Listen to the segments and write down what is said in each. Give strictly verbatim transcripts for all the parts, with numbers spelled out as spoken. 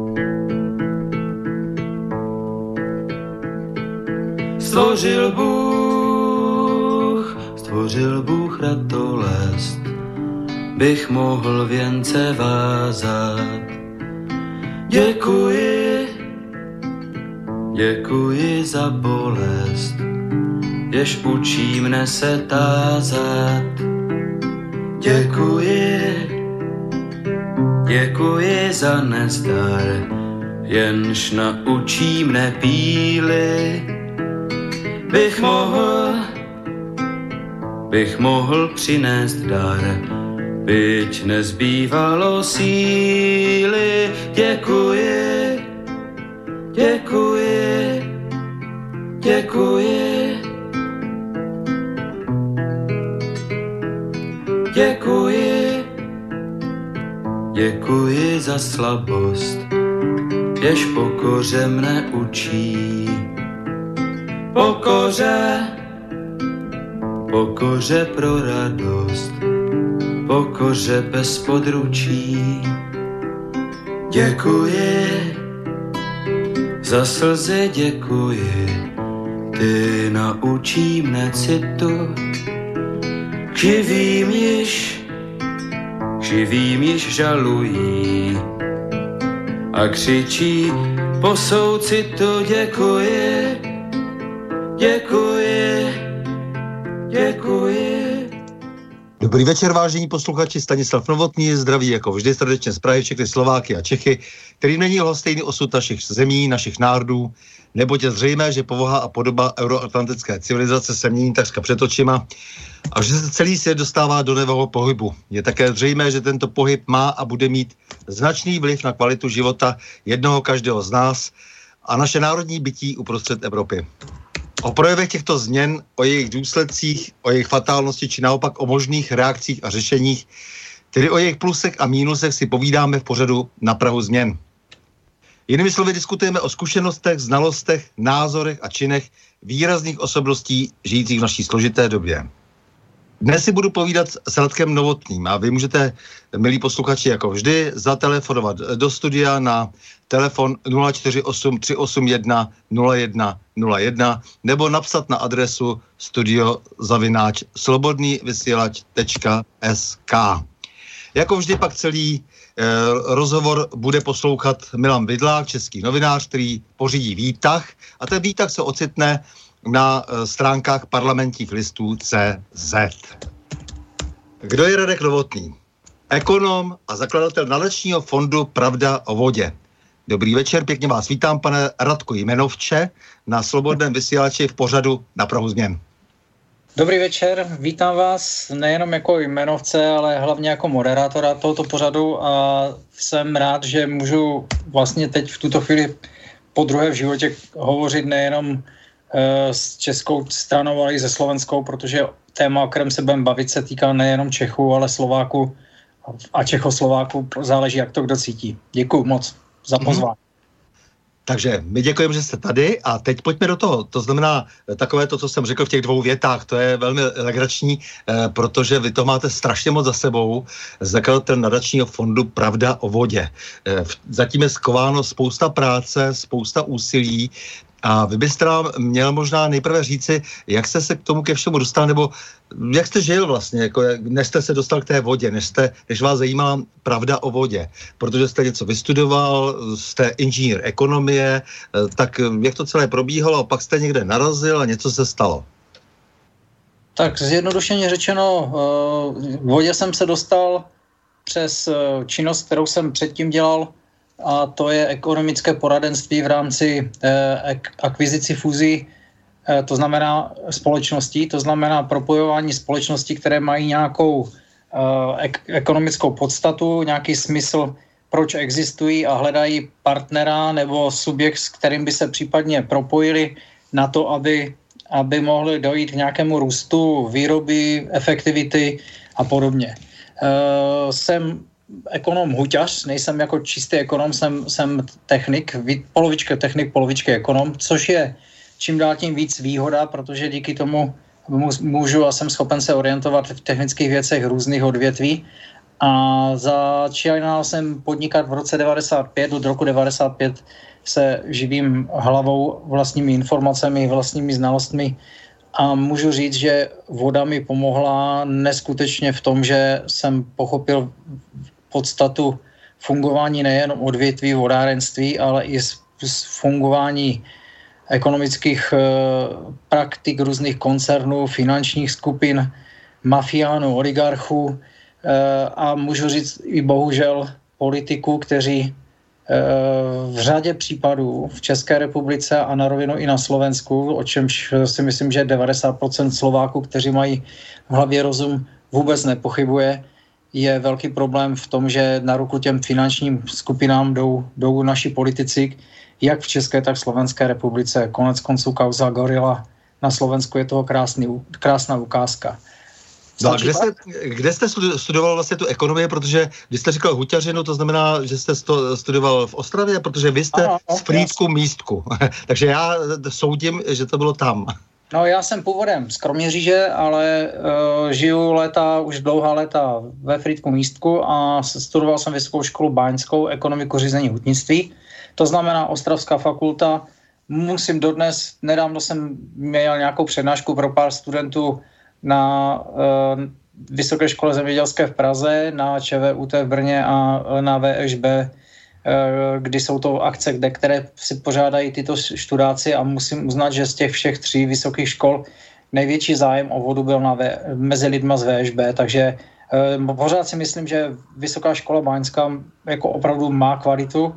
Stvořil Bůh, stvořil Bůh ratolest, bych mohl věnce vázat. Děkuji, děkuji za bolest, jež učí mne se tázat. Děkuji, děkuji za nezdar, jenž naučí mne píly. Bych mohl, bych mohl přinést dar, byť nezbývalo síly. Děkuji, děkuji, děkuji, děkuji, děkuji za slabost, jež pokoře mne učí. Pokoře, pokoře pro radost, pokoře bez područí. Děkuji, za slzy děkuji, ty naučí mne citu. K živým již, k živým již žalují a křičí po soucitu. Děkuji, děkuji, děkuji. Dobrý večer, vážení posluchači, Stanislav Novotný zdraví jako vždy srdečně z Prahy, všechny Slováky a Čechy, kterým není lhostejný osud našich zemí, našich národů, neboť je zřejmé, že povaha a podoba euroatlantické civilizace se mění takřka před očima a že se celý svět dostává do nového pohybu. Je také zřejmé, že tento pohyb má a bude mít značný vliv na kvalitu života jednoho každého z nás a naše národní bytí uprostřed Evropy. O projevech těchto změn, o jejich důsledcích, o jejich fatálnosti či naopak o možných reakcích a řešeních, tedy o jejich plusech a mínusech si povídáme v pořadu Na prahu změn. Jinými slovy diskutujeme o zkušenostech, znalostech, názorech a činech výrazných osobností žijících v naší složité době. Dnes si budu povídat s Radkem Novotným a vy můžete, milí posluchači, jako vždy, zatelefonovat do studia na telefon nula čtyři osm tři osm jedna nula jedna nula jedna nebo napsat na adresu studio zavináč slobodný vysílač tečka es ká. Jako vždy pak celý eh, rozhovor bude poslouchat Milan Vidlák, český novinář, který pořídí výtah a ten výtah se ocitne na eh, stránkách parlamentních listů C Z. Kdo je Radek Novotný? Ekonom a zakladatel nadačního fondu Pravda o vodě. Dobrý večer, pěkně vás vítám, pane Radku Jmenovče, na Slobodném vysílači v pořadu Na prahu změn. Dobrý večer, vítám vás nejenom jako jmenovce, ale hlavně jako moderátora tohoto pořadu a jsem rád, že můžu vlastně teď v tuto chvíli po druhé v životě hovořit nejenom uh, s českou stranou, ale i se slovenskou, protože téma, o kterém se budeme bavit, se týká nejenom Čechů, ale Slováků a Čechoslováků, záleží, jak to kdo cítí. Děkuju moc za pozvání. Mm-hmm. Takže my děkujeme, že jste tady a teď pojďme do toho. To znamená takové to, co jsem řekl v těch dvou větách, to je velmi legrační, eh, protože vy to máte strašně moc za sebou, zakladatel nadačního fondu Pravda o vodě. Eh, zatím je skováno spousta práce, spousta úsilí a vy byste nám měl možná nejprve říci, jak jste se k tomu ke všemu dostal, nebo jak jste žil vlastně, jako, než jste se dostal k té vodě, než, jste, než vás zajímá pravda o vodě, protože jste něco vystudoval, jste inženýr ekonomie, tak jak to celé probíhalo, pak jste někde narazil a něco se stalo? Tak zjednodušeně řečeno, k vodě jsem se dostal přes činnost, kterou jsem předtím dělal, a to je ekonomické poradenství v rámci eh, akvizici fúzí, eh, to znamená společností, to znamená propojování společností, které mají nějakou eh, ek- ekonomickou podstatu, nějaký smysl, proč existují a hledají partnera nebo subjekt, s kterým by se případně propojili na to, aby, aby mohli dojít k nějakému růstu výroby, efektivity a podobně. Eh, jsem ekonom huťař, nejsem jako čistý ekonom, jsem, jsem technik, polovička technik, polovička ekonom, což je čím dál tím víc výhoda, protože díky tomu můžu a jsem schopen se orientovat v technických věcech různých odvětví. A začínal jsem podnikat v roce devadesát pět, od roku devadesát pět se živím hlavou, vlastními informacemi, vlastními znalostmi a můžu říct, že voda mi pomohla neskutečně v tom, že jsem pochopil podstatu fungování nejen odvětví vodárenství, ale i z, z fungování ekonomických e, praktik různých koncernů, finančních skupin, mafiánů, oligarchů e, a můžu říct i bohužel politiků, kteří e, v řadě případů v České republice a na rovinu i na Slovensku, o čemž si myslím, že devadesát procent Slováků, kteří mají v hlavě rozum, vůbec nepochybuje, je velký problém v tom, že na ruku těm finančním skupinám jdou, jdou naši politici, jak v České, tak v Slovenské republice. Konec konců kauza Gorila na Slovensku je toho krásný, krásná ukázka. No a kde jste, kde jste studoval vlastně tu ekonomii, protože když jste říkal Huťařinu, to znamená, že jste studoval v Ostravě, protože vy jste Aha, z Frýdku místku. Takže já soudím, že to bylo tam. No já jsem původem z Kroměříže, ale uh, žiju léta, už dlouhá léta ve Frýdku místku a studoval jsem vysokou školu báňskou, ekonomiku řízení hutnictví. To znamená Ostravská fakulta. Musím dodnes, nedávno jsem měl nějakou přednášku pro pár studentů na uh, Vysoké škole zemědělské v Praze, na ČVUT v Brně a na VŠB, uh, kdy jsou to akce, kde, které si pořádají tyto študáci a musím uznat, že z těch všech tří vysokých škol největší zájem o vodu byl na v, mezi lidma z VŠB, takže uh, pořád si myslím, že Vysoká škola báňská jako opravdu má kvalitu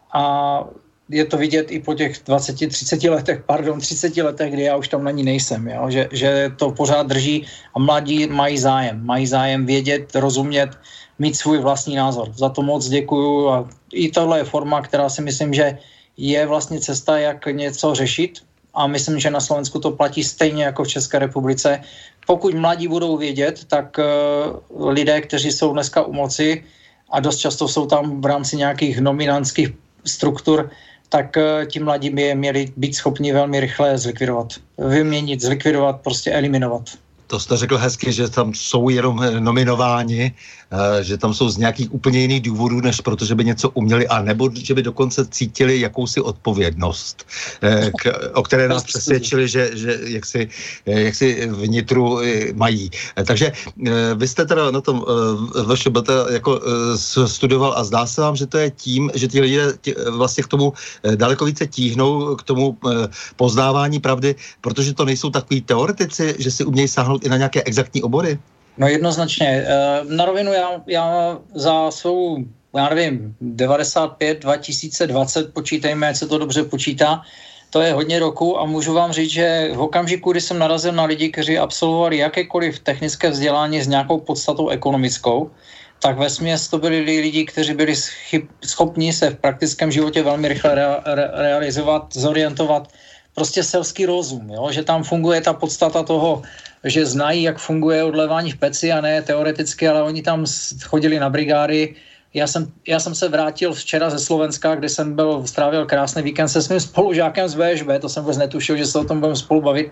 a je to vidět i po těch dvaceti, třiceti letech, pardon, třiceti letech, kdy já už tam na ní nejsem, jo? Že, že to pořád drží a mladí mají zájem, mají zájem vědět, rozumět, mít svůj vlastní názor. Za to moc děkuju a i tohle je forma, která si myslím, že je vlastně cesta, jak něco řešit a myslím, že na Slovensku to platí stejně jako v České republice. Pokud mladí budou vědět, tak uh, lidé, kteří jsou dneska u moci a dost často jsou tam v rámci nějakých nominantských struktur, tak ti mladí by je měli být schopni velmi rychle zlikvidovat. Vyměnit, zlikvidovat, prostě eliminovat. To jste řekl hezky, že tam jsou jenom nominováni, že tam jsou z nějakých úplně jiných důvodů, než protože by něco uměli, a nebo že by dokonce cítili jakousi odpovědnost, k, o které nás přesvědčili, že, že jaksi, jaksi vnitru mají. Takže vy jste teda na tom VŠB jako studoval a zdá se vám, že to je tím, že ti lidé vlastně k tomu daleko více tíhnou, k tomu poznávání pravdy, protože to nejsou takový teoretici, že si umějí sáhnout i na nějaké exaktní obory? No jednoznačně. Na rovinu já, já za svou, já nevím, devadesát pět, dva tisíce dvacet, počítejme, ať se to dobře počítá, to je hodně roku a můžu vám říct, že v okamžiku, kdy jsem narazil na lidi, kteří absolvovali jakékoliv technické vzdělání s nějakou podstatou ekonomickou, tak vesměs to byli lidi, kteří byli schopni se v praktickém životě velmi rychle rea- re- realizovat, zorientovat, prostě selský rozum, jo? Že tam funguje ta podstata toho, že znají, jak funguje odlévání v peci a ne teoreticky, ale oni tam chodili na brigády. Já jsem, já jsem se vrátil včera ze Slovenska, kde jsem byl, strávil krásný víkend se svým spolužákem z VŠB, to jsem vůbec netušil, že se o tom budeme spolu bavit,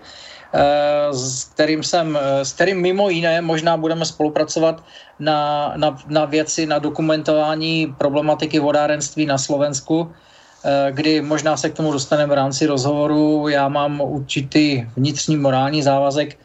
s kterým, jsem, s kterým mimo jiné možná budeme spolupracovat na, na, na věci, na dokumentování problematiky vodárenství na Slovensku, kdy možná se k tomu dostaneme v rámci rozhovoru. Já mám určitý vnitřní morální závazek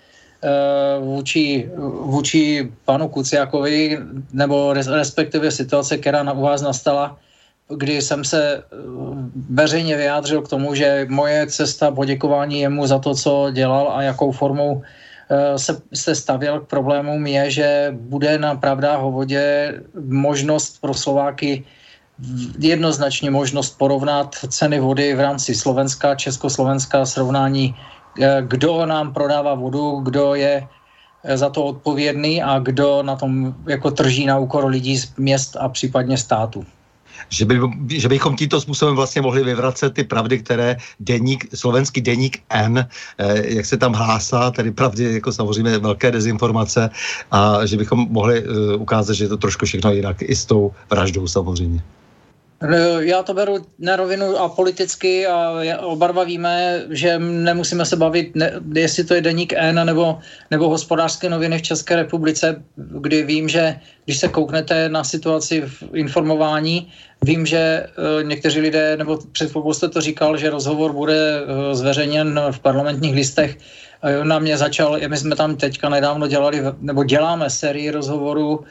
vůči, vůči panu Kuciakovi, nebo respektive situace, která na u vás nastala, kdy jsem se veřejně vyjádřil k tomu, že moje cesta poděkování jemu za to, co dělal a jakou formou se, se stavěl k problémům, je, že bude na Pravdách o vodě možnost pro Slováky, jednoznačně možnost porovnat ceny vody v rámci Slovenska, Československa, srovnání, kdo nám prodává vodu, kdo je za to odpovědný a kdo na tom jako trží na úkor lidí z měst a případně státu. Že, by, že bychom tímto způsobem vlastně mohli vyvracet ty pravdy, které deník, slovenský deník N, eh, jak se tam hlásá, tedy pravdy jako samozřejmě velké dezinformace, a že bychom mohli eh, ukázat, že je to trošku všechno jinak i s tou vraždou samozřejmě. Já to beru na rovinu a politicky a oba dva víme, že nemusíme se bavit, ne, jestli to je Deník N nebo, nebo Hospodářské noviny v České republice, kdy vím, že když se kouknete na situaci v informování, vím, že uh, někteří lidé, nebo před chvilkou jste to říkal, že rozhovor bude uh, zveřejněn v Parlamentních listech. Uh, na mě začal, my jsme tam teďka nedávno dělali, nebo děláme sérii rozhovorů uh,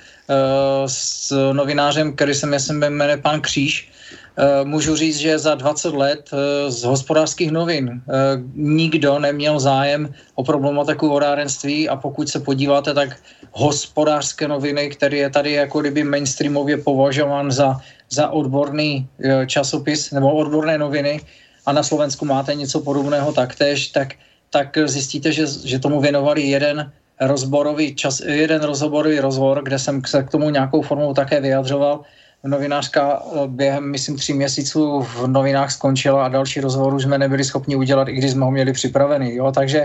s novinářem, který se jmenuje pan Kříž. Uh, můžu říct, že za dvacet let uh, z Hospodářských novin uh, nikdo neměl zájem o problematiku vodárenství a pokud se podíváte, tak Hospodářské noviny, který je tady jako kdyby mainstreamově považován za, za odborný uh, časopis nebo odborné noviny a na Slovensku máte něco podobného taktéž, tak, tak zjistíte, že, že tomu věnovali jeden rozborový, čas, jeden rozhovorový rozhovor, kde jsem se k tomu nějakou formou také vyjadřoval. Novinářka během, myslím, tří měsíců v novinách skončila a další rozhovor už jsme nebyli schopni udělat, i když jsme ho měli připravený. Jo? Takže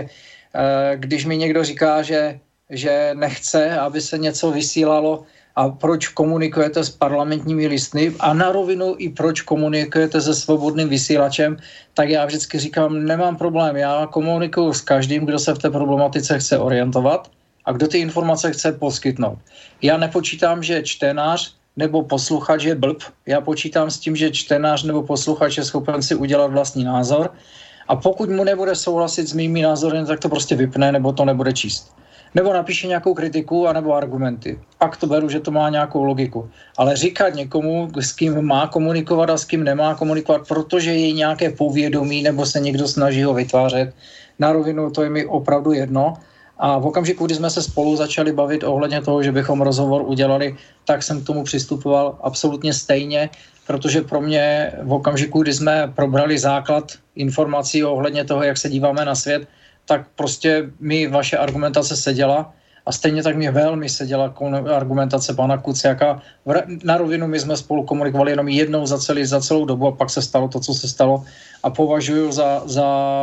když mi někdo říká, že, že nechce, aby se něco vysílalo a proč komunikujete s parlamentními listy a na rovinu i proč komunikujete se svobodným vysílačem, tak já vždycky říkám, nemám problém, já komunikuju s každým, kdo se v té problematice chce orientovat a kdo ty informace chce poskytnout. Já nepočítám, že čtenář nebo posluchač je blb. Já počítám s tím, že čtenář nebo posluchač je schopen si udělat vlastní názor a pokud mu nebude souhlasit s mými názory, tak to prostě vypne nebo to nebude číst. Nebo napíše nějakou kritiku anebo argumenty. Pak to beru, že to má nějakou logiku. Ale říkat někomu, s kým má komunikovat a s kým nemá komunikovat, protože je nějaké povědomí nebo se někdo snaží ho vytvářet, na rovinu to je mi opravdu jedno. A v okamžiku, kdy jsme se spolu začali bavit ohledně toho, že bychom rozhovor udělali, tak jsem k tomu přistupoval absolutně stejně, protože pro mě v okamžiku, kdy jsme probrali základ informací ohledně toho, jak se díváme na svět, tak prostě mi vaše argumentace seděla a stejně tak mě velmi seděla argumentace pana Kuciaka. Na rovinu my jsme spolu komunikovali jenom jednou za, celý, za celou dobu a pak se stalo to, co se stalo a považuji za, za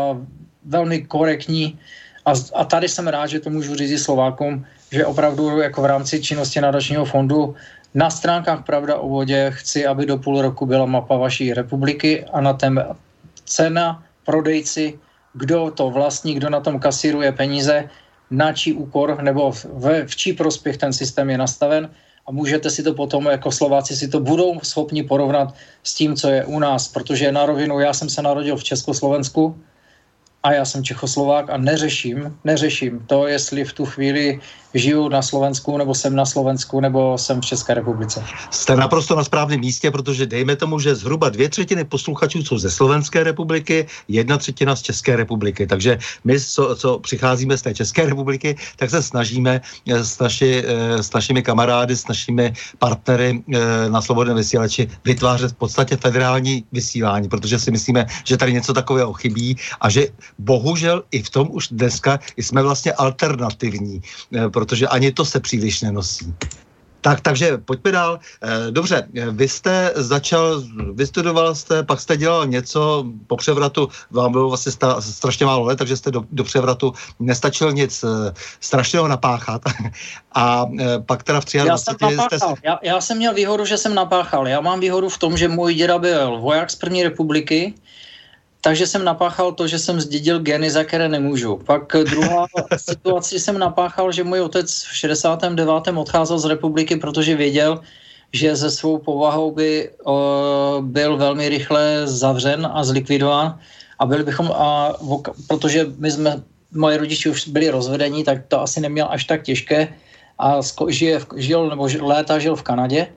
velmi korektní. A, a tady jsem rád, že to můžu říct Slovákům, že opravdu jako v rámci činnosti nadačního fondu na stránkách Pravda o vodě chci, aby do půl roku byla mapa vaší republiky a na tém cena, prodejci, kdo to vlastní, kdo na tom kasíruje peníze, na čí úkor nebo v, v čí prospěch ten systém je nastaven a můžete si to potom, jako Slováci si to budou schopni porovnat s tím, co je u nás, protože na rovinu já jsem se narodil v Československu, a já jsem Čechoslovák a neřeším, neřeším to, jestli v tu chvíli žiju na Slovensku, nebo jsem na Slovensku, nebo jsem v České republice. Jste naprosto na správném místě, protože dejme tomu, že zhruba dvě třetiny posluchačů jsou ze Slovenské republiky, jedna třetina z České republiky. Takže my, co, co přicházíme z té České republiky, tak se snažíme s, naši, s našimi kamarády, s našimi partnery na Svobodném vysílači vytvářet v podstatě federální vysílání, protože si myslíme, že tady něco takového chybí a že bohužel i v tom už dneska jsme vlastně alternativní, protože ani to se příliš nenosí. Tak, takže pojďme dál. Dobře, vy jste začal, vystudoval jste, pak jste dělal něco po převratu, vám bylo vlastně sta, strašně málo let, takže jste do, do převratu nestačil nic strašného napáchat. A pak teda v já jsem napáchal. Jste... Já, já jsem měl výhodu, že jsem napáchal. Já mám výhodu v tom, že můj děda byl voják z první republiky, takže jsem napáchal to, že jsem zdědil geny, za které nemůžu. Pak druhá situace jsem napáchal, že můj otec v šedesátém devátém odcházel z republiky, protože věděl, že ze svou povahou by o, byl velmi rychle zavřen a zlikvidován. A byli bychom, a, protože my jsme, moje rodiče už byli rozvedení, tak to asi neměl až tak těžké. A žije, žil, nebo léta žil v Kanadě.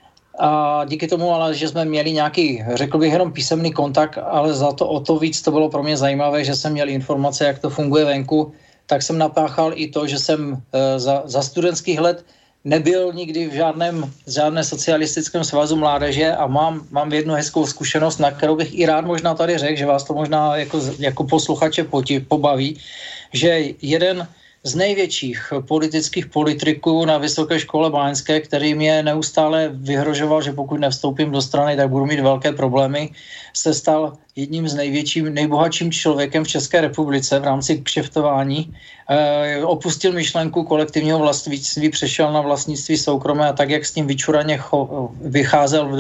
A díky tomu, ale že jsme měli nějaký, řekl bych, jenom písemný kontakt, ale za to o to víc to bylo pro mě zajímavé, že jsem měl informace, jak to funguje venku, tak jsem napáchal i to, že jsem e, za, za studentských let nebyl nikdy v žádném, žádné socialistickém svazu mládeže a mám, mám jednu hezkou zkušenost, na kterou bych i rád možná tady řekl, že vás to možná jako, jako posluchače poti, pobaví, že jeden z největších politických politiků na Vysoké škole báňské, který mě neustále vyhrožoval, že pokud nevstoupím do strany, tak budu mít velké problémy, se stal jedním z největším, nejbohatším člověkem v České republice v rámci kšeftování. E, opustil myšlenku kolektivního vlastnictví, přešel na vlastnictví soukromé a tak, jak s tím vyčuraně cho, vycházel v době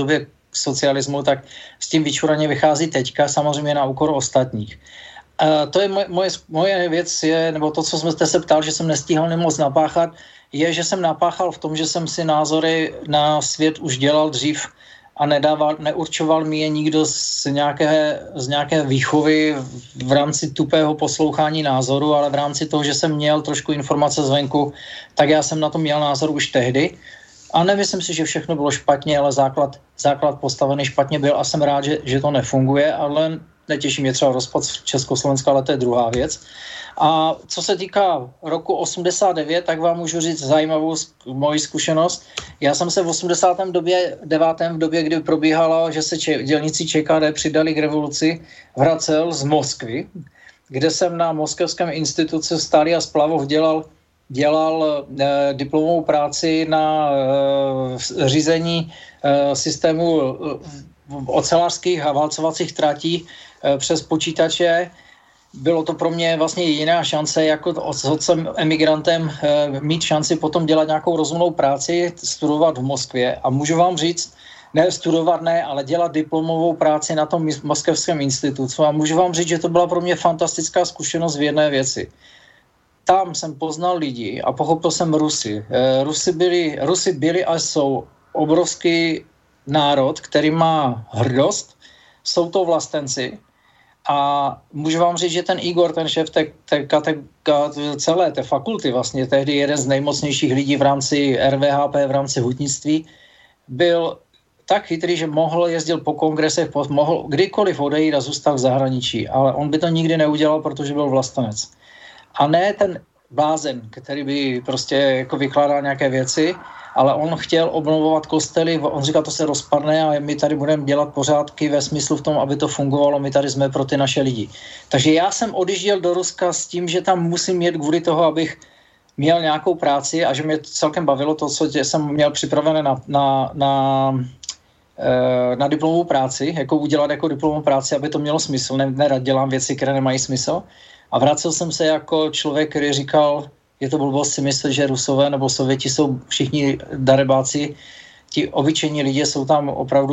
socialismu, tak s tím vyčuraně vychází teďka, samozřejmě na úkor ostatních. Uh, to je moje, moje, moje věc, je, nebo to, co jsme se ptal, že jsem nestíhal nemoc napáchat, je, že jsem napáchal v tom, že jsem si názory na svět už dělal dřív a nedával, neurčoval mi je nikdo z nějaké, z nějaké výchovy v rámci tupého poslouchání názoru, ale v rámci toho, že jsem měl trošku informace zvenku, tak já jsem na to měl názor už tehdy. A nemyslím si, že všechno bylo špatně, ale základ, základ postavený špatně byl a jsem rád, že, že to nefunguje, ale netěší mě třeba rozpad Československa, ale to je druhá věc. A co se týká roku osmdesát devět, tak vám můžu říct zajímavou moji zkušenost. Já jsem se v osmdesátém devátém v době, kdy probíhalo, že se če- dělníci ČKD přidali k revoluci, vracel z Moskvy, kde jsem na Moskevském institutu Stália Splavov dělal dělal eh, diplomovou práci na eh, řízení eh, systému eh, ocelářských a válcovacích tratí eh, přes počítače. Bylo to pro mě vlastně jediná šance, jako otcem emigrantem, eh, mít šanci potom dělat nějakou rozumnou práci, studovat v Moskvě. A můžu vám říct, ne studovat ne, ale dělat diplomovou práci na tom Moskevském institutu. A můžu vám říct, že to byla pro mě fantastická zkušenost v jedné věci. Tam jsem poznal lidi a pochopil jsem Rusy. Rusy byli, Rusy byli a jsou obrovský národ, který má hrdost, jsou to vlastenci a můžu vám říct, že ten Igor, ten šéf té, té, té, celé té fakulty, vlastně tehdy jeden z nejmocnějších lidí v rámci R V H P, v rámci hutnictví, byl tak chytrý, že mohl jezdil po kongresech, mohl kdykoliv odejít a zůstat v zahraničí, ale on by to nikdy neudělal, protože byl vlastenec. A ne ten blázen, který by prostě jako vykládal nějaké věci, ale on chtěl obnovovat kostely, on říkal, to se rozpadne a my tady budeme dělat pořádky ve smyslu v tom, aby to fungovalo, my tady jsme pro ty naše lidi. Takže já jsem odjížděl do Ruska s tím, že tam musím jet kvůli toho, abych měl nějakou práci a že mě celkem bavilo to, co jsem měl připravené na, na, na, na diplomovou práci, jako udělat jako diplomovou práci, aby to mělo smysl, nerad dělám věci, které nemají smysl. A vracel jsem se jako člověk, který říkal, je to blbost si myslet, že Rusové nebo Sověti jsou všichni darebáci. Ti obyčejní lidé jsou tam opravdu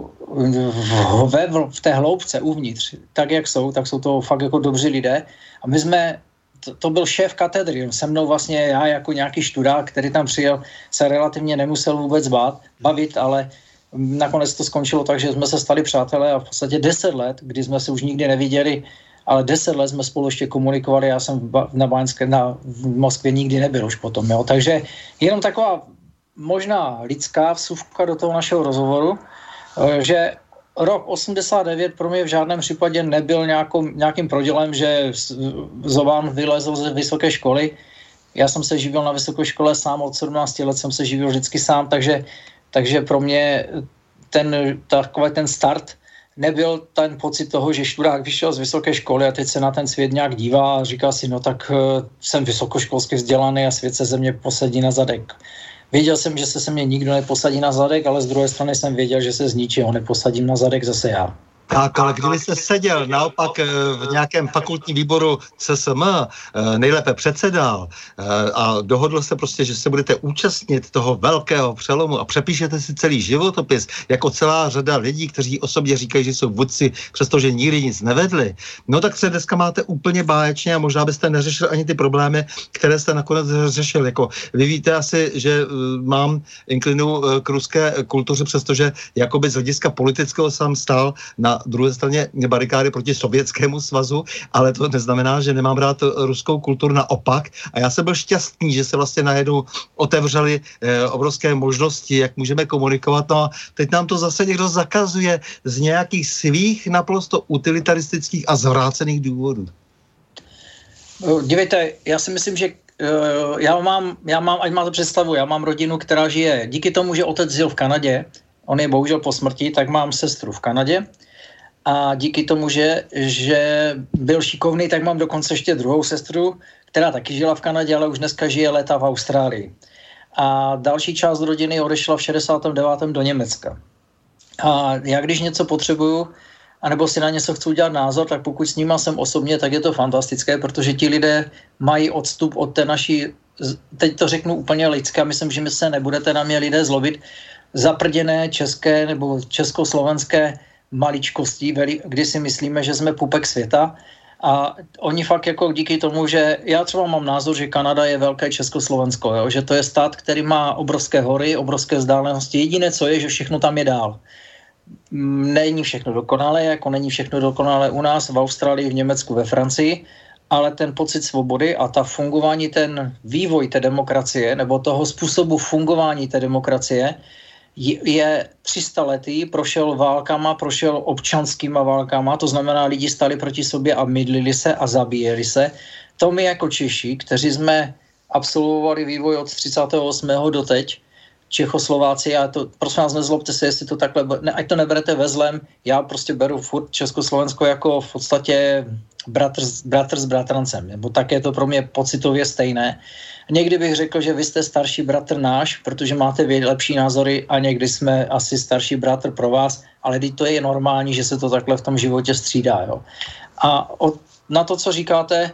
v, v té hloubce uvnitř. Tak, jak jsou, tak jsou to fakt jako dobří lidé. A my jsme, to, to byl šéf katedry, se mnou vlastně já jako nějaký študák, který tam přijel, se relativně nemusel vůbec bát, bavit, ale nakonec to skončilo tak, že jsme se stali přátelé a v podstatě deset let, kdy jsme se už nikdy neviděli, ale deset let jsme spolu ještě komunikovali, já jsem na Báňské, na, v Moskvě nikdy nebyl už potom, jo. Takže jenom taková možná lidská vsuvka do toho našeho rozhovoru, že rok osmdesát devět pro mě v žádném případě nebyl nějakou, nějakým prodělem, že Zoban vylezl ze vysoké školy. Já jsem se živil na vysoké škole sám, od sedmnácti let jsem se živil vždycky sám, takže, takže pro mě ten, takový ten start nebyl ten pocit toho, že študák vyšel z vysoké školy a teď se na ten svět nějak dívá a říká si, no tak uh, jsem vysokoškolsky vzdělaný a svět se ze mě posadí na zadek. Věděl jsem, že se se mě nikdo neposadí na zadek, ale z druhé strany jsem věděl, že se z ničeho neposadím na zadek zase já. Tak, ale kdyby jste seděl naopak v nějakém fakultním výboru C S M, nejlépe předsedal a dohodl se prostě, že se budete účastnit toho velkého přelomu a přepíšete si celý životopis, jako celá řada lidí, kteří o sobě říkají, že jsou vůdci, přestože nikdy nic nevedli, no tak se dneska máte úplně báječně a možná byste neřešil ani ty problémy, které jste nakonec řešil. Jako vy víte asi, že mám inklinu k ruské kultuře, přestože jakoby z hlediska politického sám stál na druhé straně barikády proti Sovětskému svazu, ale to neznamená, že nemám rád ruskou kulturu, naopak. A já jsem byl šťastný, že se vlastně najednou otevřely eh, obrovské možnosti, jak můžeme komunikovat. No a teď nám to zase někdo zakazuje z nějakých svých naprosto utilitaristických a zvrácených důvodů. Dívejte, já si myslím, že uh, já mám, já mám, ať máte představu, já mám rodinu, která žije, díky tomu, že otec žil v Kanadě, on je bohužel po smrti, tak mám sestru v Kanadě. A díky tomu, že, že byl šikovný, tak mám dokonce ještě druhou sestru, která taky žila v Kanadě, ale už dneska žije léta v Austrálii. A další část rodiny odešla v šedesátém devátém do Německa. A já když něco potřebuju, anebo si na něco chci udělat názor, tak pokud s nima jsem osobně, tak je to fantastické, protože ti lidé mají odstup od té naší, teď to řeknu úplně lidsky, myslím, že mi se nebudete na mě lidé zlobit, zaprděné české nebo československé maličkosti, kdy si myslíme, že jsme pupek světa. A oni fakt jako díky tomu, že já třeba mám názor, že Kanada je velké Československo, jo? Že to je stát, který má obrovské hory, obrovské vzdálenosti. Jediné, co je, že všechno tam je dál. Není všechno dokonalé, jako není všechno dokonalé u nás, v Austrálii, v Německu, ve Francii, ale ten pocit svobody a ta fungování, ten vývoj té demokracie, nebo toho způsobu fungování té demokracie je tři sta letý, prošel válkama, prošel občanskýma válkama, to znamená, lidi stali proti sobě a mydlili se a zabíjeli se. To my jako Češi, kteří jsme absolvovali vývoj od třicátého osmého do teď, Čechoslováci, a to, prosím vás, nezlobte se, jestli to takhle, ne, ať to neberete ve zlem, já prostě beru furt Československo jako v podstatě bratr, bratr s bratrancem, nebo tak je to pro mě pocitově stejné. Někdy bych řekl, že vy jste starší bratr náš, protože máte lepší názory a někdy jsme asi starší bratr pro vás, ale teď to je normální, že se to takhle v tom životě střídá. Jo. A od, na to, co říkáte,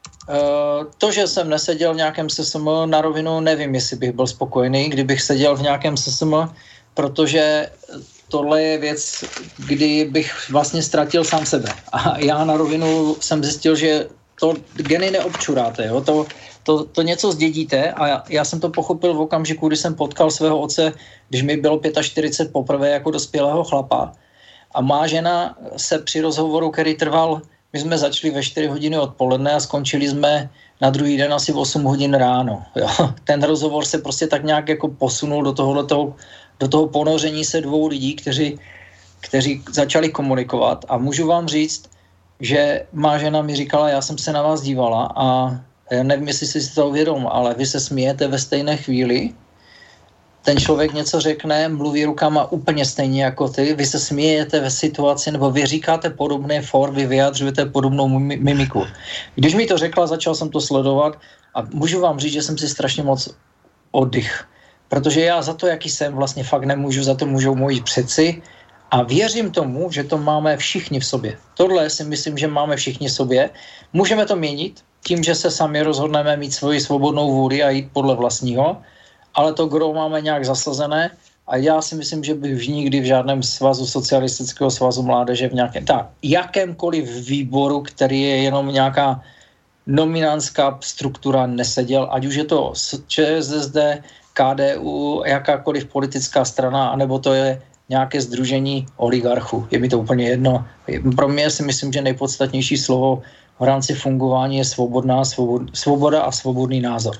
to, že jsem neseděl v nějakém S S M, na rovinu nevím, jestli bych byl spokojený, kdybych seděl v nějakém S S M, protože tohle je věc, kdy bych vlastně ztratil sám sebe. A já na rovinu jsem zjistil, že to geny neobčuráte, jo? To, to, to něco zdědíte a já, já jsem to pochopil v okamžiku, kdy jsem potkal svého otce, když mi bylo čtyřicet pět poprvé jako dospělého chlapa. A má žena se při rozhovoru, který trval, my jsme začali ve čtyři hodiny odpoledne a skončili jsme na druhý den asi v osm hodin ráno. Jo? Ten rozhovor se prostě tak nějak jako posunul do tohoto, do toho ponoření se dvou lidí, kteří, kteří začali komunikovat. A můžu vám říct, že má žena mi říkala, já jsem se na vás dívala a já nevím, jestli si to uvědom, ale vy se smějete ve stejné chvíli. Ten člověk něco řekne, mluví rukama úplně stejně jako ty, vy se smějete ve situaci, nebo vy říkáte podobné for, vy vyjadřujete podobnou mimiku. Když mi to řekla, začal jsem to sledovat a můžu vám říct, že jsem si strašně moc oddych. Protože já za to, jaký jsem, vlastně fakt nemůžu, za to můžou moji předci a věřím tomu, že to máme všichni v sobě. Tohle si myslím, že máme všichni v sobě. Můžeme to měnit tím, že se sami rozhodneme mít svoji svobodnou vůli a jít podle vlastního, ale to gro máme nějak zasazené a já si myslím, že bych nikdy v žádném svazu, socialistického svazu mládeže, v nějakém, tak, jakémkoliv výboru, který je jenom nějaká nominantská struktura, neseděl, ať už je to ČSSD, K D U, jakákoliv politická strana, anebo to je nějaké sdružení oligarchů. Je mi to úplně jedno. Pro mě si myslím, že nejpodstatnější slovo v rámci fungování je svobodná, svobod, svoboda a svobodný názor.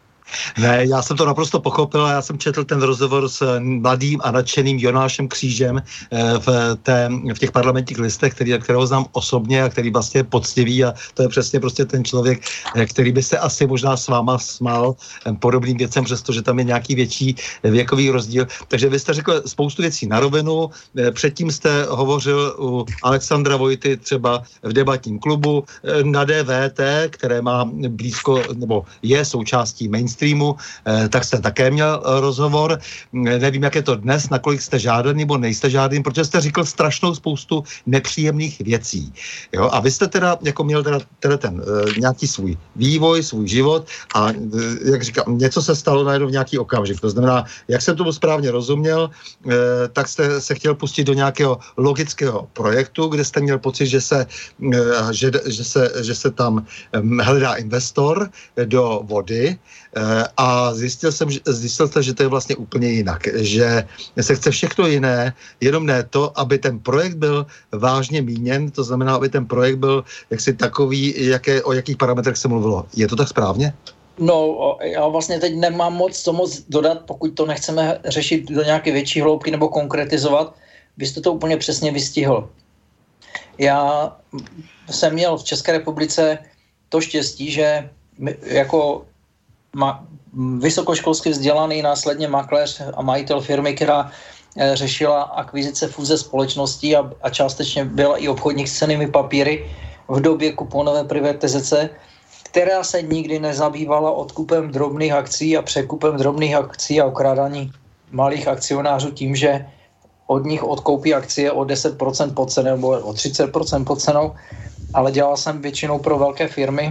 Ne, já jsem to naprosto pochopil a já jsem četl ten rozhovor s mladým a nadšeným Jonášem Křížem v, té, v těch parlamentních listech, který, kterého znám osobně a který vlastně je poctivý a to je přesně prostě ten člověk, který by se asi možná s váma smál podobným věcem, přestože tam je nějaký větší věkový rozdíl. Takže vy jste řekl spoustu věcí na rovinu, předtím jste hovořil u Alexandra Vojty třeba v debatním klubu na D V T, které má blízko, nebo je součástí mainstreamu, streamu, tak jste také měl rozhovor. Nevím, jak je to dnes, nakolik jste žádaný nebo nejste žádný, protože jste říkal strašnou spoustu nepříjemných věcí. Jo? A vy jste teda, jako měl teda, teda ten nějaký svůj vývoj, svůj život a jak říkám, něco se stalo najednou v nějaký okamžik. To znamená, jak jsem tomu správně rozuměl, tak jste se chtěl pustit do nějakého logického projektu, kde jste měl pocit, že se, že, že se, že se tam hledá investor do vody, a zjistil jsem, zjistil jsem, že to je vlastně úplně jinak, že se chce všechno jiné, jenom ne to, aby ten projekt byl vážně míněn, to znamená, aby ten projekt byl jaksi takový, jaké, o jakých parametrech se mluvilo. Je to tak správně? No, já vlastně teď nemám moc co moc dodat, pokud to nechceme řešit do nějaké větší hloubky nebo konkretizovat. Vy jste to úplně přesně vystihl. Já jsem měl v České republice to štěstí, že jako Ma, vysokoškolsky vzdělaný následně makléř a majitel firmy, která e, řešila akvizice fúze společností a, a částečně byla i obchodník s cennými papíry v době kuponové privatizace, která se nikdy nezabývala odkupem drobných akcí a překupem drobných akcí a okrádání malých akcionářů tím, že od nich odkoupí akcie o deset procent pod cenou nebo o třicet procent pod cenou, ale dělal jsem většinou pro velké firmy,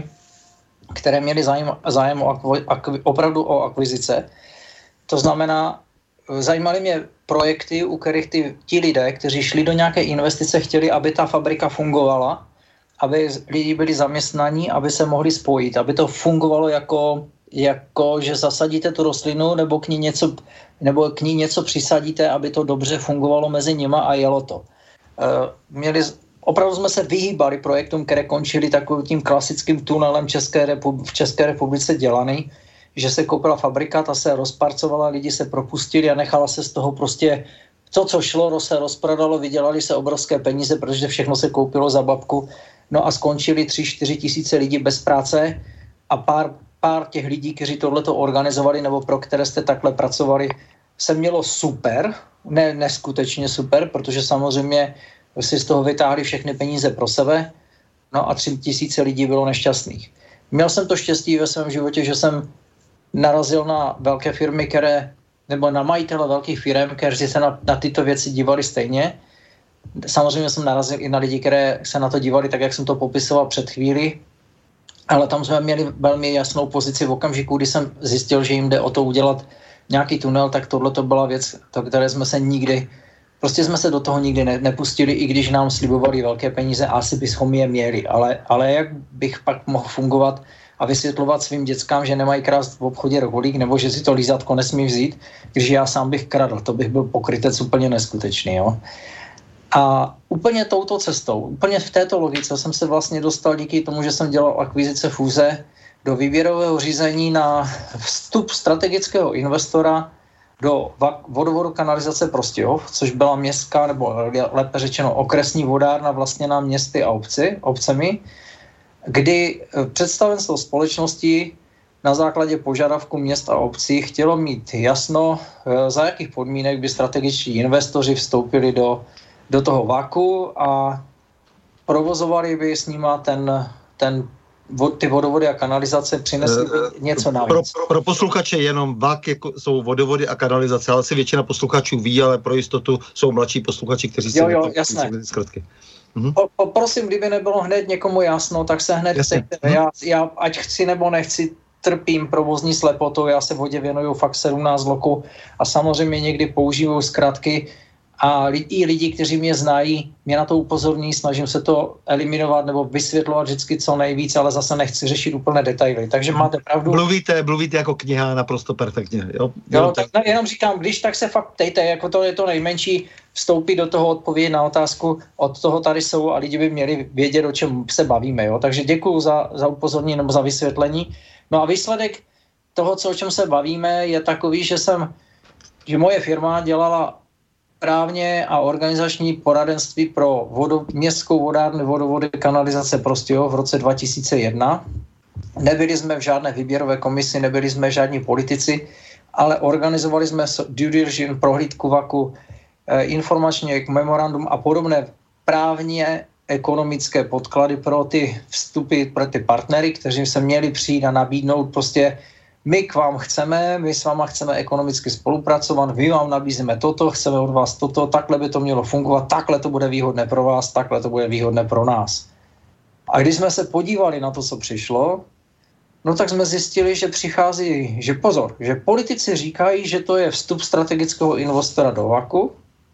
které měly zájem, zájem o akvi, akvi, opravdu o akvizice. To znamená, zajímaly mě projekty, u kterých ty, ti lidé, kteří šli do nějaké investice, chtěli, aby ta fabrika fungovala, aby lidi byli zaměstnaní, aby se mohli spojit, aby to fungovalo jako, jako že zasadíte tu rostlinu nebo k ní něco, nebo k ní něco přisadíte, aby to dobře fungovalo mezi nima a jelo to. Měli, opravdu jsme se vyhýbali projektům, které končily takovým tím klasickým tunelem České repub- v České republice dělaný, že se koupila fabrika, ta se rozparcovala, lidi se propustili a nechala se z toho prostě to, co šlo, se rozprodalo, vydělali se obrovské peníze, protože všechno se koupilo za babku. No a skončili tři, čtyři tisíce lidí bez práce a pár, pár těch lidí, kteří tohleto organizovali nebo pro které jste takhle pracovali, se mělo super, ne neskutečně super, protože samozřejmě si z toho vytáhli všechny peníze pro sebe, no a tři tisíce lidí bylo nešťastných. Měl jsem to štěstí ve svém životě, že jsem narazil na velké firmy, které, nebo na majitele velkých firm, kteří se na, na tyto věci dívali stejně. Samozřejmě jsem narazil i na lidi, které se na to dívali tak, jak jsem to popisoval před chvíli, ale tam jsme měli velmi jasnou pozici v okamžiku, kdy jsem zjistil, že jim jde o to udělat nějaký tunel, tak tohle to byla věc, to, které jsme se nikdy, prostě jsme se do toho nikdy ne, nepustili, i když nám slibovali velké peníze, asi bychom je měli, ale, ale jak bych pak mohl fungovat a vysvětlovat svým dětskám, že nemají krást v obchodě rohlík, nebo že si to lízatko nesmí vzít, když já sám bych kradl, to bych byl pokrytec úplně neskutečný, jo. A úplně touto cestou, úplně v této logice jsem se vlastně dostal díky tomu, že jsem dělal akvizice fúze do výběrového řízení na vstup strategického investora do vodovodu kanalizace Prostějov, což byla městská, nebo lépe řečeno okresní vodárna vlastněná městy a obci, obcemi, kdy představenstvo společnosti na základě požadavku měst a obcí chtělo mít jasno, za jakých podmínek by strategičtí investoři vstoupili do do toho vaku a provozovali by s nima ten, ten ty vodovody a kanalizace, přinesli by něco navíc. Pro, pro posluchače jenom vak jako jsou vodovody a kanalizace, ale si většina posluchačů ví, ale pro jistotu jsou mladší posluchači, kteří si jo, jo, jasné. zkratky. Mhm. Poprosím, kdyby nebylo hned někomu jasno, tak se hned ptejte. Mhm. Já, já ať chci nebo nechci, trpím provozní slepotou, já se vodě věnuju fakt sedmnáct roku a samozřejmě někdy používaju zkratky. A i lidi, kteří mě znají, mě na to upozorní, snažím se to eliminovat nebo vysvětlovat vždycky co nejvíc, ale zase nechci řešit úplné detaily. Takže máte pravdu. Mluvíte, mluvíte jako kniha naprosto perfektně. Jo, jo tak ne, jenom říkám, když tak se fakt ptejte, jako to je to nejmenší, vstoupit do toho odpověď na otázku, od toho tady jsou a lidi by měli vědět, o čem se bavíme. Jo? Takže děkuju za, za upozornění nebo za vysvětlení. No a výsledek toho, co, o čem se bavíme, je takový, že jsem, že moje firma dělala právně a organizační poradenství pro vodo, městskou vodárnu vodovody kanalizace Prostějov v roce dva tisíce jedna. Nebyli jsme v žádné výběrové komisi, nebyli jsme žádní politici, ale organizovali jsme due diligence, prohlídku vaku, informační memorandum a podobné právně ekonomické podklady pro ty vstupy, pro ty partnery, kteří se měli přijít a nabídnout prostě my k vám chceme, my s váma chceme ekonomicky spolupracovat, vy vám nabízíme toto, chceme od vás toto, takhle by to mělo fungovat, takhle to bude výhodné pro vás, takhle to bude výhodné pro nás. A když jsme se podívali na to, co přišlo, no tak jsme zjistili, že přichází, že pozor, že politici říkají, že to je vstup strategického investora do vaku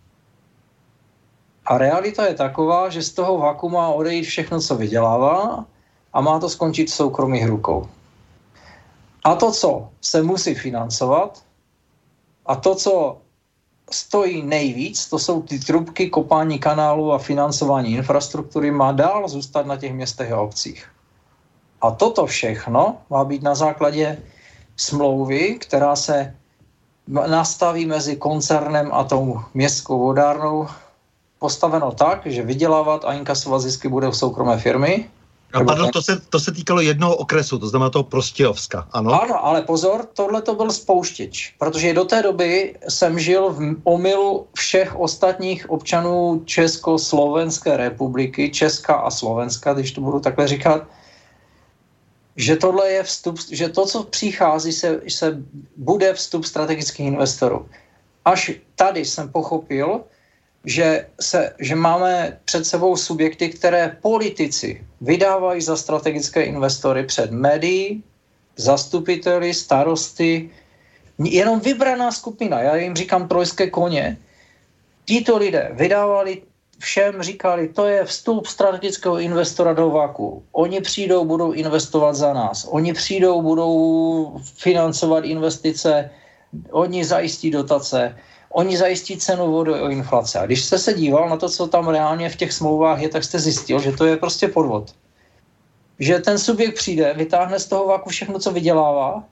a realita je taková, že z toho vaku má odejít všechno, co vydělává a má to skončit v soukromých rukou. A to, co se musí financovat a to, co stojí nejvíc, to jsou ty trubky, kopání kanálu a financování infrastruktury, má dál zůstat na těch městech a obcích. A toto všechno má být na základě smlouvy, která se nastaví mezi koncernem a tou městskou vodárnou, postaveno tak, že vydělávat a inkasovat zisky budou soukromé firmy. A pardon, to se, to se týkalo jednoho okresu, to znamená toho Prostějovska, ano? Ano, ale pozor, tohle to byl spouštěč, protože do té doby jsem žil v omylu všech ostatních občanů Československé republiky, Česka a Slovenska, když to budu takhle říkat, že tohle je vstup, že to, co přichází, se, se bude vstup strategických investorů. Až tady jsem pochopil, Že, se, že máme před sebou subjekty, které politici vydávají za strategické investory před médií, zastupiteli, starosty, Jenom vybraná skupina, já jim říkám trojské koně, títo lidé vydávali, všem říkali, to je vstup strategického investora do vaku. Oni přijdou, budou investovat za nás. Oni přijdou, budou financovat investice, oni zajistí dotace, oni zajistí cenu vody o inflace. A když jste se díval na to, co tam reálně v těch smlouvách je, tak jste zjistil, že to je prostě podvod. Že ten subjekt přijde, vytáhne z toho vaku všechno, co vydělává,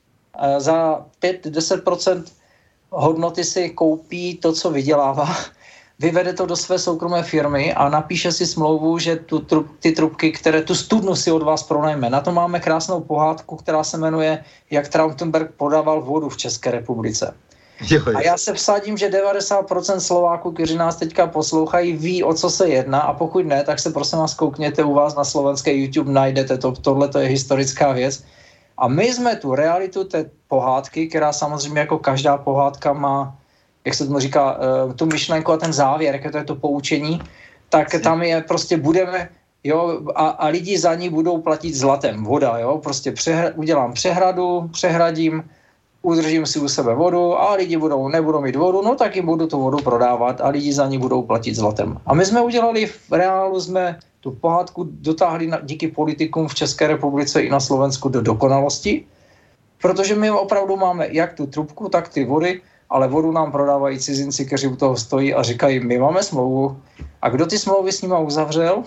za pět až deset procent hodnoty si koupí to, co vydělává, vyvede to do své soukromé firmy a napíše si smlouvu, že tu, tru, ty trubky, které tu studnu si od vás pronajme. Na to máme krásnou pohádku, která se jmenuje Jak Trautenberg podával vodu v České republice. Jo, a já se vsadím, že devadesát procent Slováků, kteří nás teďka poslouchají, ví, o co se jedná, a pokud ne, tak se prosím vás koukněte u vás na slovenské YouTube, najdete to, tohle to je historická věc. A my jsme tu realitu té pohádky, která samozřejmě jako každá pohádka má, jak se tomu říká, tu myšlenku a ten závěr, jaké to je to poučení, tak tam je prostě budeme, jo, a, a lidi za ní budou platit zlatem, voda, jo, prostě přehra, udělám přehradu, přehradím, udržím si u sebe vodu a lidi budou, nebudou mít vodu, no tak jim budu tu vodu prodávat a lidi za ní budou platit zlatem. A my jsme udělali, v reálu jsme tu pohádku dotáhli na, díky politikům v České republice i na Slovensku do dokonalosti, protože my opravdu máme jak tu trubku, tak ty vody, ale vodu nám prodávají cizinci, kteří u toho stojí a říkají, my máme smlouvu. A kdo ty smlouvy s nima uzavřel?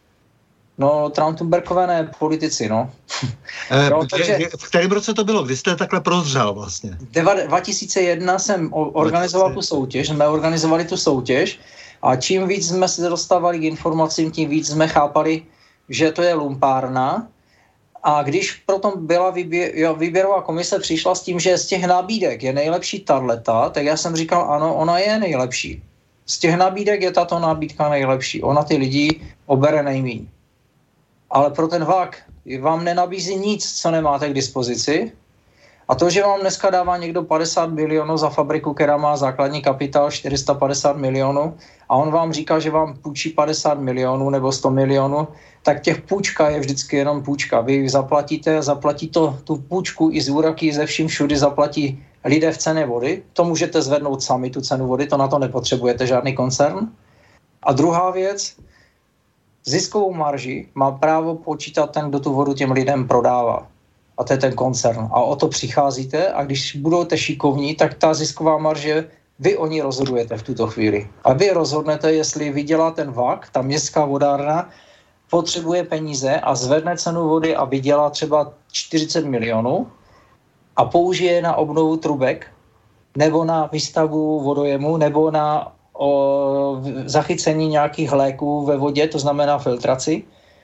No, Trautenbergové ne, politici, no. Eh, no takže, v kterém roce to bylo? Kdy jste takhle prozřel vlastně? dva tisíce jedna jsem organizoval tu soutěž, jsme organizovali tu soutěž a čím víc jsme se dostávali k informacím, tím víc jsme chápali, že to je lumpárna. A když potom byla výběr, jo, výběrová komise přišla s tím, že z těch nabídek je nejlepší tato, tak já jsem říkal, ano, ona je nejlepší. Z těch nabídek je tato nabídka nejlepší. Ona ty lidi obere nejmíň. Ale pro ten vak vám nenabízí nic, co nemáte k dispozici. A to, že vám dneska dává někdo padesát milionů za fabriku, která má základní kapitál čtyři sta padesát milionů a on vám říká, že vám půjčí padesát milionů nebo sto milionů, tak těch půjčka je vždycky jenom půjčka. Vy zaplatíte, zaplatí to, tu půjčku i z úroky, ze vším všudy zaplatí lidé v ceně vody. To můžete zvednout sami, tu cenu vody, to na to nepotřebujete žádný koncern. A druhá věc, ziskovou marži má právo počítat ten, kdo tu vodu těm lidem prodává. A to je ten koncern. A o to přicházíte a když budete šikovní, tak ta zisková marže, vy o ní rozhodujete v tuto chvíli. A vy rozhodnete, jestli vydělá ten vak, ta městská vodárna, potřebuje peníze a zvedne cenu vody a vydělá třeba čtyřicet milionů a použije na obnovu trubek, nebo na výstavbu vodojemu, nebo na o, zachycení nějakých léků ve vodě, to znamená filtraci.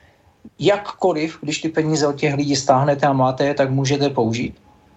Jakkoliv, když ty peníze od těch lidí stáhnete a máte je, tak můžete použít.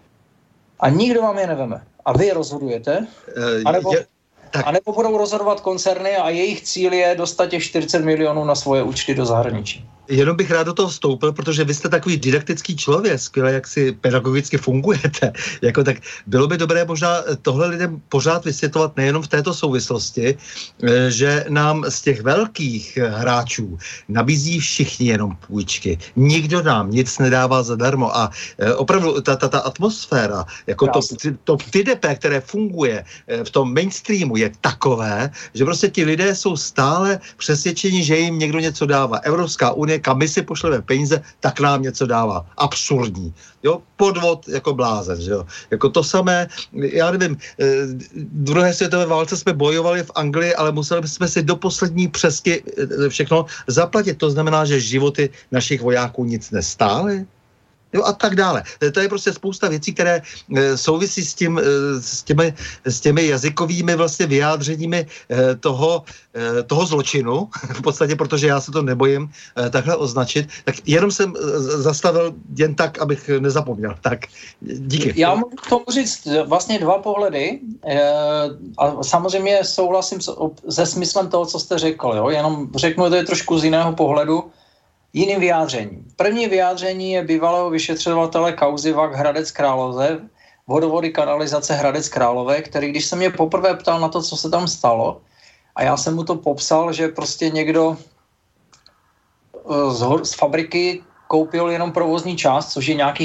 A nikdo vám je neveme. A vy je rozhodujete. Anebo, je, anebo budou rozhodovat koncerny a jejich cíl je dostat těch čtyřicet milionů na svoje účty do zahraničí. Jenom bych rád do toho vstoupil, protože vy jste takový didaktický člověk, skvěle, jak si pedagogicky fungujete. Jako tak bylo by dobré možná tohle lidem pořád vysvětlovat nejenom v této souvislosti, že nám z těch velkých hráčů nabízí všichni jenom půjčky. Nikdo nám nic nedává zadarmo a opravdu ta, ta, ta atmosféra, jako to, to T D P, které funguje v tom mainstreamu, je takové, že prostě ti lidé jsou stále přesvědčeni, že jim někdo něco dává. Evropská unie, kam my si pošleme peníze, tak nám něco dává. Absurdní. Jo, podvod jako blázen, že jo. Jako to samé, já nevím, v druhé světové válce jsme bojovali v Anglii, ale museli jsme si do poslední přesky všechno zaplatit. To znamená, že životy našich vojáků nic nestály. Jo, a tak dále. To je prostě spousta věcí, které e, souvisí s tím, e, s, těmi, s těmi jazykovými vlastně vyjádřeními e, toho, e, toho zločinu, v podstatě, protože já se to nebojím e, takhle označit. Tak jenom jsem e, zastavil jen tak, abych nezapomněl. Tak, díky. Já můžu k tomu říct vlastně dva pohledy e, a samozřejmě souhlasím se smyslem toho, co jste řekl. Jo? Jenom řeknu to je trošku z jiného pohledu. Jiným vyjádřením. První vyjádření je bývalého vyšetřovatele kauzy V A K Hradec Králové, vodovody kanalizace Hradec Králové, který když se mě poprvé ptal na to, co se tam stalo, a já jsem mu to popsal, že prostě někdo z, z fabriky koupil jenom provozní část, což je nějakých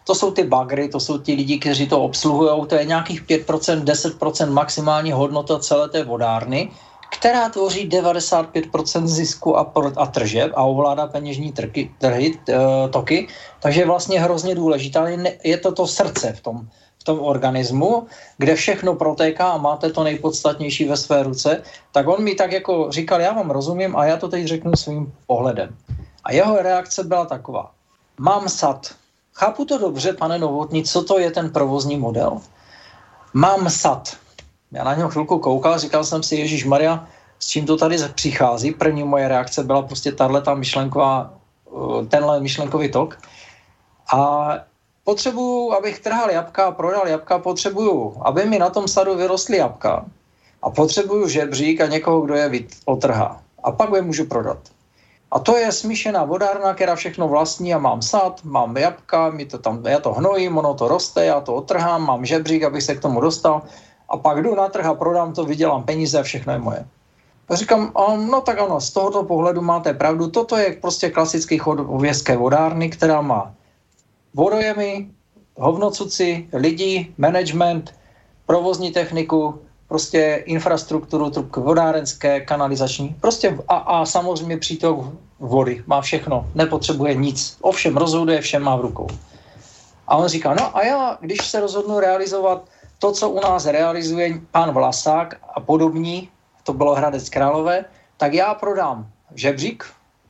To jsou ty bagry, to jsou ti lidi, kteří to obsluhují, to je nějakých pět procent, deset procent maximální hodnota celé té vodárny, která tvoří devadesát pět procent zisku a, a tržeb a ovládá peněžní trhy, trhy toky, takže je vlastně hrozně důležitá. Je to to srdce v tom, v tom organismu, kde všechno protéká a máte to nejpodstatnější ve své ruce, tak on mi tak jako říkal, já vám rozumím a já to teď řeknu svým pohledem. A jeho reakce byla taková, mám sad. Chápu to dobře, pane Novotný, co to je ten provozní model? Mám sad. Já na něho chvilku koukal, říkal jsem si, Ježišmarja, s čím to tady přichází? První moje reakce byla prostě tahleta myšlenková, tenhle myšlenkový tok. A potřebuju, abych trhal jabka a prodal jabka, potřebuju, aby mi na tom sadu vyrostly jabka. A potřebuju žebřík a někoho, kdo je otrhá. A pak je můžu prodat. A to je smíšená vodárna, která všechno vlastní a mám sad, mám jabka, mi to tam, já to hnojím, ono to roste, já to otrhám, mám žebřík, abych se k tomu dostal. A pak jdu na trh a prodám to, vydělám peníze a všechno je moje. A říkám, no tak ano, z tohoto pohledu máte pravdu, toto je prostě klasický chod věské vodárny, která má vodojemy, hovnocuci, lidi, management, provozní techniku, prostě infrastrukturu, trubky vodárenské, kanalizační, prostě a, a samozřejmě přítok vody, má všechno, nepotřebuje nic, ovšem rozhoduje, všem má v rukou. A on říká, no a já, když se rozhodnu realizovat to, co u nás realizuje pán Vlasák a podobní, to bylo Hradec Králové, tak já prodám žebřík,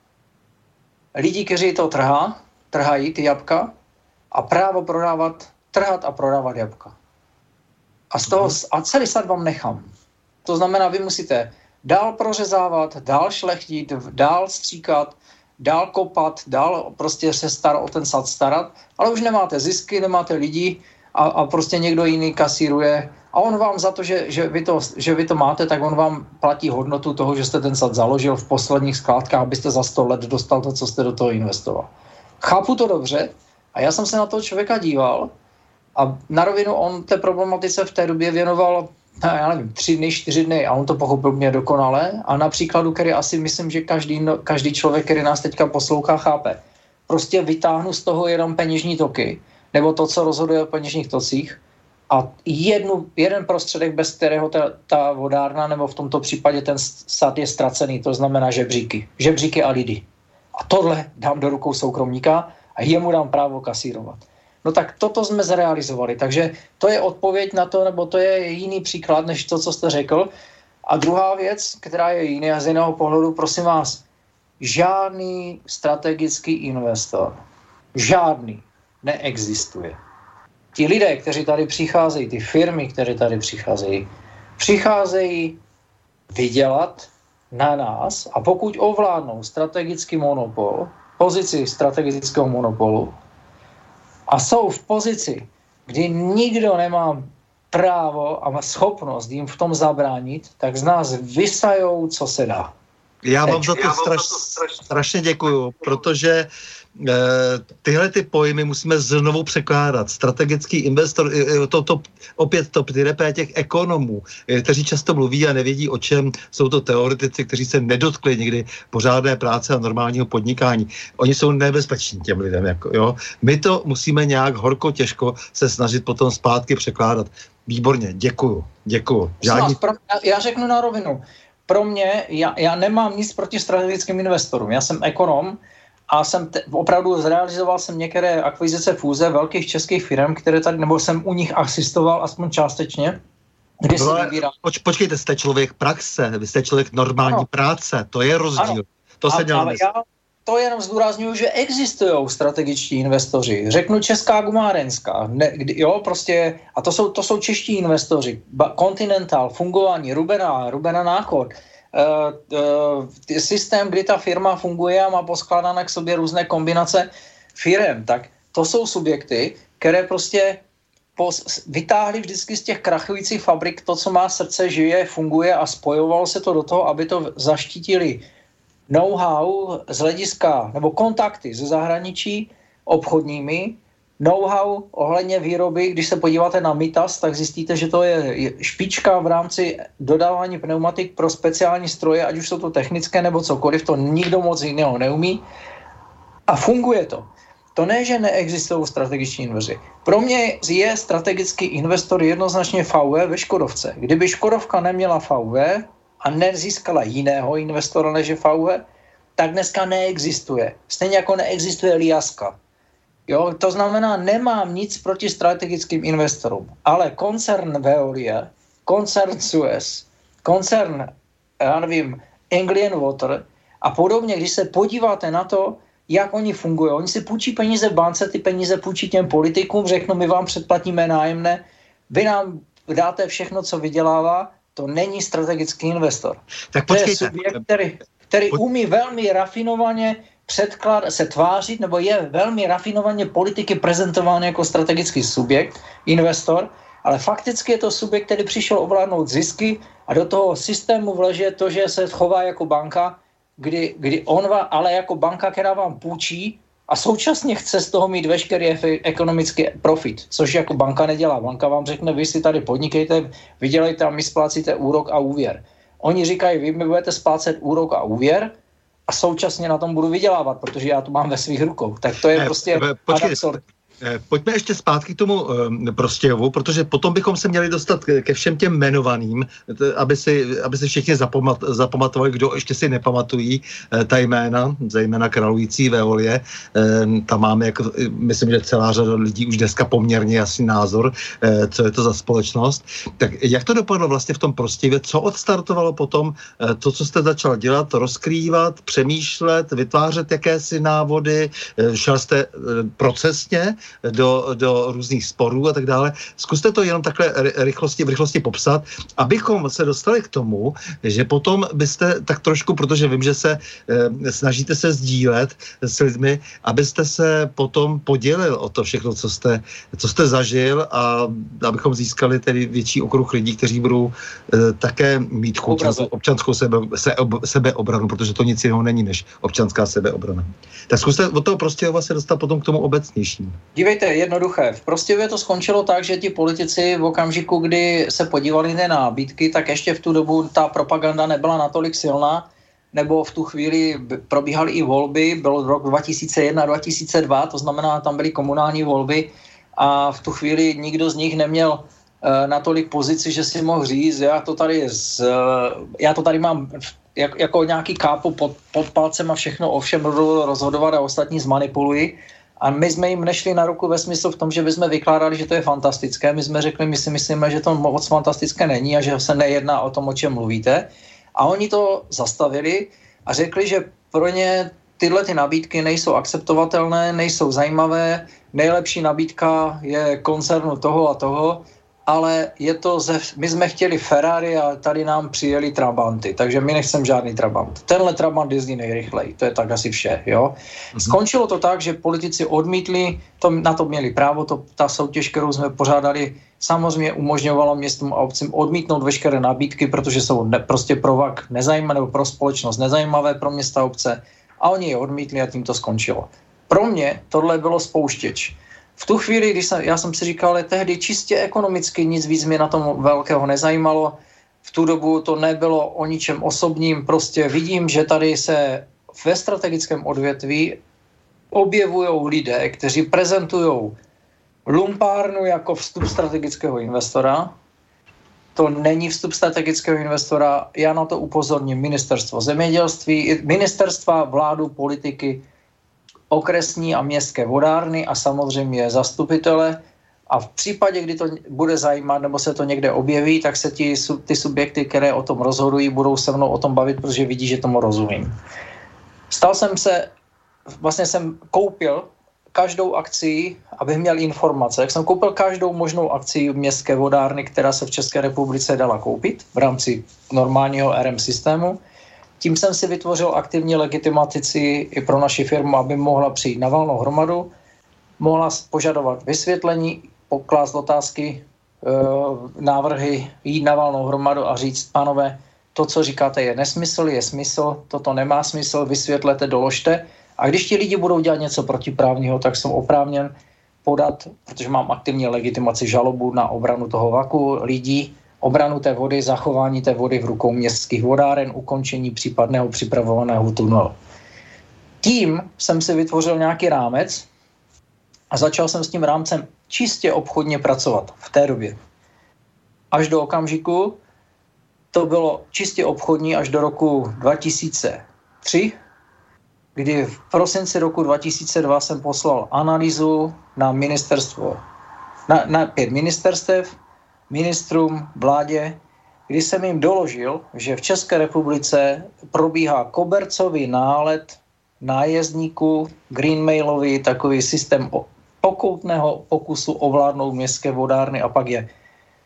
lidi, kteří to trhá, trhají ty jabka a právo prodávat, trhat a prodávat jabka. A, z toho, a celý sad vám nechám. To znamená, vy musíte dál prořezávat, dál šlechtit, dál stříkat, dál kopat, dál prostě se starat o ten sad starat, ale už nemáte zisky, nemáte lidi a, a prostě někdo jiný kasíruje a on vám za to, že, že, vy to, že vy to máte, tak on vám platí hodnotu toho, že jste ten sad založil v posledních skládkách, abyste za sto let dostal to, co jste do toho investoval. Chápu to dobře a já jsem se na toho člověka díval a na rovinu on té problematice v té době věnoval, já nevím, tři dny, čtyři dny a on to pochopil mě dokonale a na příkladu, který asi myslím, že každý, no, každý člověk, který nás teďka poslouchá, chápe. Prostě vytáhnu z toho jenom peněžní toky, nebo to, co rozhoduje o peněžních tocích a jednu, jeden prostředek, bez kterého ta, ta vodárna, nebo v tomto případě ten sad je ztracený, to znamená žebříky. Žebříky a lidi. A tohle dám do rukou soukromníka a jemu dám právo kasírovat. No tak toto jsme zrealizovali, takže to je odpověď na to, nebo to je jiný příklad, než to, co jste řekl. A druhá věc, která je jiná z jiného pohledu, prosím vás, žádný strategický investor, žádný neexistuje. Ti lidé, kteří tady přicházejí, ty firmy, které tady přicházejí, přicházejí vydělat na nás a pokud ovládnou strategický monopol, pozici strategického monopolu, a jsou v pozici, kdy nikdo nemá právo a má schopnost jim v tom zabránit, tak z nás vysajou, co se dá. Já vám za to straš, strašně děkuju, protože eh, tyhle ty pojmy musíme znovu překládat. Strategický investor, to, to, opět to repé těch ekonomů, kteří často mluví a nevědí, o čem jsou to teoretici, kteří se nedotkli nikdy pořádné práce a normálního podnikání. Oni jsou nebezpeční těm lidem. Jako, jo. My to musíme nějak horko, těžko se snažit potom zpátky překládat. Výborně, děkuju, děkuju. Žádný... Já řeknu na rovinu. Pro mě, já, já nemám nic proti strategickým investorům. Já jsem ekonom a jsem te, opravdu zrealizoval jsem některé akvizice fúze velkých českých firm, které tady, nebo jsem u nich asistoval aspoň částečně. Kdy no, poč, počkejte, jste člověk praxe, vy jste člověk normální ano. práce, to je rozdíl. Ano. To se dělá. To jenom zdůrazňuji, že existují strategičtí investoři. Řeknu Česká gumárenská, ne, kdy, jo, prostě, a to jsou, to jsou čeští investoři. Ba, Continental, fungování, Rubena, Rubena Náchod, uh, uh, systém, kdy ta firma funguje a má poskládané k sobě různé kombinace firem, tak to jsou subjekty, které prostě pos, vytáhli vždycky z těch krachujících fabrik to, co má srdce, žije, funguje a spojovalo se to do toho, aby to zaštítili know-how z hlediska, nebo kontakty ze zahraničí obchodními, know-how ohledně výroby, když se podíváte na Mitas, tak zjistíte, že to je špička v rámci dodávání pneumatik pro speciální stroje, ať už jsou to technické nebo cokoliv, to nikdo moc jiného neumí a funguje to. To ne, že neexistují strategičtí investoři. Pro mě je strategický investor jednoznačně V W ve Škodovce. Kdyby Škodovka neměla V W a nezískala jiného investora než V W, tak dneska neexistuje. Stejně jako neexistuje Liaska. Jo, to znamená, nemám nic proti strategickým investorům, ale koncern Veolia, koncern Suez, koncern, já nevím, Anglian Water a podobně, když se podíváte na to, jak oni fungují. Oni si půjčí peníze v bance, ty peníze půjčí těm politikům, řeknou, my vám předplatíme nájemné, vy nám dáte všechno, co vydělává, to není strategický investor. Tak to počkejte. je subjekt, který, který umí velmi rafinovaně předklad, se tvářit, nebo je velmi rafinovaně politiky prezentován jako strategický subjekt, investor, ale fakticky je to subjekt, který přišel ovládnout zisky a do toho systému vleže to, že se chová jako banka, kdy, kdy on vám, ale jako banka, která vám půjčí a současně chce z toho mít veškerý ekonomický profit, což jako banka nedělá. Banka vám řekne, vy si tady podnikejte, vydělejte a my splácíte úrok a úvěr. Oni říkají, vy mi budete splácet úrok a úvěr a současně na tom budu vydělávat, protože já to mám ve svých rukou. Tak to je ne, prostě absurd. Pojďme ještě zpátky k tomu Prostějovu, protože potom bychom se měli dostat ke všem těm jmenovaným, aby si, aby si všichni zapamat, zapamatovali, kdo ještě si nepamatují ta jména, zejména králující Veolie. Tam máme, jako, myslím, že celá řada lidí už dneska poměrně jasný názor, co je to za společnost. Tak jak to dopadlo vlastně v tom Prostějově? Co odstartovalo potom to, co jste začal dělat, rozkrývat, přemýšlet, vytvářet jakési návody, šel jste procesně Do, do různých sporů a tak dále. Zkuste to jenom takhle rychlosti, v rychlosti popsat, abychom se dostali k tomu, že potom byste tak trošku, protože vím, že se e, snažíte se sdílet s lidmi, abyste se potom podělil o to všechno, co jste, co jste zažil a abychom získali tedy větší okruh lidí, kteří budou e, také mít chuť na občanskou sebe, se, ob, sebeobranu, protože to nic jiného není než občanská sebeobrana. Tak zkuste od toho Prostějova se dostat potom k tomu obecnějšímu. Dívejte, jednoduché. V Prostějově to skončilo tak, že ti politici v okamžiku, kdy se podívali na nabídky, tak ještě v tu dobu ta propaganda nebyla natolik silná, nebo v tu chvíli probíhaly i volby, byl rok dva tisíce jedna dva tisíce dva, to znamená, tam byly komunální volby a v tu chvíli nikdo z nich neměl uh, natolik pozici, že si mohl říct, já to tady, z, uh, já to tady mám jak, jako nějaký kápo pod, pod palcem a všechno o všem rozhodovat a ostatní zmanipulují. A my jsme jim nešli na ruku ve smyslu v tom, že bychom vykládali, že to je fantastické. My jsme řekli, my si myslíme, že to moc fantastické není a že se nejedná o tom, o čem mluvíte. A oni to zastavili a řekli, že pro ně tyhle ty nabídky nejsou akceptovatelné, nejsou zajímavé. Nejlepší nabídka je koncernu toho a toho, ale je to ze, my jsme chtěli Ferrari a tady nám přijeli Trabanty, takže my nechceme žádný Trabant. Tenhle Trabant jezdí nejrychleji, to je tak asi vše, jo. Mm-hmm. Skončilo to tak, že politici odmítli, to, na to měli právo, to, ta soutěž, kterou jsme pořádali, samozřejmě umožňovala městům a obcím odmítnout veškeré nabídky, protože jsou ne, prostě pro V A K nezajímavé, nebo pro společnost nezajímavé pro města a obce a oni je odmítli a tím to skončilo. Pro mě tohle bylo spouštěč. V tu chvíli, když jsem, já jsem si říkal, ale tehdy čistě ekonomicky nic víc mě na tom velkého nezajímalo. V tu dobu to nebylo o ničem osobním, prostě vidím, že tady se ve strategickém odvětví objevují lidé, kteří prezentují lumpárnu jako vstup strategického investora. To není vstup strategického investora, já na to upozorním ministerstvo zemědělství, ministerstva, vládu, politiky, okresní a městské vodárny a samozřejmě zastupitele a v případě, kdy to bude zajímat nebo se to někde objeví, tak se ti, ty subjekty, které o tom rozhodují, budou se mnou o tom bavit, protože vidí, že tomu rozumím. Stal jsem se, vlastně jsem koupil každou akci, abych měl informace. Jak jsem koupil každou možnou akci městské vodárny, která se v České republice dala koupit v rámci normálního R M systému, tím jsem si vytvořil aktivní legitimaci i pro naši firmu, aby mohla přijít na valnou hromadu, mohla požadovat vysvětlení, poklást otázky, návrhy, jít na valnou hromadu a říct, pánové, to, co říkáte, je nesmysl, je smysl, toto nemá smysl, vysvětlete, doložte. A když ti lidi budou dělat něco protiprávního, tak jsem oprávněn podat, protože mám aktivní legitimaci, žalobu na obranu toho vaku lidí, obranu té vody, zachování té vody v rukou městských vodáren, ukončení případného připravovaného tunelu. Tím jsem si vytvořil nějaký rámec, a začal jsem s tím rámcem čistě obchodně pracovat v té době. Až do okamžiku, to bylo čistě obchodní až do roku dva tisíce tři, kdy v prosinci roku dva tisíce dva jsem poslal analýzu na ministerstvo, na, na pět ministerstev, ministrům, vládě, kdy jsem jim doložil, že v České republice probíhá kobercový nálet nájezdníků, greenmailový, takový systém pokoutného pokusu ovládnout městské vodárny a pak je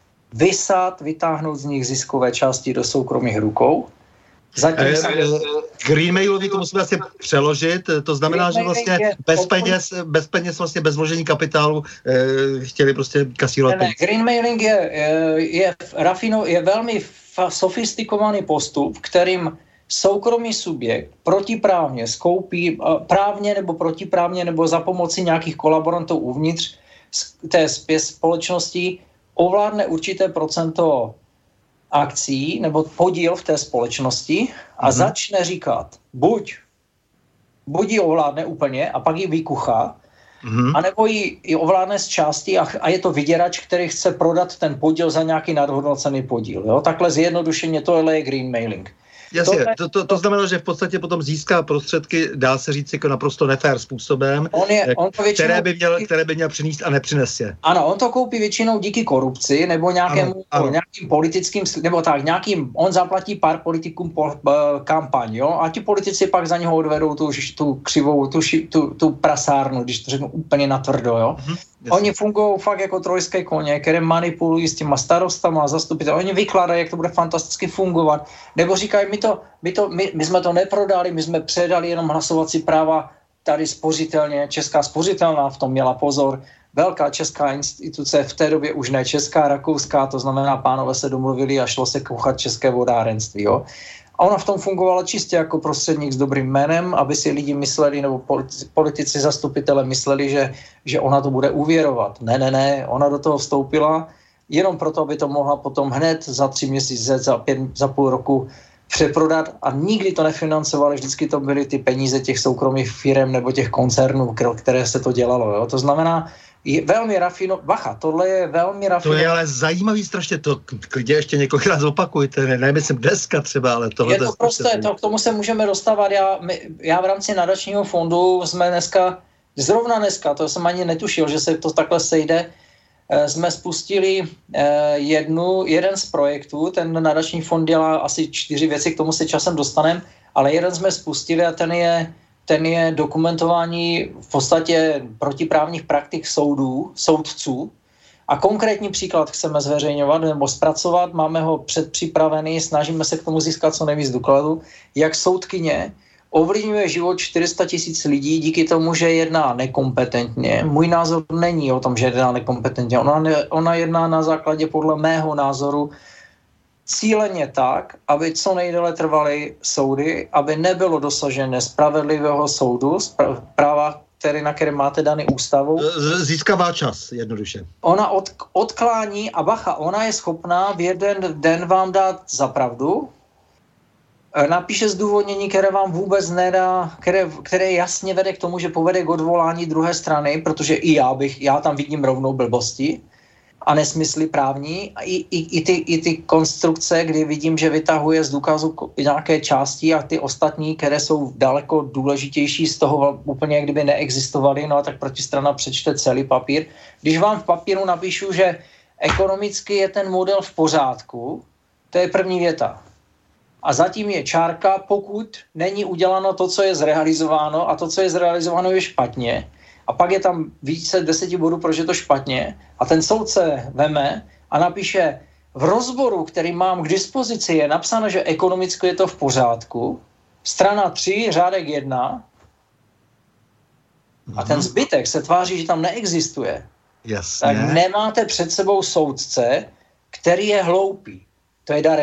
vysát, vytáhnout z nich ziskové části do soukromých rukou. Zatím e, jsem... Greenmailový to musíme asi přeložit, to znamená, že vlastně bez peněz, bez peněz, vlastně bez vložení kapitálu e, chtěli prostě kasírovat peníze. Greenmailing je, je, je, rafino, je velmi sofistikovaný postup, kterým soukromý subjekt protiprávně skoupí, právně nebo protiprávně nebo za pomoci nějakých kolaborantů uvnitř té společnosti ovládne určité procento akcí nebo podíl v té společnosti a mm-hmm. začne říkat, buď, buď ji ovládne úplně a pak ji vykuchá, mm-hmm. anebo ji, ji ovládne z části a, a je to vyděrač, který chce prodat ten podíl za nějaký nadhodnocený podíl. Jo? Takhle zjednodušeně tohle je greenmailing. Jasně, to, to, to znamená, že v podstatě potom získá prostředky, dá se říct, jako naprosto nefér způsobem, on je, on to většinou, které, by měl, které by měl přinést a nepřines je. Ano, on to koupí většinou díky korupci, nebo nějakému, ano, ano. nějakým politickým, nebo tak, nějakým, on zaplatí pár politikům po, uh, kampaň, jo, a ti politici pak za něho odvedou tu, tu křivou, tu, tu, tu prasárnu, když to řeknu úplně natvrdo, jo. Mhm. Jasně. Oni fungují fakt jako trojské koně, které manipulují s těma starostama a zastupiteli. Oni vykládají, jak to bude fantasticky fungovat. Nebo říkají, my, to, my, to, my, my jsme to neprodali, my jsme předali jenom hlasovací práva tady spořitelně. Česká spořitelná v tom měla pozor. Velká česká instituce, v té době už ne česká, rakouská, to znamená, pánové se domluvili a šlo se kouchat české vodárenství. Jo? A ona v tom fungovala čistě jako prostředník s dobrým jménem, aby si lidi mysleli, nebo politici, politici zastupitele mysleli, že, že ona to bude uvěrovat. Ne, ne, ne, ona do toho vstoupila jenom proto, aby to mohla potom hned za tři měsíce, za, pět, za půl roku přeprodat a nikdy to nefinancovali, vždycky to byly ty peníze těch soukromých firm nebo těch koncernů, které se to dělalo. Jo? To znamená, je velmi rafino... Bacha, tohle je velmi rafino... To je ale zajímavý strašně, to klidně ještě několikrát zopakujte, ne, nemyslím dneska třeba, ale tohle... Je to prostě, to, k tomu se můžeme dostávat, já, my, já v rámci nadačního fondu jsme dneska, zrovna dneska, to jsem ani netušil, že se to takhle sejde, jsme spustili jednu, jeden z projektů, ten nadační fond dělá asi čtyři věci, k tomu se časem dostaneme, ale jeden jsme spustili a ten je ten je dokumentování v podstatě protiprávních praktik soudů, soudců. A konkrétní příklad chceme zveřejňovat nebo zpracovat, máme ho předpřipravený, snažíme se k tomu získat co nejvíc dokladů, jak soudkyně ovlivňuje život čtyři sta tisíc lidí díky tomu, že jedná nekompetentně. Můj názor není o tom, že jedná nekompetentně. Ona, ne, ona jedná na základě podle mého názoru cíleně tak, aby co nejdéle trvaly soudy, aby nebylo dosažené spravedlivého soudu, práva, který, na které máte daný ústavou. Získává čas, jednoduše. Ona od, odklání a bacha, ona je schopná v jeden den vám dát za pravdu, napíše zdůvodnění, které vám vůbec nedá, které, které jasně vede k tomu, že povede k odvolání druhé strany, protože i já bych, já tam vidím rovnou blbosti a nesmysly právní, a i, i, i, ty, i ty konstrukce, kdy vidím, že vytahuje z důkazu nějaké části a ty ostatní, které jsou daleko důležitější, z toho úplně kdyby neexistovaly, no a tak protistrana přečte celý papír. Když vám v papíru napíšu, že ekonomicky je ten model v pořádku, to je první věta. A zatím je čárka, pokud není uděláno to, co je zrealizováno a to, co je zrealizováno, je špatně. A pak je tam více deseti bodů, proč je to špatně. A ten soudce veme a napíše, v rozboru, který mám k dispozici, je napsáno, že ekonomicky je to v pořádku. Strana tři, řádek jedna. A ten zbytek se tváří, že tam neexistuje. Jasně. Tak nemáte před sebou soudce, který je hloupý. To je darebák.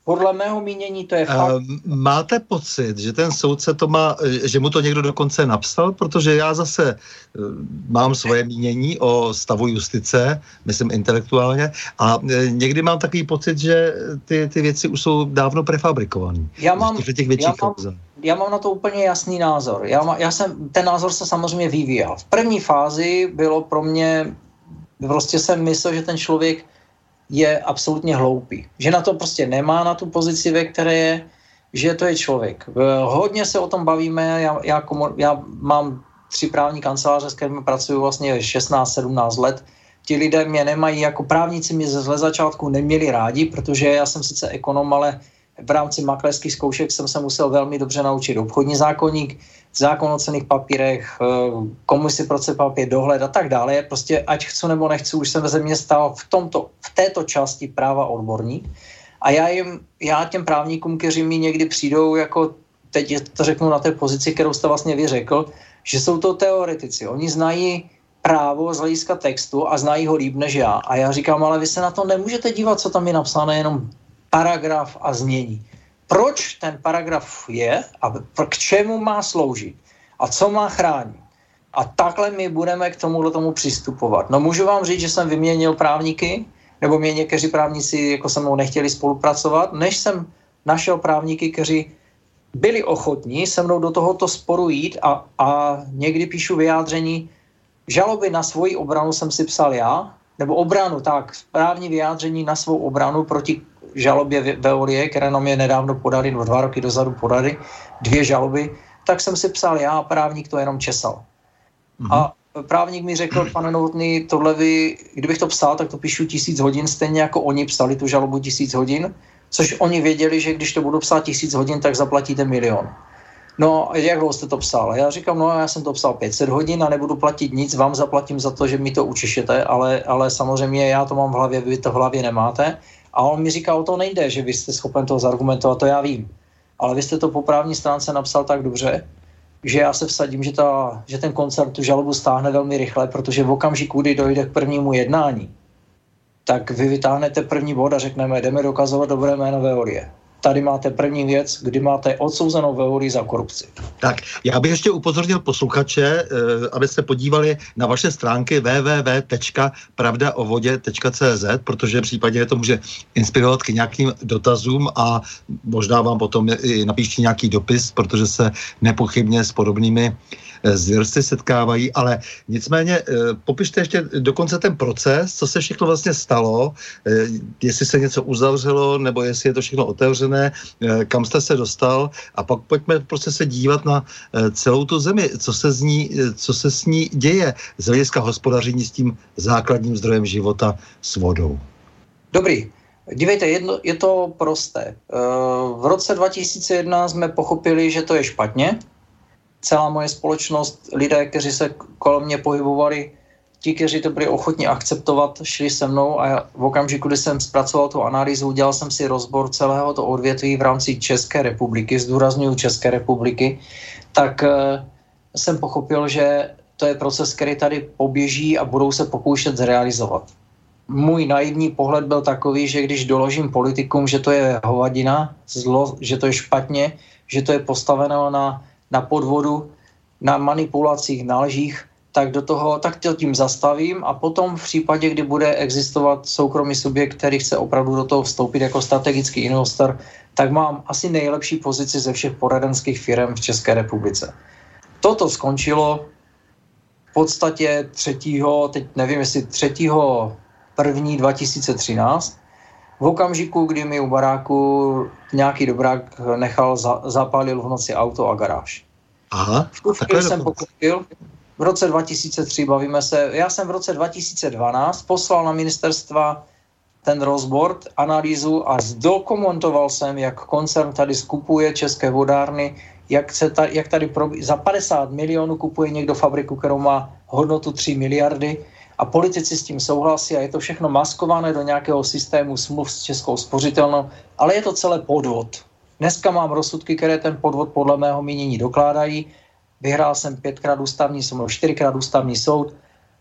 Podle mého mínění to je fakt. Uh, máte pocit, že ten soudce to má, že mu to někdo dokonce napsal? Protože já zase uh, mám svoje mínění o stavu justice, myslím intelektuálně, a uh, někdy mám takový pocit, že ty, ty věci už jsou dávno prefabrikované. Já mám, těch větších já, mám, já mám na to úplně jasný názor. Já, má, já jsem, ten názor se samozřejmě vyvíjel. V první fázi bylo pro mě, prostě jsem myslel, že ten člověk je absolutně hloupý. Že na to prostě nemá, na tu pozici, ve které je, že to je člověk. Hodně se o tom bavíme, já, já, komu, já mám tři právní kanceláře, s kterými pracuji vlastně šestnáct sedmnáct let. Ti lidé mě nemají, jako právníci mě ze začátku neměli rádi, protože já jsem sice ekonom, ale v rámci makléřských zkoušek jsem se musel velmi dobře naučit obchodní zákoník, zákon o cenných papírech, komisi pro cenný papír, dohled a tak dále. Prostě ať chci nebo nechci, už jsem ve země stal v, tomto, v této části práva odborník. A já, jim, já těm právníkům, kteří mi někdy přijdou, jako teď to řeknu na té pozici, kterou jste vlastně vy řekl, že jsou to teoretici. Oni znají právo z hlediska textu a znají ho líp než já. A já říkám, ale vy se na to nemůžete dívat, co tam je napsané, jenom paragraf a znění. Proč ten paragraf je a k čemu má sloužit a co má chránit. A takhle my budeme k tomuhle tomu přistupovat. No můžu vám říct, že jsem vyměnil právníky, nebo mě někteří právníci jako se mnou nechtěli spolupracovat, než jsem našel právníky, kteří byli ochotní se mnou do tohoto sporu jít a, a někdy píšu vyjádření, žaloby na svoji obranu jsem si psal já, nebo obranu, tak, právní vyjádření na svou obranu proti žalobě Veolie, které nám je nedávno podali, nebo dva roky dozadu podali, dvě žaloby, tak jsem si psal já a právník to jenom česal. Mm-hmm. A právník mi řekl, pane Novotný, tohle vy, kdybych to psal, tak to píšu tisíc hodin, stejně jako oni psali tu žalobu tisíc hodin, což oni věděli, že když to budu psát tisíc hodin, tak zaplatíte milion. No, jak dlouho jste to psal? Já říkám, no já jsem to psal pět set hodin a nebudu platit nic, vám zaplatím za to, že mi to učešete, ale, ale samozřejmě já to mám v hlavě, vy to v hlavě nemáte. A on mi říká, o to nejde, že vy jste schopen toho zargumentovat, to já vím. Ale vy jste to po právní stránce napsal tak dobře, že já se vsadím, že, ta, že ten koncert tu žalobu stáhne velmi rychle, protože v okamžiku, kdy dojde k prvnímu jednání, tak vy vytáhnete první bod a řekneme, jdeme dokazovat dobré jméno Veolie. Tady máte první věc, kdy máte odsouzenou Veolii za korupci. Tak, já bych ještě upozornil posluchače, aby se podívali na vaše stránky w w w tečka pravda o vodě tečka c z, protože případně to může inspirovat k nějakým dotazům a možná vám potom i napíšte nějaký dopis, protože se nepochybně s podobnými zvěrstvy setkávají, ale nicméně popište ještě dokonce ten proces, co se všechno vlastně stalo, jestli se něco uzavřelo, nebo jestli je to všechno otevřené, kam jste se dostal a pak pojďme prostě se dívat na celou tu zemi, co se, z ní, co se s ní děje z hlediska hospodaření s tím základním zdrojem života s vodou. Dobrý. Dívejte, jedno, je to prosté. V roce dva tisíce jedna jsme pochopili, že to je špatně. Celá moje společnost, lidé, kteří se kolem mě pohybovali, ti, kteří to byli ochotní akceptovat, šli se mnou a v okamžiku, kdy jsem zpracoval tu analýzu, udělal jsem si rozbor celého to odvětví v rámci České republiky, zdůrazňuji České republiky, tak uh, jsem pochopil, že to je proces, který tady poběží a budou se pokoušet zrealizovat. Můj naivní pohled byl takový, že když doložím politikům, že to je hovadina, zlo, že to je špatně, že to je postaveno na na podvodu, na manipulacích, na lžích, tak do toho, tak to tím zastavím a potom v případě, kdy bude existovat soukromý subjekt, který chce opravdu do toho vstoupit jako strategický investor, tak mám asi nejlepší pozici ze všech poradenských firm v České republice. Toto skončilo v podstatě třetího, teď nevím, jestli třetího prvního dva tisíce třináct, v okamžiku, kdy mi u baráku nějaký dobrák nechal, za, zapálil v noci auto a garáž. Aha, v tu chvíli jsem pochopil, v roce dva tisíce tři bavíme se, já jsem v roce dva tisíce dvanáct poslal na ministerstva ten rozbor, analýzu a zdokumentoval jsem, jak koncern tady skupuje české vodárny, jak, se ta, jak tady pro, za padesát milionů kupuje někdo fabriku, kterou má hodnotu tři miliardy, a politici s tím souhlasí a je to všechno maskované do nějakého systému smluv s Českou spořitelnou, ale je to celé podvod. Dneska mám rozsudky, které ten podvod podle mého mínění dokládají. Vyhrál jsem pětkrát ústavní soud, čtyřikrát ústavní soud.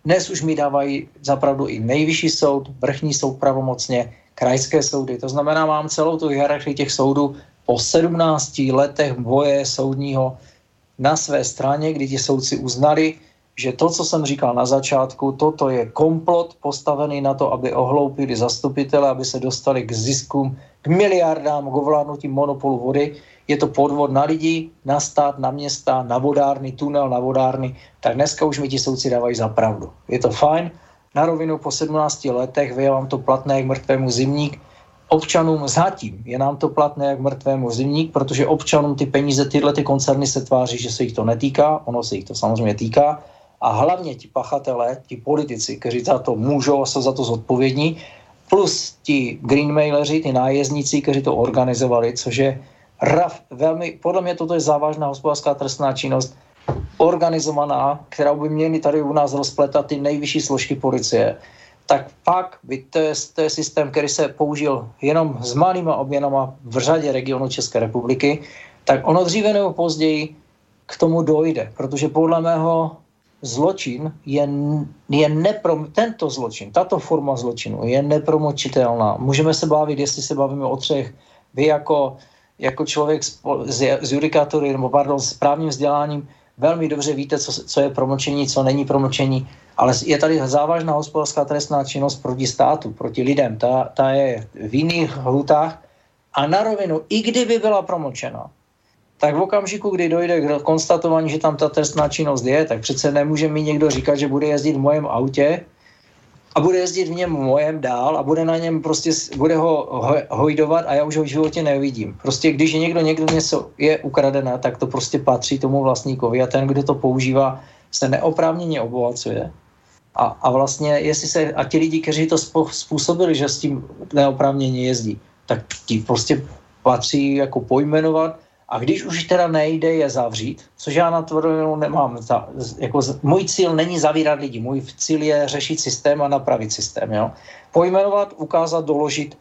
Dnes už mi dávají zapravdu i nejvyšší soud, vrchní soud pravomocně, krajské soudy. To znamená, mám celou tu hierarchii těch soudů po sedmnácti letech boje soudního na své straně, kdy ti soudci uznali, že to, co jsem říkal na začátku, toto je komplot postavený na to, aby ohloupili zastupitele, aby se dostali k ziskům, k miliardám, k ovládnutí monopolu vody. Je to podvod na lidi, na stát, na města, na vodárny, tunel na vodárny. Tak dneska už mi ti soudci dávají za pravdu. Je to fajn. Na rovinu po sedmnácti letech je vám to platné jak mrtvému zimník. Občanům zatím je nám to platné jak mrtvému zimník, protože občanům ty peníze, tyhle ty koncerny se tváří, že se jich to netýká. Ono se jich to samozřejmě týká. A hlavně ti pachatelé, ti politici, kteří za to můžou a jsou za to zodpovědní, plus ti greenmaileri, ty nájezdníci, kteří to organizovali, což je raf, velmi, podle mě toto je závažná hospodářská trestná činnost, organizovaná, která by měly tady u nás rozpletat ty nejvyšší složky policie. Tak pak by to je, to je systém, který se použil jenom s malýma obměnama v řadě regionů České republiky, tak ono dříve nebo později k tomu dojde, protože podle mého zločin je, je neprom, tento zločin, tato forma zločinu je nepromočitelná. Můžeme se bavit, jestli se bavíme o třech, vy jako, jako člověk z, z, z judikatury, nebo pardon, s právním vzděláním, velmi dobře víte, co, co je promlčení, co není promlčení, ale je tady závažná hospodářská trestná činnost proti státu, proti lidem. Ta, ta je v jiných hlutách a na rovinu, i kdyby byla promlčena, tak v okamžiku, kdy dojde k konstatování, že tam ta trestná činnost je, tak přece nemůže mi někdo říkat, že bude jezdit v mojem autě a bude jezdit v něm mojem dál a bude na něm prostě, bude ho hojdovat a já už ho v životě nevidím. Prostě když je někdo někdo něco je ukradené, tak to prostě patří tomu vlastníkovi a ten, kdo to používá, se neoprávněně obohacuje. A, a vlastně, jestli se, a ti lidi, kteří to způsobili, že s tím neoprávněně jezdí, tak ti prostě patří jako pojmenovat. A když už teda nejde je zavřít, což já na to nemám, jako můj cíl není zavírat lidi, můj cíl je řešit systém a napravit systém. Jo? Pojmenovat, ukázat, doložit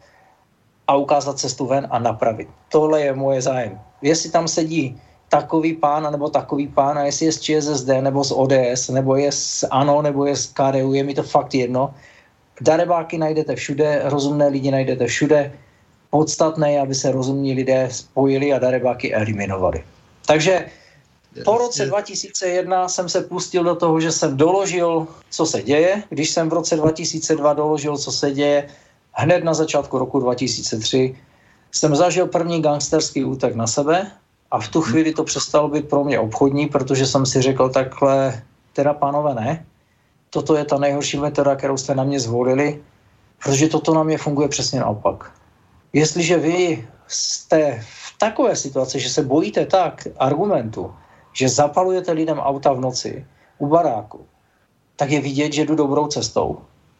a ukázat cestu ven a napravit. Tohle je moje zájem. Jestli tam sedí takový pán nebo takový pán a jestli je z ČSSD nebo z O D S, nebo je z ANO, nebo je z K D U, je mi to fakt jedno. Darebáky najdete všude, rozumné lidi najdete všude. Podstatné je, aby se rozumní lidé spojili a darebáky eliminovali. Takže po roce dva tisíce jedna jsem se pustil do toho, že jsem doložil, co se děje. Když jsem v roce dva tisíce dva doložil, co se děje, hned na začátku roku dva tisíce tři jsem zažil první gangsterský útok na sebe a v tu chvíli to přestalo být pro mě obchodní, protože jsem si řekl takhle, teda pánové ne, toto je ta nejhorší metoda, kterou jste na mě zvolili, protože toto na mě funguje přesně naopak. Jestliže vy jste v takové situaci, že se bojíte tak argumentu, že zapalujete lidem auta v noci u baráku, tak je vidět, že jdu dobrou cestou.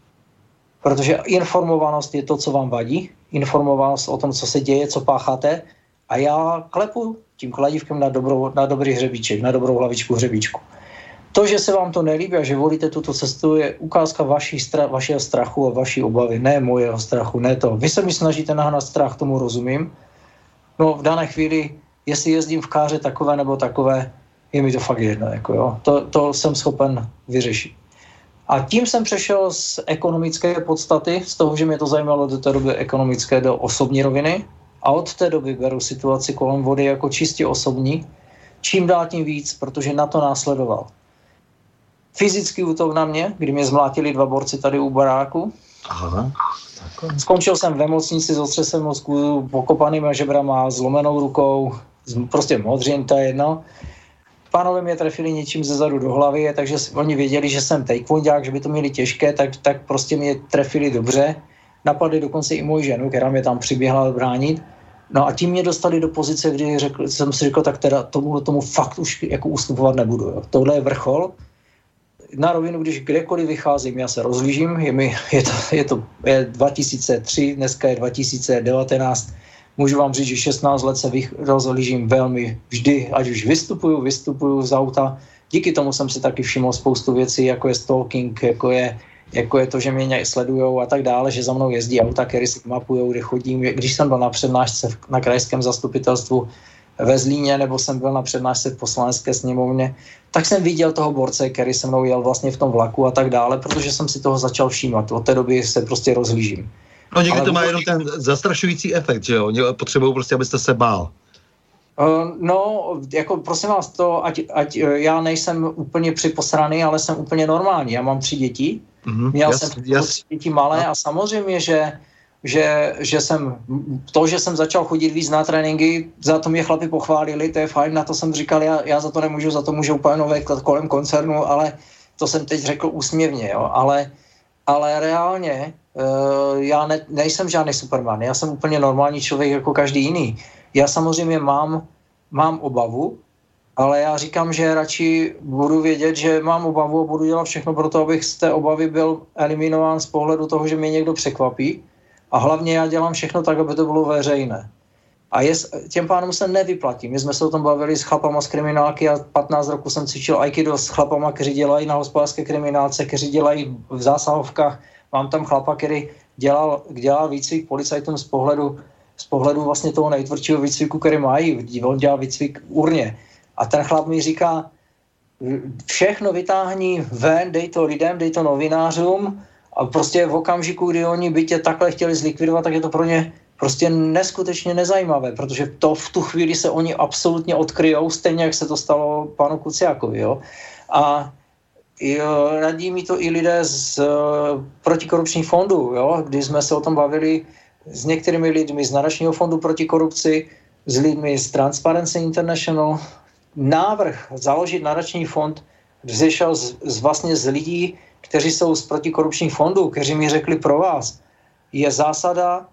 Protože informovanost je to, co vám vadí, informovanost o tom, co se děje, co pácháte a já klepu tím kladívkem na, dobrou, na dobrý hřebíček, na dobrou hlavičku hřebíčku. To, že se vám to nelíbí a že volíte tuto cestu, je ukázka vaší stra- vašeho strachu a vaší obavy, ne mojeho strachu, ne to. Vy se mi snažíte nahnat strach, tomu rozumím. No v dané chvíli, jestli jezdím v káře takové nebo takové, je mi to fakt jedno. Jako jo. To, to jsem schopen vyřešit. A tím jsem přešel z ekonomické podstaty, z toho, že mě to zajímalo do té doby ekonomické, do osobní roviny. A od té doby beru situaci kolem vody jako čistě osobní. Čím dál tím víc, protože na to následoval fyzický útok na mě, kdy mě zmlátili dva borci tady u baráku. Aha. Skončil jsem v nemocnici s otřesem mozku, pokopanýma žebrama, zlomenou rukou, prostě modřin, to je jedno. Pánové mě trefili něčím zezadu do hlavy, takže oni věděli, že jsem taekwondák, že by to měli těžké, tak, tak prostě mě trefili dobře. Napadli dokonce i moji ženu, která mě tam přiběhla bránit. No a tím mě dostali do pozice, kdy řekl, jsem si řekl, tak teda tomu, tomu fakt už jako ustupovat nebudu. Jo. Tohle je vrchol. Na rovinu, když kdekoliv vycházím, já se rozlížím, je, mi, je to, je to je dva tisíce tři, dneska je dva tisíce devatenáct, můžu vám říct, že šestnáct let se vych, rozlížím velmi vždy, ať už vystupuju, vystupuju z auta. Díky tomu jsem si taky všiml spoustu věcí, jako je stalking, jako je, jako je to, že mě sledujou a tak dále, že za mnou jezdí auta, které si mapujou, kde chodím. Když jsem byl na přednášce na krajském zastupitelstvu ve Zlíně, nebo jsem byl na přednášce v Poslanecké sněmovně, tak jsem viděl toho borce, který se mnou jel vlastně v tom vlaku a tak dále, protože jsem si toho začal všímat. Od té doby se prostě rozhlížím. No někdy ale to má jenom ten zastrašující efekt, že jo? Potřebují prostě, abyste se bál. Uh, no, jako prosím vás, to, ať, ať já nejsem úplně připosraný, ale jsem úplně normální. Já mám tři děti, mm-hmm, měl jas, jsem jas. tři děti malé a samozřejmě, že, že, že jsem, to, že jsem začal chodit víc na tréninky, za to mě chlapi pochválili, to je fajn, na to jsem říkal, já, já za to nemůžu, za to můžu úplně nové kolem koncernu, ale to jsem teď řekl úsměvně, jo, ale, ale reálně uh, já ne, nejsem žádný Superman, já jsem úplně normální člověk jako každý jiný. Já samozřejmě mám, mám obavu, ale já říkám, že radši budu vědět, že mám obavu a budu dělat všechno pro to, abych z té obavy byl eliminován z pohledu toho, že mě někdo překvapí. A hlavně já dělám všechno tak, aby to bylo veřejné. A je, těm pánům se nevyplatí. My jsme se o tom bavili s chlapama z kriminálky a patnáct roku jsem cvičil aikido s chlapama, kteří dělají na hospodářské kriminálce, kteří dělají v zásahovkách. Mám tam chlapa, který dělal, dělal výcvik policajtům z pohledu z pohledu vlastně toho nejtvrdšího výcviku, který mají. On dělá výcvik urně. A ten chlap mi říká, všechno vytáhni ven, dej to lidem, dej to novinářům a prostě v okamžiku, kdy oni by tě takhle chtěli zlikvidovat, tak je to pro ně prostě neskutečně nezajímavé, protože to v tu chvíli se oni absolutně odkryjou, stejně jak se to stalo panu Kuciakovi. Jo? A jo, radí mi to i lidé z uh, protikorupčních fondů, jo? Kdy jsme se o tom bavili s některými lidmi z Nadačního fondu proti korupci, s lidmi z Transparency International. Návrh založit nadační fond vzešel z, z vlastně z lidí, kteří jsou z protikorupčních fondů, kteří mi řekli pro vás, je zásada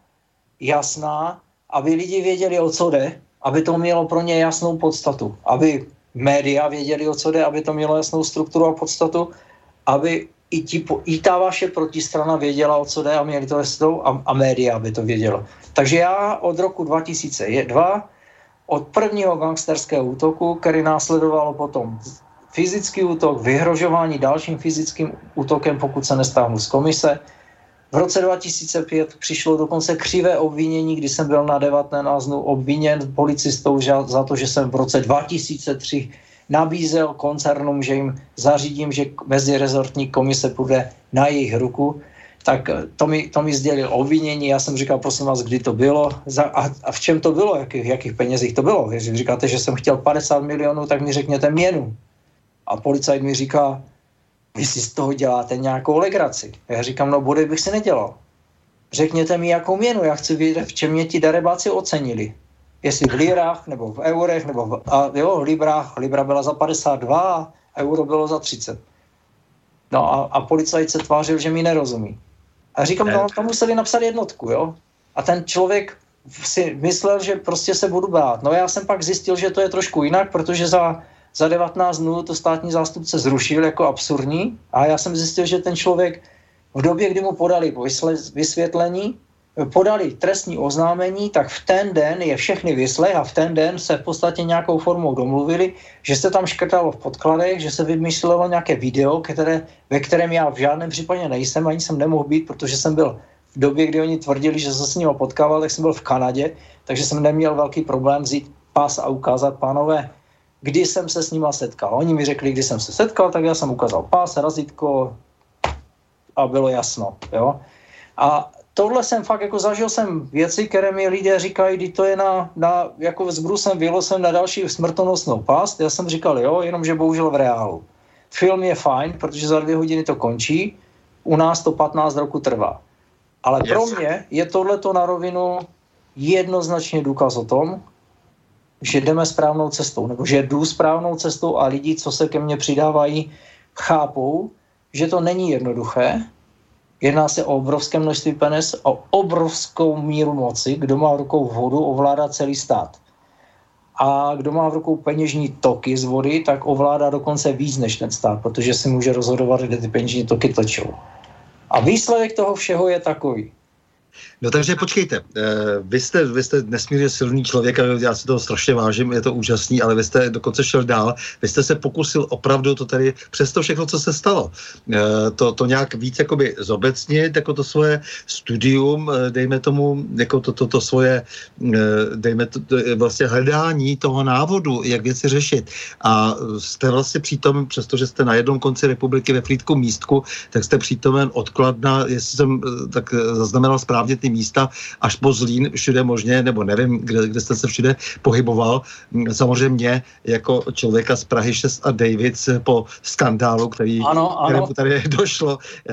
jasná, aby lidi věděli, o co jde, aby to mělo pro ně jasnou podstatu, aby média věděli, o co jde, aby to mělo jasnou strukturu a podstatu, aby I, ti, i ta vaše protistrana věděla, o co jde a měli to jasnou a, a média aby to vědělo. Takže já od roku dva tisíce dva, od prvního gangsterského útoku, který následovalo potom fyzický útok, vyhrožování dalším fyzickým útokem, pokud se nestáhnu z komise. V roce dva tisíce pět přišlo dokonce křivé obvinění, kdy jsem byl na devatenáct dnů obviněn policistou za to, že jsem v roce dva tisíce tři nabízel koncernům, že jim zařídím, že mezirezortní komise půjde na jejich ruku, tak to mi, to mi sdělil obvinění. Já jsem říkal, prosím vás, kdy to bylo a, a v čem to bylo, jakých, jakých penězích to bylo. Když říkáte, že jsem chtěl padesát milionů, tak mi řekněte měnu. A policajt mi říká, vy si z toho děláte nějakou legraci. Já říkám, no bodej bych si nedělal. Řekněte mi, jakou měnu, já chci vědět, v čem mě ti darebáci ocenili. Jestli v lirách, nebo v eurech, nebo v, a jo, v librách. Libra byla za padesát dva a euro bylo za třicet. No a, a policajt se tvářil, že mi nerozumí. A říkám, no tam museli napsat jednotku, jo. A ten člověk si myslel, že prostě se budu bát. No já jsem pak zjistil, že to je trošku jinak, protože za, za devatenáct dnů to státní zástupce zrušil jako absurdní a já jsem zjistil, že ten člověk v době, kdy mu podali vysvětlení, podali trestní oznámení, tak v ten den je všechny vyslech a v ten den se v podstatě nějakou formou domluvili, že se tam škrtalo v podkladech, že se vymyslelo nějaké video, které, ve kterém já v žádném případě nejsem, ani jsem nemohl být, protože jsem byl v době, kdy oni tvrdili, že se s ním potkával, tak jsem byl v Kanadě, takže jsem neměl velký problém vzít pás a ukázat, pánové, kdy jsem se s nima setkal. Oni mi řekli, kdy jsem se setkal, tak já jsem ukázal pás, razítko a bylo jasno, jo. A tohle jsem fakt, jako zažil jsem věci, které mi lidé říkají, kdy to je na, na jako s brusem, vylosem na další smrtonosnou past. Já jsem říkal, jo, jenomže bohužel v reálu. Film je fajn, protože za dvě hodiny to končí, u nás to patnáct roku trvá. Ale yes. Pro mě je tohleto na rovinu jednoznačně důkaz o tom, že jdeme správnou cestou, nebo že jdu správnou cestou a lidi, co se ke mně přidávají, chápou, že to není jednoduché. Jedná se o obrovské množství peněz, o obrovskou míru moci. Kdo má v rukou vodu, ovládá celý stát. A kdo má v rukou peněžní toky z vody, tak ovládá dokonce víc než ten stát, protože si může rozhodovat, kde ty peněžní toky tečou. A výsledek toho všeho je takový. No takže počkejte, vy jste, vy jste nesmírně silný člověk a já si toho strašně vážím, je to úžasný, ale vy jste dokonce šel dál, vy jste se pokusil opravdu to tady, přes to všechno, co se stalo, to, to nějak víc jakoby zobecnit, jako to svoje studium, dejme tomu, jako to, to, to svoje, dejme to, vlastně hledání toho návodu, jak věci řešit. A jste vlastně přítomen, přestože jste na jednom konci republiky ve Frýdku místku, tak jste přítomen odkladna, jestli jsem tak zaznamenal správně ty místa, až po Zlín, všude možně, nebo nevím, kde, kde jste se všude pohyboval. Samozřejmě jako člověka z Prahy šest a Davids po skandálu, který, ano, ano. kterému tady došlo,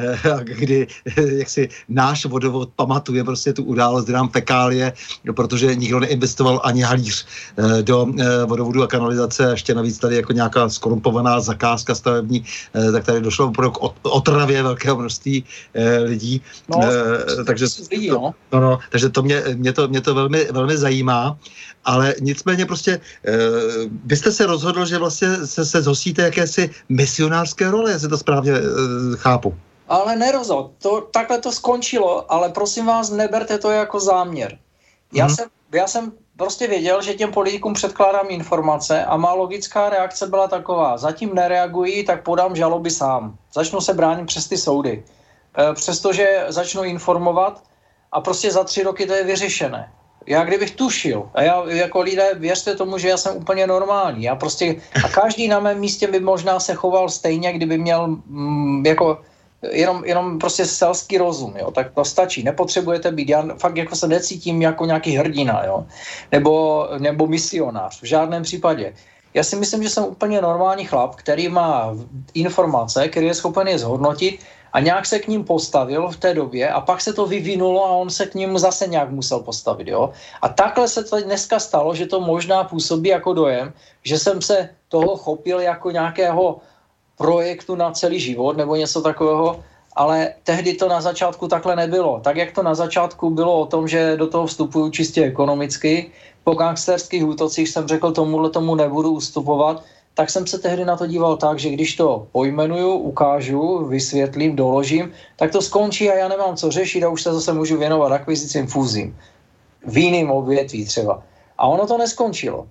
kdy jak si náš vodovod pamatuje prostě tu událost, kdy nám fekálie, protože nikdo neinvestoval ani halíř do vodovodu a kanalizace, ještě navíc tady jako nějaká skorumpovaná zakázka stavební, tak tady došlo opravdu k otravě velkého množství lidí. No, takže lidí, to, no. No, no, takže to mě, mě to, mě to velmi, velmi zajímá, ale nicméně prostě e, byste se rozhodl, že vlastně se, se zhostíte jakési misionářské role, jestli to správně e, chápu. Ale nerozhod, to, takhle to skončilo, ale prosím vás, neberte to jako záměr. Já, hmm. jsem, já jsem prostě věděl, že těm politikům předkládám informace a má logická reakce byla taková, zatím nereagují, tak podám žaloby sám. Začnu se bránit přes ty soudy. E, přestože začnu informovat a prostě za tři roky to je vyřešené. Já kdybych tušil, a já jako lidé, věřte tomu, že já jsem úplně normální, já prostě, a každý na mém místě by možná se choval stejně, kdyby měl mm, jako jenom, jenom prostě selský rozum, jo, tak to stačí, nepotřebujete být, já fakt jako se necítím jako nějaký hrdina, jo, nebo, nebo misionář, v žádném případě. Já si myslím, že jsem úplně normální chlap, který má informace, který je schopen je zhodnotit a nějak se k ním postavil v té době a pak se to vyvinulo a on se k ním zase nějak musel postavit, jo. A takhle se to dneska stalo, že to možná působí jako dojem, že jsem se toho chopil jako nějakého projektu na celý život nebo něco takového, ale tehdy to na začátku takhle nebylo. Tak jak to na začátku bylo o tom, že do toho vstupuju čistě ekonomicky, po gangsterských útocích jsem řekl, tomuhle tomu nebudu ustupovat, tak jsem se tehdy na to díval tak, že když to pojmenuju, ukážu, vysvětlím, doložím, tak to skončí a já nemám co řešit a už se zase můžu věnovat akvizicím, fúzím. V jiným odvětví třeba. A ono to neskončilo.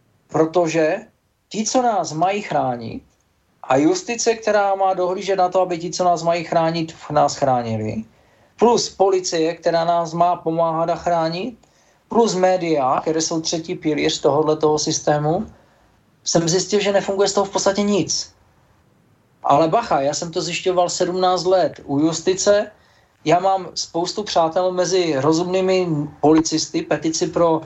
Protože ti, co nás mají chránit, a justice, která má dohlížet na to, aby ti, co nás mají chránit, nás chránili, plus policie, která nás má pomáhat a chránit, plus média, které jsou třetí pilíř tohoto systému, jsem zjistil, že nefunguje z toho v podstatě nic. Ale bacha, já jsem to zjišťoval sedmnáct let u justice, já mám spoustu přátel mezi rozumnými policisty, petici pro,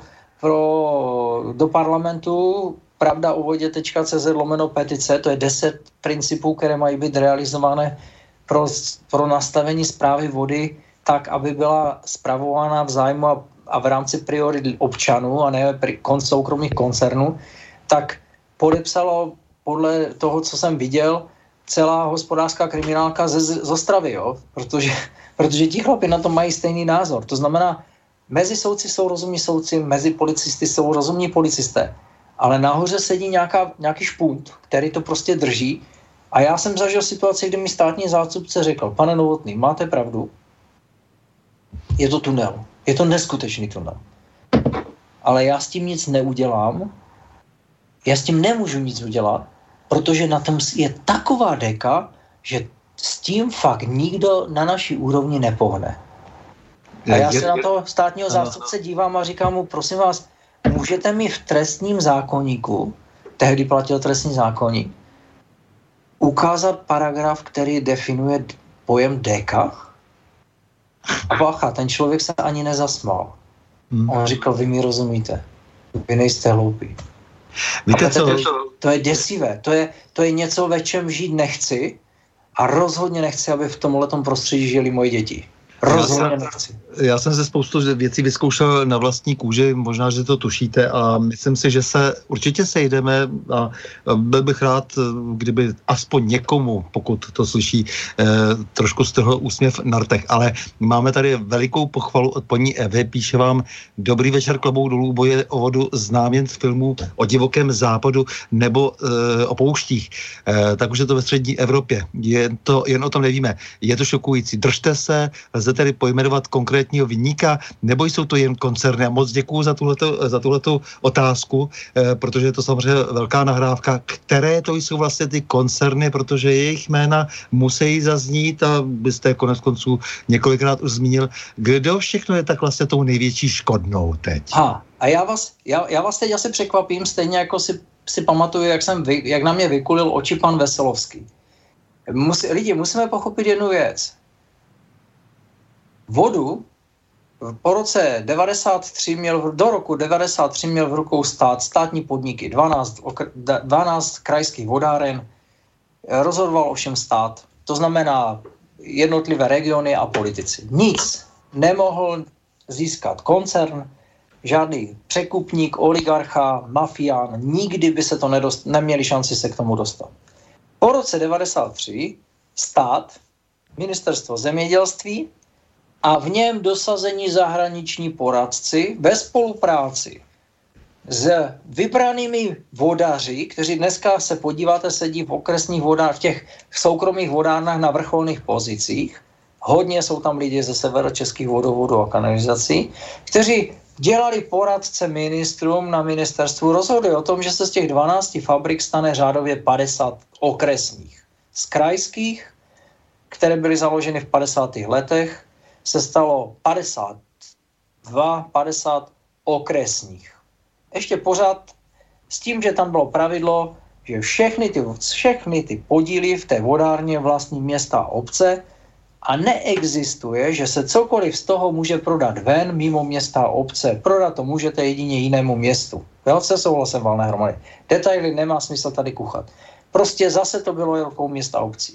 pro do parlamentu, pravda u vodě tečka cé zet lomeno petice, to je deset principů, které mají být realizované pro, pro nastavení správy vody tak, aby byla spravována v zájmu a, a v rámci priorit občanů a ne kon, soukromých koncernů, tak podepsalo podle toho, co jsem viděl, celá hospodářská kriminálka ze, z Ostravy, jo? Protože, protože ti chlapi na to mají stejný názor. To znamená, mezi soudci jsou rozumní soudci, mezi policisty jsou rozumní policisté, ale nahoře sedí nějaká, nějaký špunt, který to prostě drží. A já jsem zažil situaci, kdy mi státní zástupce řekl, pane Novotný, máte pravdu, je to tunel, je to neskutečný tunel. Ale já s tím nic neudělám, já s tím nemůžu nic udělat, protože na tom je taková deka, že s tím fakt nikdo na naší úrovni nepohne. A já se na toho státního zástupce dívám a říkám mu, prosím vás, můžete mi v trestním zákoníku, tehdy platil trestní zákoník, ukázat paragraf, který definuje pojem deka? A bacha, ten člověk se ani nezasmál. Hmm. On říkal, vy mi rozumíte, vy nejste hloupí. Víte co? To, to je děsivé, to je, to je něco, ve čem žít nechci a rozhodně nechci, aby v tomhletom prostředí žili moje děti. Rozhodně já, nechci. Já jsem se spoustu věcí vyzkoušel na vlastní kůži, možná, že to tušíte a myslím si, že se určitě sejdeme a byl bych rád, kdyby aspoň někomu, pokud to slyší, eh, trošku strhl úsměv na rtech, ale máme tady velikou pochvalu od paní Evy, píše vám, dobrý večer, klobouk dolů, boje o vodu znám jen z filmů o divokém západu nebo eh, o pouštích, eh, tak už je to ve střední Evropě, je to, jen o tom nevíme, je to šokující, držte se, lze lze tedy pojmenovat konkrétního viníka, nebo jsou to jen koncerny? A moc děkuju za tuhleto, za tuhleto otázku, eh, protože je to samozřejmě velká nahrávka. Které to jsou vlastně ty koncerny, protože jejich jména musí zaznít a byste konec konců několikrát už zmínil, kdo všechno je tak vlastně tou největší škodnou teď. Ha, a já vás, já, já vás teď asi překvapím, stejně jako si, si pamatuju, jak, jsem vy, jak na mě vykulil oči pan Veselovský. Musí, lidi, musíme pochopit jednu věc. Vodu po roce devadesát tři měl, do roku devadesát tři měl v rukou stát, státní podniky, dvanáct, dvanáct krajských vodáren, rozhodoval ovšem stát. To znamená jednotlivé regiony a politici. Nic nemohl získat koncern, žádný překupník, oligarcha, mafián, nikdy by se to nedost, neměli šanci se k tomu dostat. Po roce devadesát tři stát, ministerstvo zemědělství a v něm dosazení zahraniční poradci ve spolupráci s vybranými vodaři, kteří dneska se podíváte, sedí v okresních vodách, v těch soukromých vodárnách na vrcholných pozicích. Hodně jsou tam lidi ze severočeských vodovodů a kanalizací, kteří dělali poradce ministrům na ministerstvu, rozhodli o tom, že se z těch dvanácti fabrik stane řádově padesát okresních. Z krajských, které byly založeny v padesátých letech, se stalo padesát dva, padesát okresních. Ještě pořád s tím, že tam bylo pravidlo, že všechny ty, všechny ty podíly v té vodárně vlastní města a obce a neexistuje, že se cokoliv z toho může prodat ven mimo města a obce. Prodat to můžete jedině jinému městu. Jo, se souhlasem valné hromady. Detaily nemá smysl tady kuchat. Prostě zase to bylo rukou města a obcí.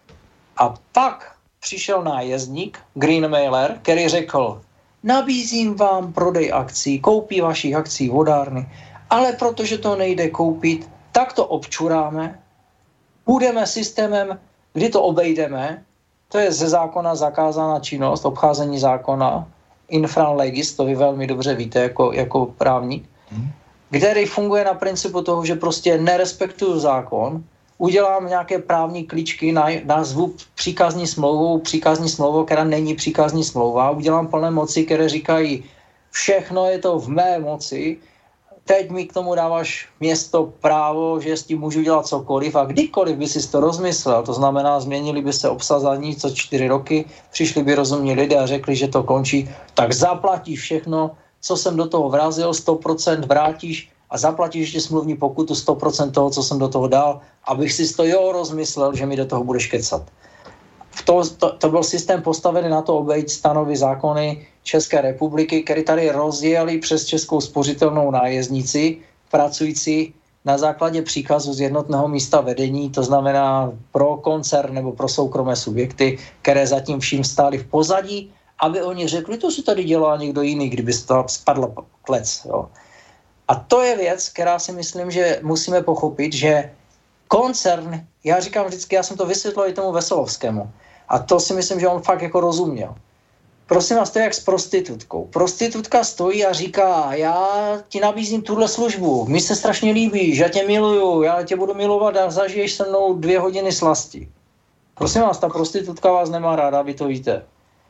A pak přišel nájezdník, Greenmailer, který řekl, nabízím vám prodej akcí, koupí vašich akcí vodárny, ale protože to nejde koupit, tak to občuráme, půjdeme systémem, kdy to obejdeme, to je ze zákona zakázaná činnost, obcházení zákona, infra legis, to vy velmi dobře víte jako, jako právník, hmm. který funguje na principu toho, že prostě nerespektuju zákon, udělám nějaké právní kličky, nazvu příkazní smlouvou, příkazní smlouvou, která není příkazní smlouva, udělám plné moci, které říkají, všechno je to v mé moci, teď mi k tomu dáváš město právo, že s tím můžu dělat cokoliv a kdykoliv by si to rozmyslel, to znamená, změnili by se obsazení co čtyři roky, přišli by rozumní lidé a řekli, že to končí, tak zaplatíš všechno, co jsem do toho vrazil, sto procent vrátíš a zaplatíš ještě smluvní pokutu sto procent toho, co jsem do toho dal, abych si to jo rozmyslel, že mi do toho budeš kecat. To, to, to byl systém postavený na to obejít stanovy zákony České republiky, který tady rozjeli přes Českou spořitelnou nájezdnici, pracující na základě příkazu z jednotného místa vedení, to znamená pro koncern nebo pro soukromé subjekty, které zatím vším stály v pozadí, aby oni řekli, to si tady dělá někdo jiný, kdyby se to spadla klec. Jo. A to je věc, která si myslím, že musíme pochopit, že koncern, já říkám vždycky, já jsem to vysvětlil i tomu Veselovskému, a to si myslím, že on fakt jako rozuměl. Prosím vás, to je jak s prostitutkou. Prostitutka stojí a říká, já ti nabízím tuhle službu, mi se strašně líbíš, já tě miluju, já tě budu milovat a zažiješ se mnou dvě hodiny slasti. Prosím vás, ta prostitutka vás nemá ráda, vy to víte.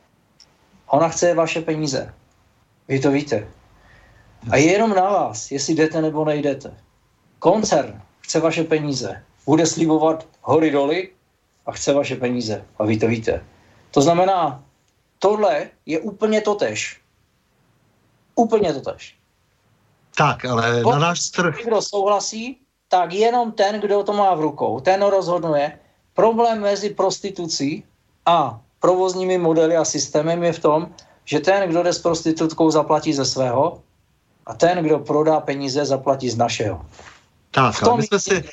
Ona chce vaše peníze. Vy to víte. A je jenom na vás, jestli jdete nebo nejdete. Koncern chce vaše peníze. Bude slibovat hory doly a chce vaše peníze. A vy to víte. To znamená, tohle je úplně totéž. Úplně totéž. Tak, ale Pokud na náš trh... Kdo souhlasí, tak jenom ten, kdo to má v rukou, ten rozhoduje. Problém mezi prostitucí a provozními modely a systémem je v tom, že ten, kdo jde s prostitutkou, zaplatí ze svého a ten, kdo prodá peníze, zaplatí z našeho. Tak, ale my jsme si...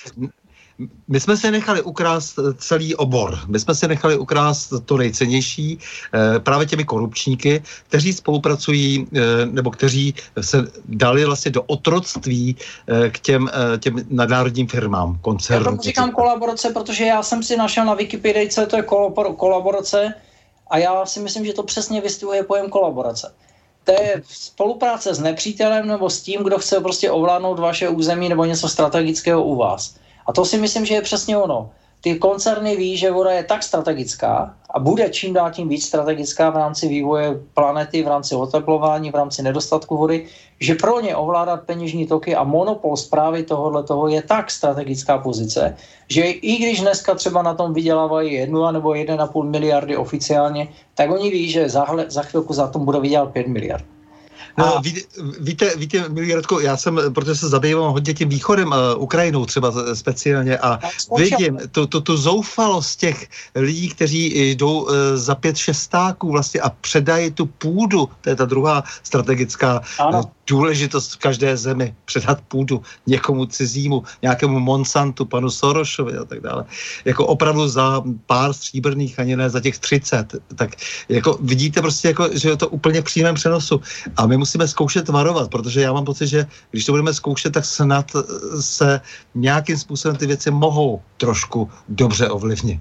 My jsme si nechali ukrást celý obor. My jsme si nechali ukrást to nejcennější eh, právě těmi korupčníky, kteří spolupracují eh, nebo kteří se dali vlastně do otroctví eh, k těm, eh, těm nadnárodním firmám, koncernům. Já tomu říkám kolaborace, protože já jsem si našel na Wikipedii, co to je kolaborace a já si myslím, že to přesně vystihuje pojem kolaborace. To je spolupráce s nepřítelem nebo s tím, kdo chce prostě ovládnout vaše území nebo něco strategického u vás. A to si myslím, že je přesně ono. ty koncerny ví, že voda je tak strategická a bude čím dál tím víc strategická v rámci vývoje planety, v rámci oteplování, v rámci nedostatku vody, že pro ně ovládat peněžní toky a monopol správy tohohle toho je tak strategická pozice, že i když dneska třeba na tom vydělávají jednu nebo jeden a půl miliardy oficiálně, tak oni ví, že za, za chvilku za tom bude vydělat pět miliard. No, a... víte, víte, víte, milý Radko, já jsem, protože se zabývám hodně tím východem, uh, Ukrajinou třeba speciálně a vidím tu, tu, tu zoufalost těch lidí, kteří jdou uh, za pět šestáků vlastně a předají tu půdu, to je ta druhá strategická uh, důležitost v každé zemi, předat půdu někomu cizímu, nějakému Monsantu, panu Sorošovi a tak dále. Jako opravdu za pár stříbrných, ani ne za těch třicet. Tak jako vidíte prostě, jako, že je to úplně v přímém přenosu. A my musíme zkoušet varovat, protože já mám pocit, že když to budeme zkoušet, tak snad se nějakým způsobem ty věci mohou trošku dobře ovlivnit.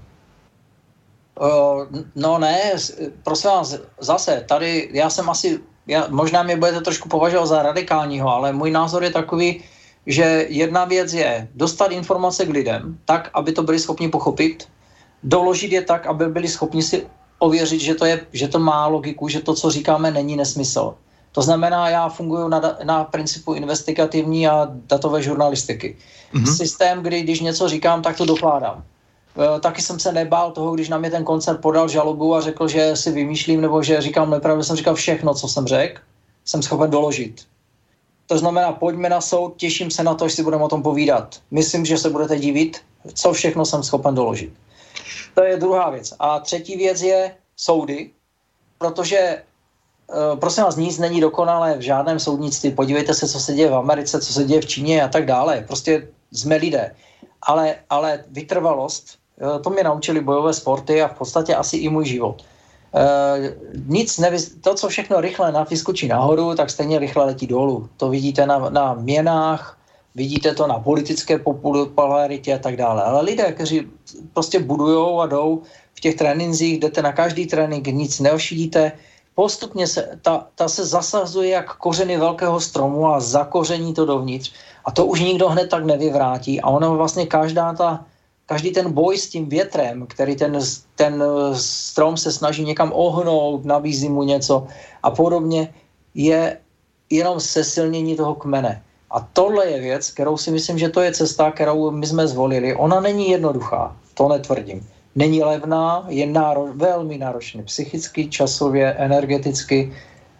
Uh, no ne, prosím vás, zase, tady já jsem asi, já, možná mě budete trošku považovat za radikálního, ale můj názor je takový, že jedna věc je dostat informace k lidem tak, aby to byli schopni pochopit, doložit je tak, aby byli schopni si ověřit, že to, je, že to má logiku, že to, co říkáme, není nesmysl. To znamená, já funguji na, na principu investigativní a datové žurnalistiky. Mm-hmm. Systém, kdy když něco říkám, tak to dokládám. E, taky jsem se nebál toho, když na mě ten koncert podal žalobu a řekl, že si vymýšlím nebo že říkám nepravdu, jsem říkal všechno, co jsem řekl, jsem schopen doložit. To znamená, pojďme na soud, těším se na to, až si budeme o tom povídat. Myslím, že se budete divit, co všechno jsem schopen doložit. To je druhá věc. A třetí věc je soudy, protože prosím vás, nic není dokonalé v žádném soudnictví. Podívejte se, co se děje v Americe, co se děje v Číně a tak dále. Prostě jsme lidé. Ale, ale vytrvalost, to mě naučili bojové sporty a v podstatě asi i můj život. E, nic nevys- to, co všechno rychle vyskočí nahoru, tak stejně rychle letí dolů. To vidíte na, na měnách, vidíte to na politické popularitě a tak dále. Ale lidé, kteří prostě budujou a jdou v těch tréninzích, jdete na každý trénink, nic neošidíte, postupně se, ta, ta se zasazuje jak kořeny velkého stromu a zakoření to dovnitř. A to už nikdo hned tak nevyvrátí. A ono vlastně každá ta, každý ten boj s tím větrem, který ten, ten strom se snaží někam ohnout, nabízí mu něco a podobně, je jenom sesilnění toho kmene. A tohle je věc, kterou si myslím, že to je cesta, kterou my jsme zvolili. Ona není jednoduchá, to netvrdím. Není levná, je náro, velmi náročný psychicky, časově, energeticky.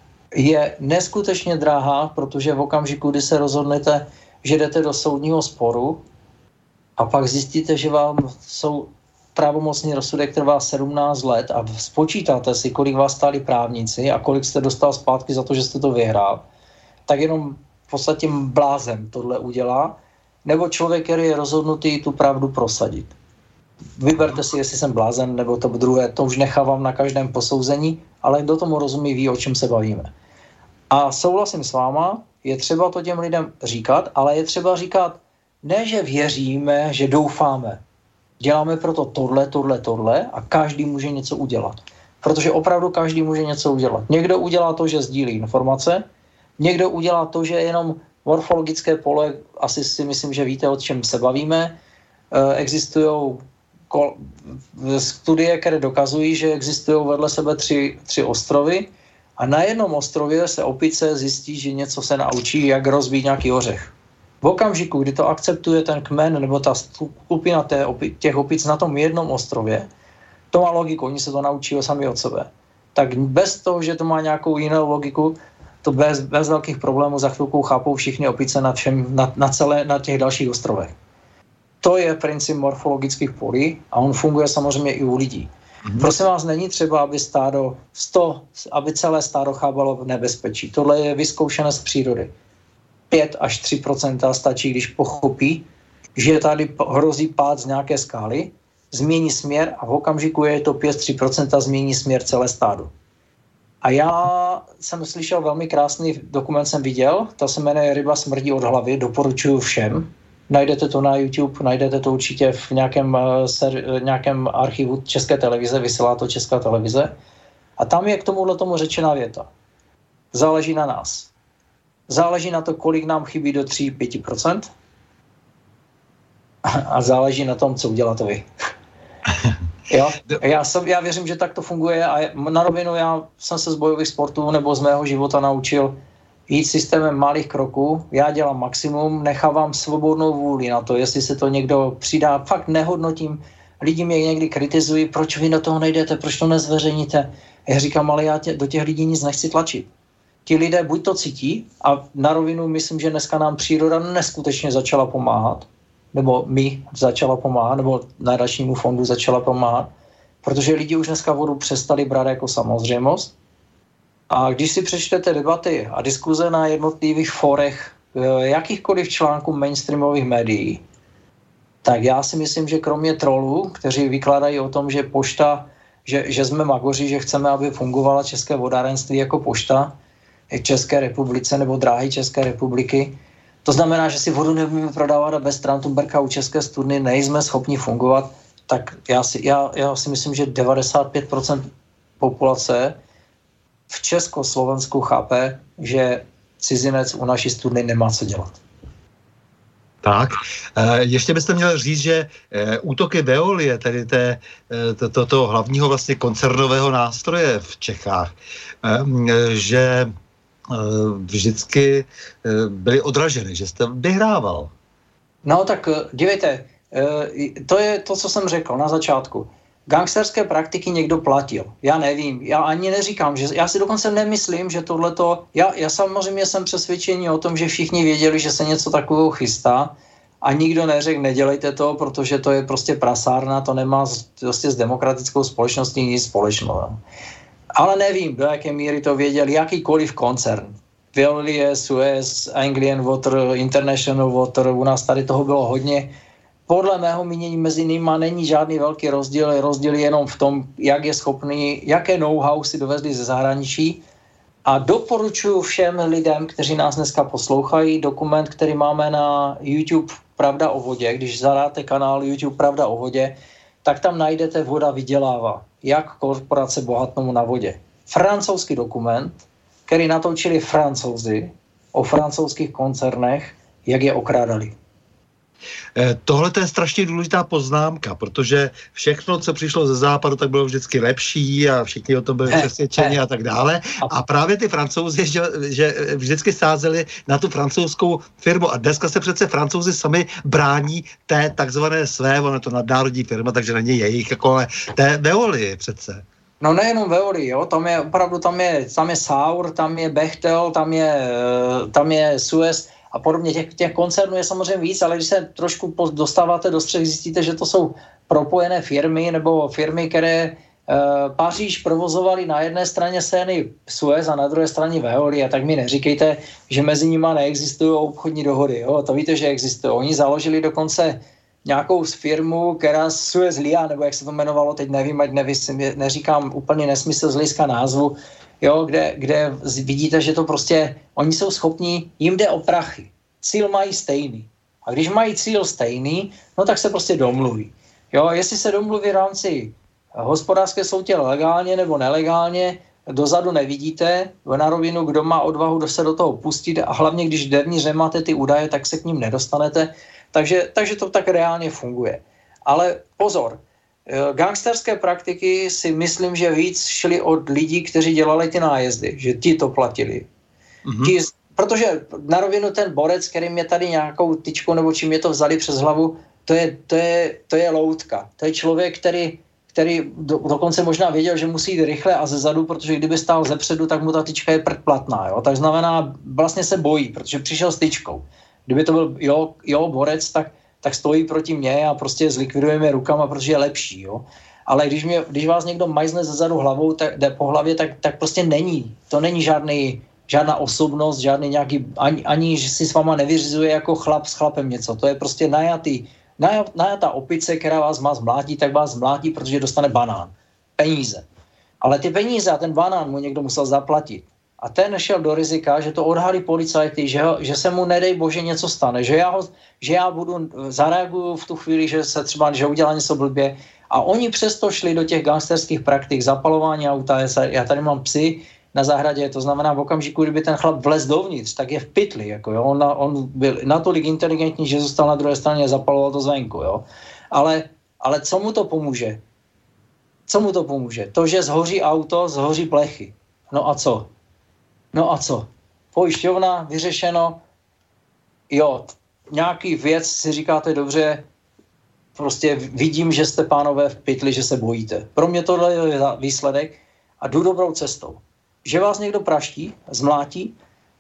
Je neskutečně drahá, protože v okamžiku, kdy se rozhodnete, že jdete do soudního sporu a pak zjistíte, že vám jsou pravomocný rozsudek trvá sedmnáct let a spočítáte si, kolik vás stáli právníci a kolik jste dostal zpátky za to, že jste to vyhrál, tak jenom v podstatě blázen tohle udělá, nebo člověk, který je rozhodnutý tu pravdu prosadit. Vyberte si, jestli jsem blázen, nebo to druhé, to už nechávám na každém posouzení, ale kdo tomu rozumí, ví, o čem se bavíme. A souhlasím s váma, je třeba to těm lidem říkat, ale je třeba říkat, ne, že věříme, že doufáme. Děláme proto tohle, tohle, tohle a každý může něco udělat. Protože opravdu každý může něco udělat. Někdo udělá to, že sdílí informace, někdo udělá to, že jenom morfologické pole, asi si myslím, že víte, o čem se bavíme, existují studie, které dokazují, že existují vedle sebe tři, tři ostrovy a na jednom ostrově se opice zjistí, že něco se naučí, jak rozbít nějaký ořech. V okamžiku, kdy to akceptuje ten kmen nebo ta skupina těch opic na tom jednom ostrově, to má logiku, oni se to naučí sami od sebe. Tak bez toho, že to má nějakou jinou logiku, to bez, bez velkých problémů za chvilku chápou všichni opice na, všem, na, na, celé, na těch dalších ostrovech. To je princip morfologických polí a on funguje samozřejmě i u lidí. Mm-hmm. Prosím vás, není třeba, aby stádo sto, aby celé stádo chápalo v nebezpečí. Tohle je vyzkoušené z přírody. pět až tři procenta stačí, když pochopí, že tady hrozí pád z nějaké skály, změní směr a v okamžiku je to pět až tři procenta změní směr celé stádo. A já jsem slyšel velmi krásný dokument, jsem viděl, ta se jmenuje Ryba smrdí od hlavy, doporučuji všem. Najdete to na YouTube, najdete to určitě v nějakém, ser, nějakém archivu České televize, vysílá to Česká televize. A tam je k tomuhle tomu řečená věta. Záleží na nás. Záleží na to, kolik nám chybí do tři až pět procent a záleží na tom, co uděláte vy. Jo, já, jsem, já věřím, že tak to funguje a na rovinu já jsem se z bojových sportů nebo z mého života naučil jít systémem malých kroků. Já dělám maximum, nechávám svobodnou vůli na to, jestli se to někdo přidá. Fakt nehodnotím. Lidi mě někdy kritizují, proč vy do toho nejdete, proč to nezveřejníte. Já říkám, ale já tě, do těch lidí nic nechci tlačit. Ti lidé buď to cítí a na rovinu myslím, že dneska nám příroda neskutečně začala pomáhat, nebo my začala pomáhat, nebo nadačnímu fondu začala pomáhat, protože lidi už dneska vodu přestali brát jako samozřejmost. A když si přečtete debaty a diskuze na jednotlivých forech jakýchkoliv článků mainstreamových médií, tak já si myslím, že kromě trolů, kteří vykládají o tom, že pošta, že, že jsme magoři, že chceme, aby fungovala české vodárenství jako pošta v České republice nebo dráhy České republiky, to znamená, že si vodu nebudeme prodávat a bez Trantumberka u České studny nejsme schopni fungovat, tak já si, já, já si myslím, že devadesát pět procent populace v Československu chápe, že cizinec u naší studny nemá co dělat. Tak, ještě byste měl říct, že útoky Veolie, tedy té, to, to, toho hlavního vlastně koncernového nástroje v Čechách, že vždycky byly odraženy, že jste vyhrával. No tak dívejte, to je to, co jsem řekl na začátku. Gangsterské praktiky někdo platil. Já nevím, já ani neříkám, že já si dokonce nemyslím, že tohleto, já, já samozřejmě jsem přesvědčený o tom, že všichni věděli, že se něco takového chystá a nikdo neřekl, nedělejte to, protože to je prostě prasárna, to nemá prostě s demokratickou společností nic společného. Ale nevím, do jaké míry to věděl jakýkoliv koncern. Veolie, Suez, Anglian Water, International Water, u nás tady toho bylo hodně. Podle mého mínění mezi nimi není žádný velký rozdíl, rozdíl jenom v tom, jak je schopný, jaké know-how si dovezli ze zahraničí. A doporučuji všem lidem, kteří nás dneska poslouchají, dokument, který máme na YouTube Pravda o vodě. Když zadáte kanál YouTube Pravda o vodě, tak tam najdete Voda vydělává. Jak korporace bohatnou na vodě. Francouzský dokument, který natočili Francouzi o francouzských koncernech, jak je okrádali. Tohle to je strašně důležitá poznámka, protože všechno, co přišlo ze západu, tak bylo vždycky lepší a všichni o tom byli přesvědčeni a tak dále. A právě ty Francouzi, že, že vždycky sázeli na tu francouzskou firmu a dneska se přece Francouzi sami brání té takzvané své, ono je to nadnárodní firma, takže není jejich, jako ale té Veolie přece. No nejenom Veolie, jo, tam je opravdu, tam je, tam je Saur, tam je Bechtel, tam je, tam je Suez a podobně. Těch, těch koncernů je samozřejmě víc, ale když se trošku dostáváte do střech, zjistíte, že to jsou propojené firmy nebo firmy, které e, Paříž provozovali na jedné straně scény Suez a na druhé straně Veolie, tak mi neříkejte, že mezi nimi neexistují obchodní dohody. Jo? To víte, že existují. Oni založili dokonce nějakou firmu, která Suez Lia, nebo jak se to jmenovalo, teď nevím, ať nevím, neříkám úplně nesmysl z hlediska názvu, jo, kde, kde vidíte, že to prostě, oni jsou schopní, jim jde o prachy. Cíl mají stejný. A když mají cíl stejný, no tak se prostě domluví. Jo, jestli se domluví v rámci hospodářské soutěže legálně nebo nelegálně, dozadu nevidíte, na rovinu, kdo má odvahu se do toho pustit a hlavně, když devnitř nemáte ty údaje, tak se k ním nedostanete. Takže, takže to tak reálně funguje. Ale pozor, gangsterské praktiky si myslím, že víc šly od lidí, kteří dělali ty nájezdy, že ti to platili. Mm-hmm. Ti, protože na rovinu ten borec, kterým je tady nějakou tyčkou nebo čím je to vzali přes hlavu, to je, to je, to je loutka. To je člověk, který, který do, dokonce možná věděl, že musí jít rychle a zezadu, protože kdyby stál zepředu, tak mu ta tyčka je predplatná. Jo? Tak znamená, vlastně se bojí, protože přišel s tyčkou. Kdyby to byl jo, jo borec, tak, tak stojí proti mně a prostě zlikvidujeme rukama, protože je lepší. Jo? Ale když, mě, když vás někdo majzne zezadu hlavou, tak, jde po hlavě, tak, tak prostě není. To není žádný, žádná osobnost, žádný nějaký, ani, ani že si s váma nevyřizuje jako chlap s chlapem něco. To je prostě najatý, najatá opice, která vás má zmlátí, tak vás zmlátí, protože dostane banán. Peníze. Ale ty peníze a ten banán mu někdo musel zaplatit. A ten šel do rizika, že to odhalí policajty, že, ho, že se mu nedej bože něco stane, že já, ho, že já budu, zareaguju v tu chvíli, že se třeba, že udělá něco blbě. A oni přesto šli do těch gangsterských praktik, zapalování auta. Já tady mám psy na zahradě, to znamená v okamžiku, kdyby ten chlap vlez dovnitř, tak je v pytli. Jako, jo? On, on byl natolik inteligentní, že zůstal na druhé straně a zapaloval to zvenku. Jo? Ale, ale co mu to pomůže? Co mu to pomůže? To, že zhoří auto, zhoří plechy. No a co? No a co? Pojišťovna, vyřešeno. Jo, nějaký věc si říkáte dobře, prostě vidím, že jste, pánové, v pytli, že se bojíte. Pro mě tohle je výsledek a jdu dobrou cestou. Že vás někdo praští, zmlátí?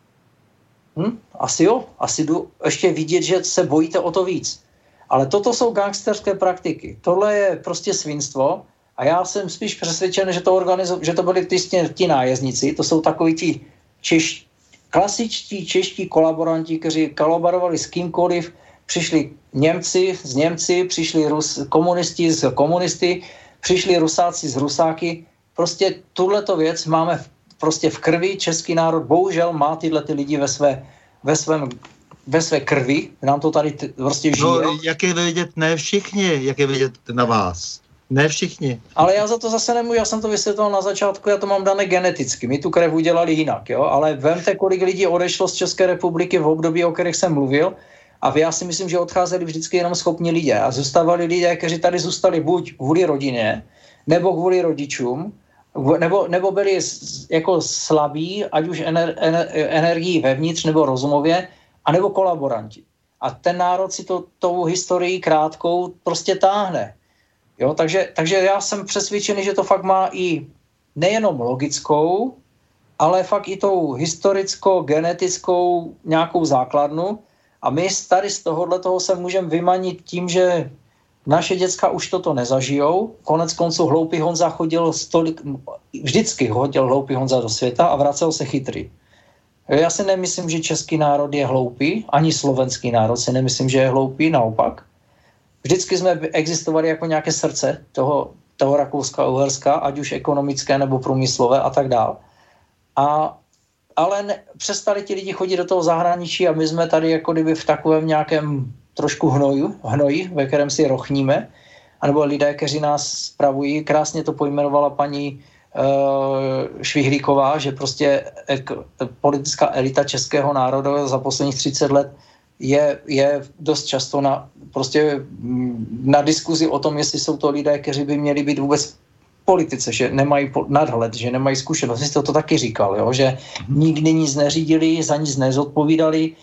Hm? Asi jo, asi jdu ještě vidět, že se bojíte o to víc. Ale toto jsou gangsterské praktiky. Tohle je prostě svinstvo a já jsem spíš přesvědčen, že to, organizo- že to byli ty, ti nájezdníci, to jsou takoví ti češ- klasičtí čeští kolaboranti, kteří kolaborovali s kýmkoliv, přišli Němci z Němci, přišli Rus, komunisti z komunisty, přišli Rusáci z Rusáky. Prostě tuhleto věc máme v, prostě v krvi. Český národ bohužel má tyhle ty lidi ve své, ve svém, ve své krvi. Nám to tady t- prostě žije. No, jak je vidět, ne všichni, jak je vidět na vás. Ne všichni. Ale já za to zase nemůžu, já jsem to vysvětlil na začátku, já to mám dané geneticky. My tu krev udělali jinak, jo. Ale vemte, kolik lidí odešlo z České republiky v období, o kterých jsem mluvil. A já si myslím, že odcházeli vždycky jenom schopní lidé. A zůstávali lidé, kteří tady zůstali buď kvůli rodině, nebo kvůli rodičům, nebo, nebo byli jako slabí, ať už ener, ener, energií vevnitř, nebo rozumově, anebo kolaboranti. A ten národ si to, tou historií krátkou prostě táhne. Jo, takže, takže já jsem přesvědčený, že to fakt má i nejenom logickou, ale fakt i tou historicko-genetickou nějakou základnu. A my tady z tohohle toho se můžeme vymanit tím, že naše děcka už toto nezažijou. Konec konců hloupý Honza chodil stolik, vždycky hodil hloupý Honza do světa a vracel se chytrý. Já si nemyslím, že český národ je hloupý, ani slovenský národ si nemyslím, že je hloupý, naopak. Vždycky jsme existovali jako nějaké srdce toho, toho Rakouska a Uherska, ať už ekonomické nebo průmyslové a tak dál. A ale ne, přestali ti lidi chodit do toho zahraničí a my jsme tady jako kdyby v takovém nějakém trošku hnoju, hnoji, ve kterém si rochníme, anebo lidé, kteří nás spravují. Krásně to pojmenovala paní uh, Švihlíková, že prostě ek, politická elita českého národa za posledních třicet let je, je dost často na, prostě na diskuzi o tom, jestli jsou to lidé, kteří by měli být vůbec politice, že nemají nadhled, že nemají zkušenost. Vy jste to taky říkal, jo? Že nikdy nic neřídili, za nic nezodpovídali,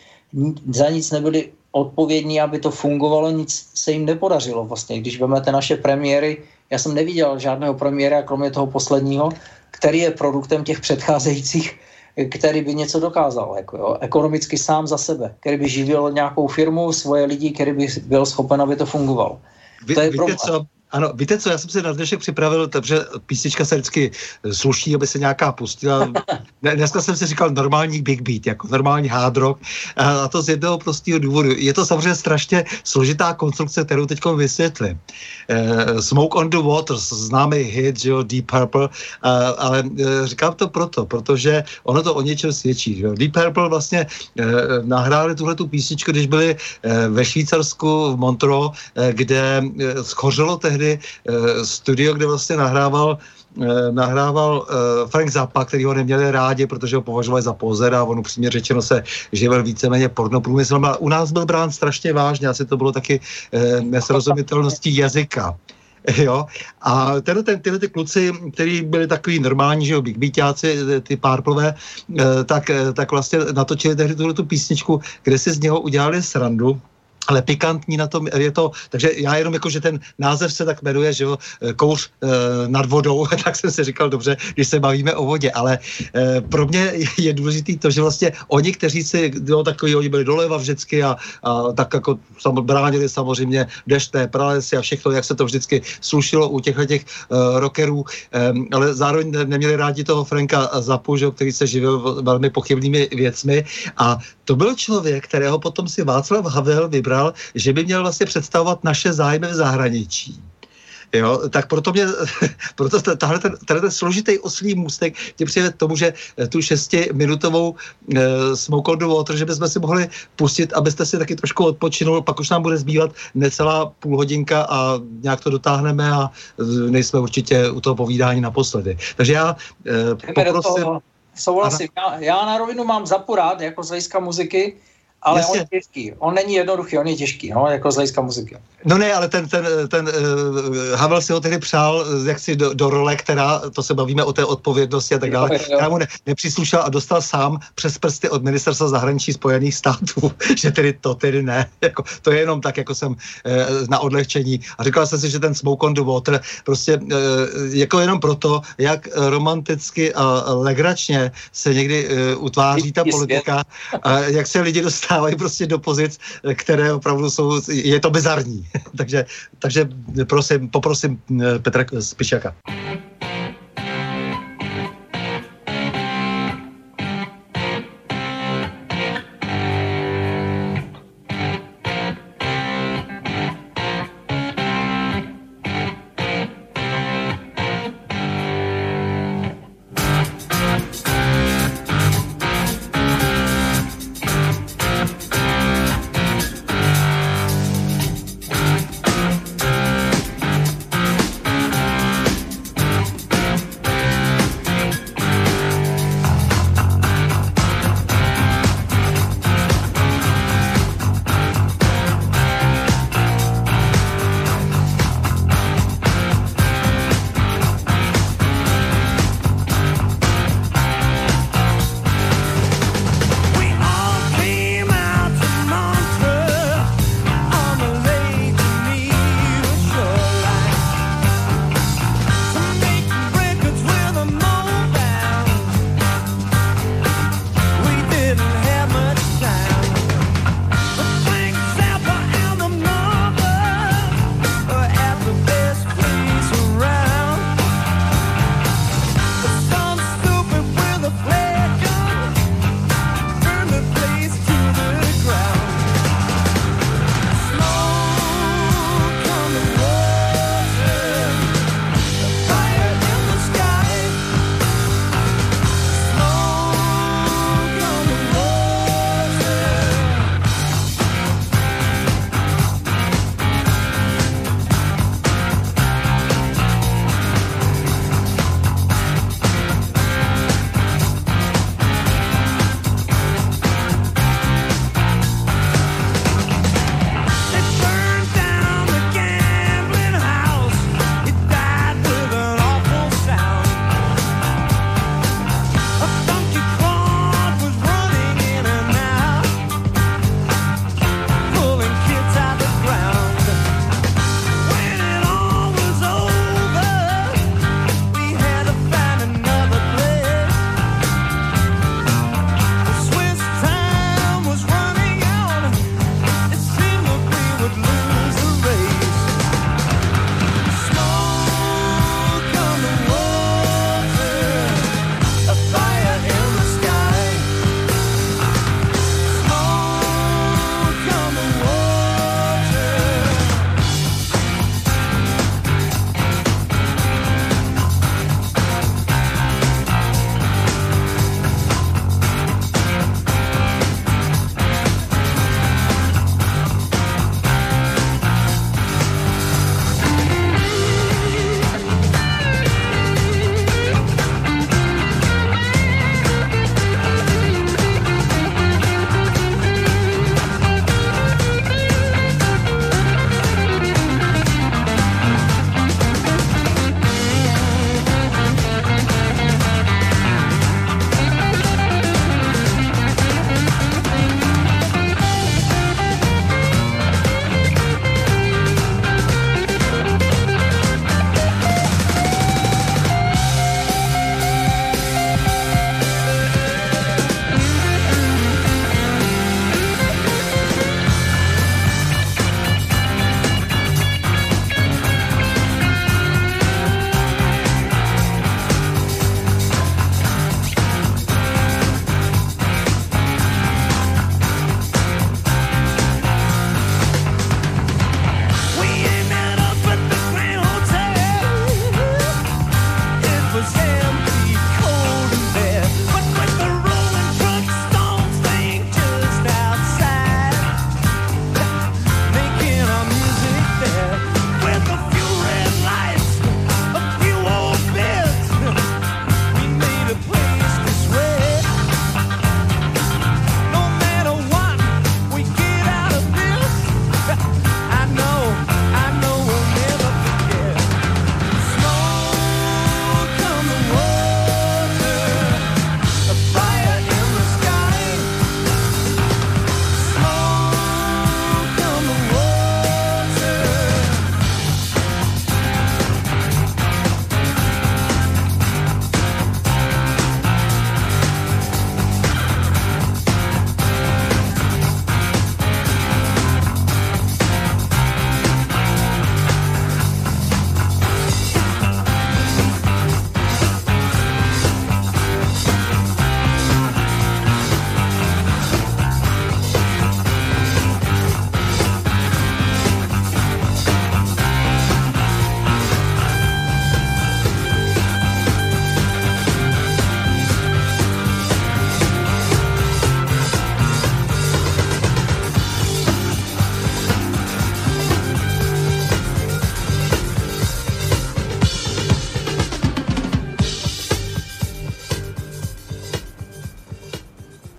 za nic nebyli odpovědní, aby to fungovalo, nic se jim nepodařilo vlastně. Když vezmete naše premiéry, já jsem neviděl žádného premiéra, kromě toho posledního, který je produktem těch předcházejících, který by něco dokázal, jako jo? Ekonomicky sám za sebe, který by živil nějakou firmu, svoje lidi, který by byl schopen, aby to fungovalo. Vy, to je víte problém. Co? Ano, víte co, já jsem si na dnešek připravil, takže písnička se vždycky sluší, aby se nějaká pustila. Dneska jsem si říkal normální big beat, jako normální hard rock, a to z jednoho prostého důvodu. Je to samozřejmě strašně složitá konstrukce, kterou teď vysvětlím. Uh, Smoke on the Waters, známý hit, že jo, Deep Purple, uh, ale uh, říkám to proto, protože ono to o něčem svědčí. Že jo. Deep Purple vlastně uh, nahráli tuhletu písničku, když byli uh, ve Švýcarsku, v Montreux, uh, kde uh, schořelo tehdy studio, kde vlastně nahrával nahrával uh, Frank Zappa, který ho neměli rádi, protože ho považovali za pozera a on upřímně řečeno se živil víceméně pornoprůmyslem. A u nás byl brán strašně vážně, asi to bylo taky uh, nesrozumitelností jazyka. Jo? A tenhle, ten, tyhle ty kluci, kteří byli takový normální, že jo, big beatáci, ty Purplové, tak, tak vlastně natočili tehdy tuhle tu písničku, kde si z něho udělali srandu. Ale pikantní na tom je to, takže já jenom jako, že ten název se tak jmenuje, že jo, kouř e, nad vodou, tak jsem si říkal dobře, když se bavíme o vodě, ale e, pro mě je důležitý to, že vlastně oni, kteří si, jo, takový, oni byli doleva vždycky a, a tak jako sam, bránili samozřejmě deště, pralesy a všechno, jak se to vždycky slušilo u těchto těch e, rockerů, e, ale zároveň neměli rádi toho Franka Zappu, že jo, který se živil velmi pochybnými věcmi a to byl člověk, kterého potom si Václav Havel vybral, že by měl vlastně představovat naše zájmy v zahraničí. Jo, tak proto mě, proto tahle ten, ten složitý oslý můstek tě přijde tomu, že tu šestiminutovou uh, Smoke on the Water, že bychom si mohli pustit, abyste si taky trošku odpočinul, pak už nám bude zbývat necelá půl hodinka a nějak to dotáhneme a uh, nejsme určitě u toho povídání naposledy. Takže já uh, poprosím... Souhlasím. Já, já na rovinu mám Zappu rád, jako z hlediska muziky, Ale jasně. On je těžký. On není jednoduchý, on je těžký, no, jako z hlediska muziky. No ne, ale ten, ten, ten uh, Havel si ho tedy přál jaksi do, do role, která, to se bavíme o té odpovědnosti a tak dále, jo, jo. která mu ne, nepříslušela a dostal sám přes prsty od ministerstva zahraničí Spojených států, že tedy to tedy ne. Jako, to je jenom tak, jako jsem uh, na odlehčení. A říkal jsem si, že ten Smoke on the Water prostě uh, jako jenom proto, jak romanticky a legračně se někdy uh, utváří ta politika a jak se lidi dostávají prostě do pozic, které opravdu jsou, je to bizarní. takže, takže prosím, poprosím Petra Spišáka.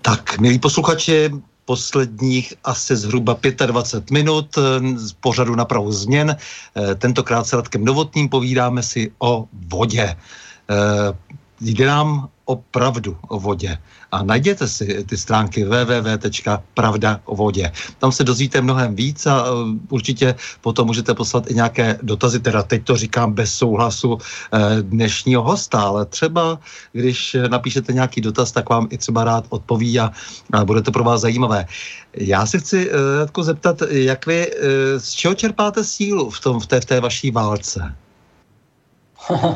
Tak, milí posluchači, posledních asi zhruba dvacet pět minut z pořadu Na prahu změn. Tentokrát s Radkem Novotným povídáme si o vodě. Jde nám o pravdu o vodě. A najděte si ty stránky w w w tečka pravda o vodě. Tam se dozvíte mnohem víc a určitě potom můžete poslat i nějaké dotazy. Teda teď to říkám bez souhlasu dnešního hosta, ale třeba, když napíšete nějaký dotaz, tak vám i třeba rád odpoví a bude to pro vás zajímavé. Já se chci, Radko, zeptat, jak vy, z čeho čerpáte sílu v, tom, v, té, v té vaší válce? uh...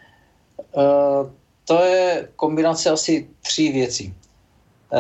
To je kombinace asi tří věcí. E,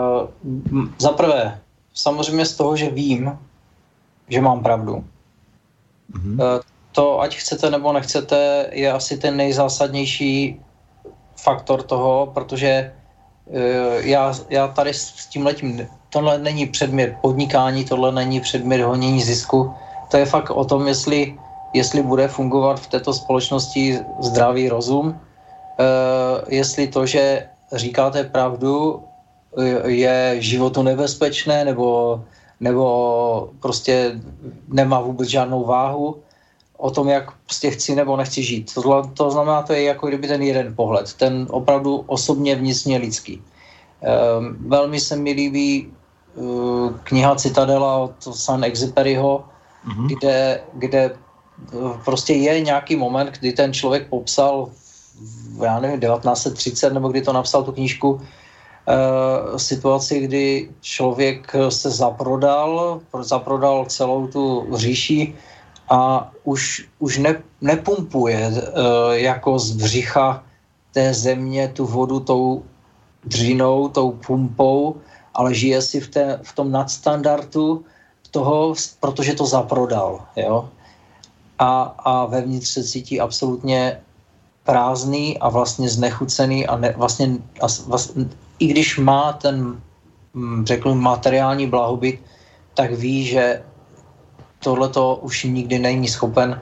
za prvé, samozřejmě z toho, že vím, že mám pravdu. Mm-hmm. E, to, ať chcete nebo nechcete, je asi ten nejzásadnější faktor toho, protože e, já, já tady s tímhletím, tohle není předmět podnikání, tohle není předmět honění zisku. To je fakt o tom, jestli, jestli bude fungovat v této společnosti zdravý rozum, Uh, jestli to, že říkáte pravdu, je životu nebezpečné nebo, nebo prostě nemá vůbec žádnou váhu, o tom, jak prostě chci nebo nechci žít. To, to znamená, to je jako kdyby ten jeden pohled, ten opravdu osobně vnitřně lidský. Uh, velmi se mi líbí uh, kniha Citadela od Saint-Exupéryho, mm-hmm. kde, kde prostě je nějaký moment, kdy ten člověk popsal já nevím, devatenáct set třicet, nebo kdy to napsal tu knížku, e, situaci, kdy člověk se zaprodal, zaprodal celou tu říši a už, už ne, nepumpuje e, jako z břicha té země tu vodu tou dřinou, tou pumpou, ale žije si v, té, v tom nadstandardu toho, protože to zaprodal. Jo? A, a vevnitř se cítí absolutně prázdný a vlastně znechucený a ne, vlastně, a vlastně i když má ten, řekl materiální blahobyt, tak ví, že tohleto už nikdy není schopen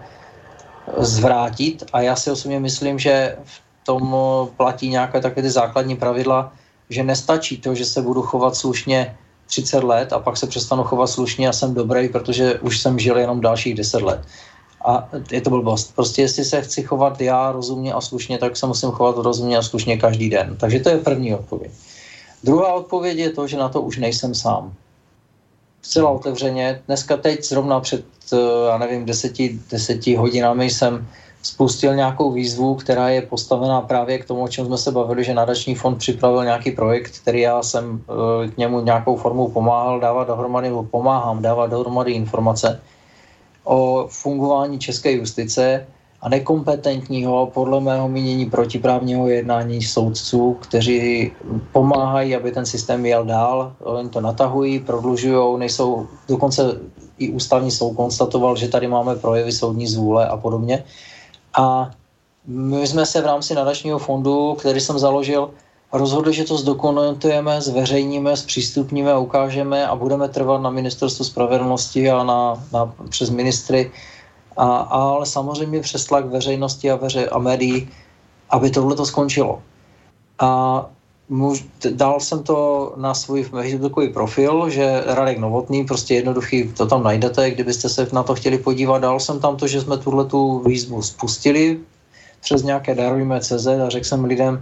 zvrátit a já si osobně myslím, že v tom platí nějaké takové ty základní pravidla, že nestačí to, že se budu chovat slušně třicet let a pak se přestanu chovat slušně a jsem dobrý, protože už jsem žil jenom dalších deset let. A je to blbost. Prostě jestli se chci chovat já rozumně a slušně, tak se musím chovat rozumně a slušně každý den. Takže to je první odpověď. Druhá odpověď je to, že na to už nejsem sám. Zcela otevřeně. Dneska teď zrovna před, já nevím, deseti, deseti hodinami jsem spustil nějakou výzvu, která je postavená právě k tomu, o čem jsme se bavili, že nadační fond připravil nějaký projekt, který já jsem k němu nějakou formou pomáhal dávat dohromady, nebo pomáhám dávat dohromady informace o fungování české justice a nekompetentního, podle mého mínění protiprávního jednání soudců, kteří pomáhají, aby ten systém jel dál. Oni to natahují, prodlužují, nejsou, dokonce i ústavní soud konstatoval, že tady máme projevy soudní zvůle a podobně. A my jsme se v rámci nadačního fondu, který jsem založil, rozhodli, že to zdokumentujeme, zveřejníme, zpřístupníme a ukážeme a budeme trvat na ministerstvu spravedlnosti a na, na, přes ministry, a, ale samozřejmě přes tlak veřejnosti a, veře, a médií, aby tohle to skončilo. A muž, dal jsem to na svůj facebookový profil, že Radek Novotný, prostě jednoduchý, to tam najdete, kdybyste se na to chtěli podívat. Dal jsem tam to, že jsme tuhletu výzvu spustili přes nějaké darujme tečka cé zet a řekl jsem lidem,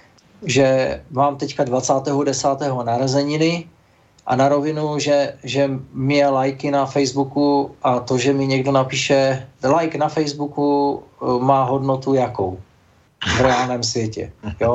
že mám teďka dvacátého desátého narozeniny a na rovinu, že, že mě lajky na Facebooku a to, že mi někdo napíše like na Facebooku, má hodnotu jakou v reálném světě. Jo?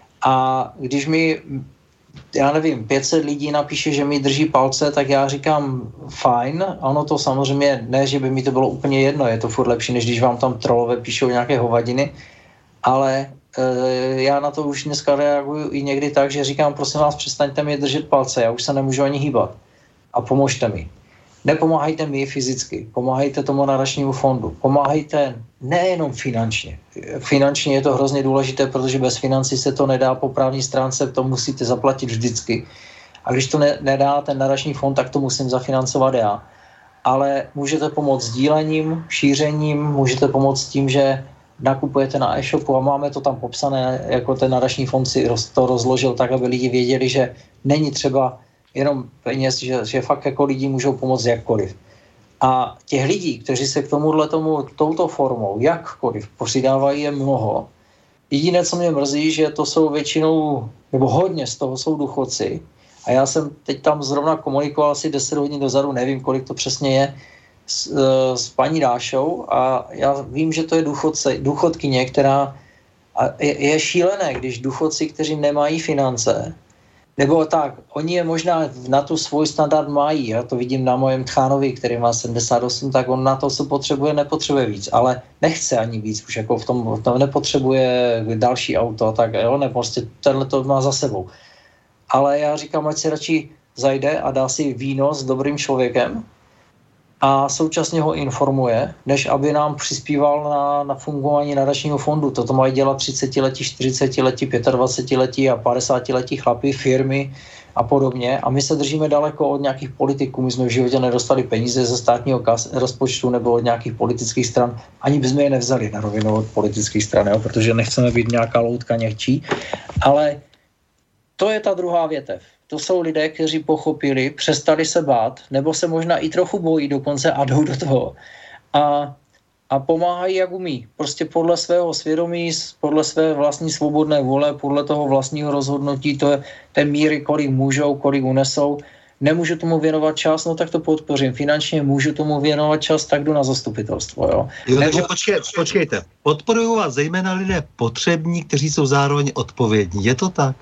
A když mi, já nevím, pět set lidí napíše, že mi drží palce, tak já říkám fajn. Ono to samozřejmě, ne, že by mi to bylo úplně jedno, je to furt lepší, než když vám tam trolové píšou nějaké hovadiny, ale já na to už dneska reaguju i někdy tak, že říkám, prosím vás, přestaňte mi držet palce, já už se nemůžu ani hýbat a pomožte mi. Nepomáhejte mi fyzicky, pomáhejte tomu nadačnímu fondu, pomáhejte nejenom finančně. Finančně je to hrozně důležité, protože bez financí se to nedá po právní stránce, to musíte zaplatit vždycky. A když to ne, nedá ten nadační fond, tak to musím zafinancovat já. Ale můžete pomoct sdílením, šířením, můžete pomoct tím, že nakupujete na e-shopu a máme to tam popsané, jako ten nadační fond si to rozložil tak, aby lidi věděli, že není třeba jenom peněz, že, že fakt jako lidi můžou pomoct jakkoliv. A těch lidí, kteří se k tomuhle tomu touto formou jakkoliv přidávají, je mnoho. Jediné, co mě mrzí, že to jsou většinou, nebo hodně z toho jsou důchodci. A já jsem teď tam zrovna komunikoval asi deset hodin dozadu, nevím, kolik to přesně je, s, s paní Dášou. A já vím, že to je důchodce, důchodkyně, která je, je šílené, když důchodci, kteří nemají finance, nebo tak, oni je možná na tu svůj standard mají, já to vidím na mojem tchánovi, který má sedmdesát osm, tak on na to, co potřebuje, nepotřebuje víc, ale nechce ani víc, už jako v tom, v tom nepotřebuje další auto, tak jo, ne, prostě tenhle to má za sebou. Ale já říkám, ať si radši zajde a dá si víno s dobrým člověkem a současně ho informuje, než aby nám přispíval na, na fungování nadačního fondu. Toto mají dělat třicetiletí, čtyřicetiletí, pětadvacetiletí a padesátiletí chlapi, firmy a podobně. A my se držíme daleko od nějakých politiků. My jsme v životě nedostali peníze ze státního kas- rozpočtu nebo od nějakých politických stran. Ani bychom je nevzali na rovinu od politických stran, jo? Protože nechceme být nějaká loutka něhčí. Ale to je ta druhá větev. To jsou lidé, kteří pochopili, přestali se bát, nebo se možná i trochu bojí dokonce a jdou do toho. A, a pomáhají, jak umí. Prostě podle svého svědomí, podle své vlastní svobodné vůle, podle toho vlastního rozhodnutí, to je té míry, kolik můžou, kolik unesou. Nemůžu tomu věnovat čas, no tak to podpořím. Finančně můžu tomu věnovat čas, tak jdu na zastupitelstvo. Jo? Jo, takže nebo... počkej, počkejte. Podporují vás zejména lidé potřební, kteří jsou zároveň odpovědní. Je to tak?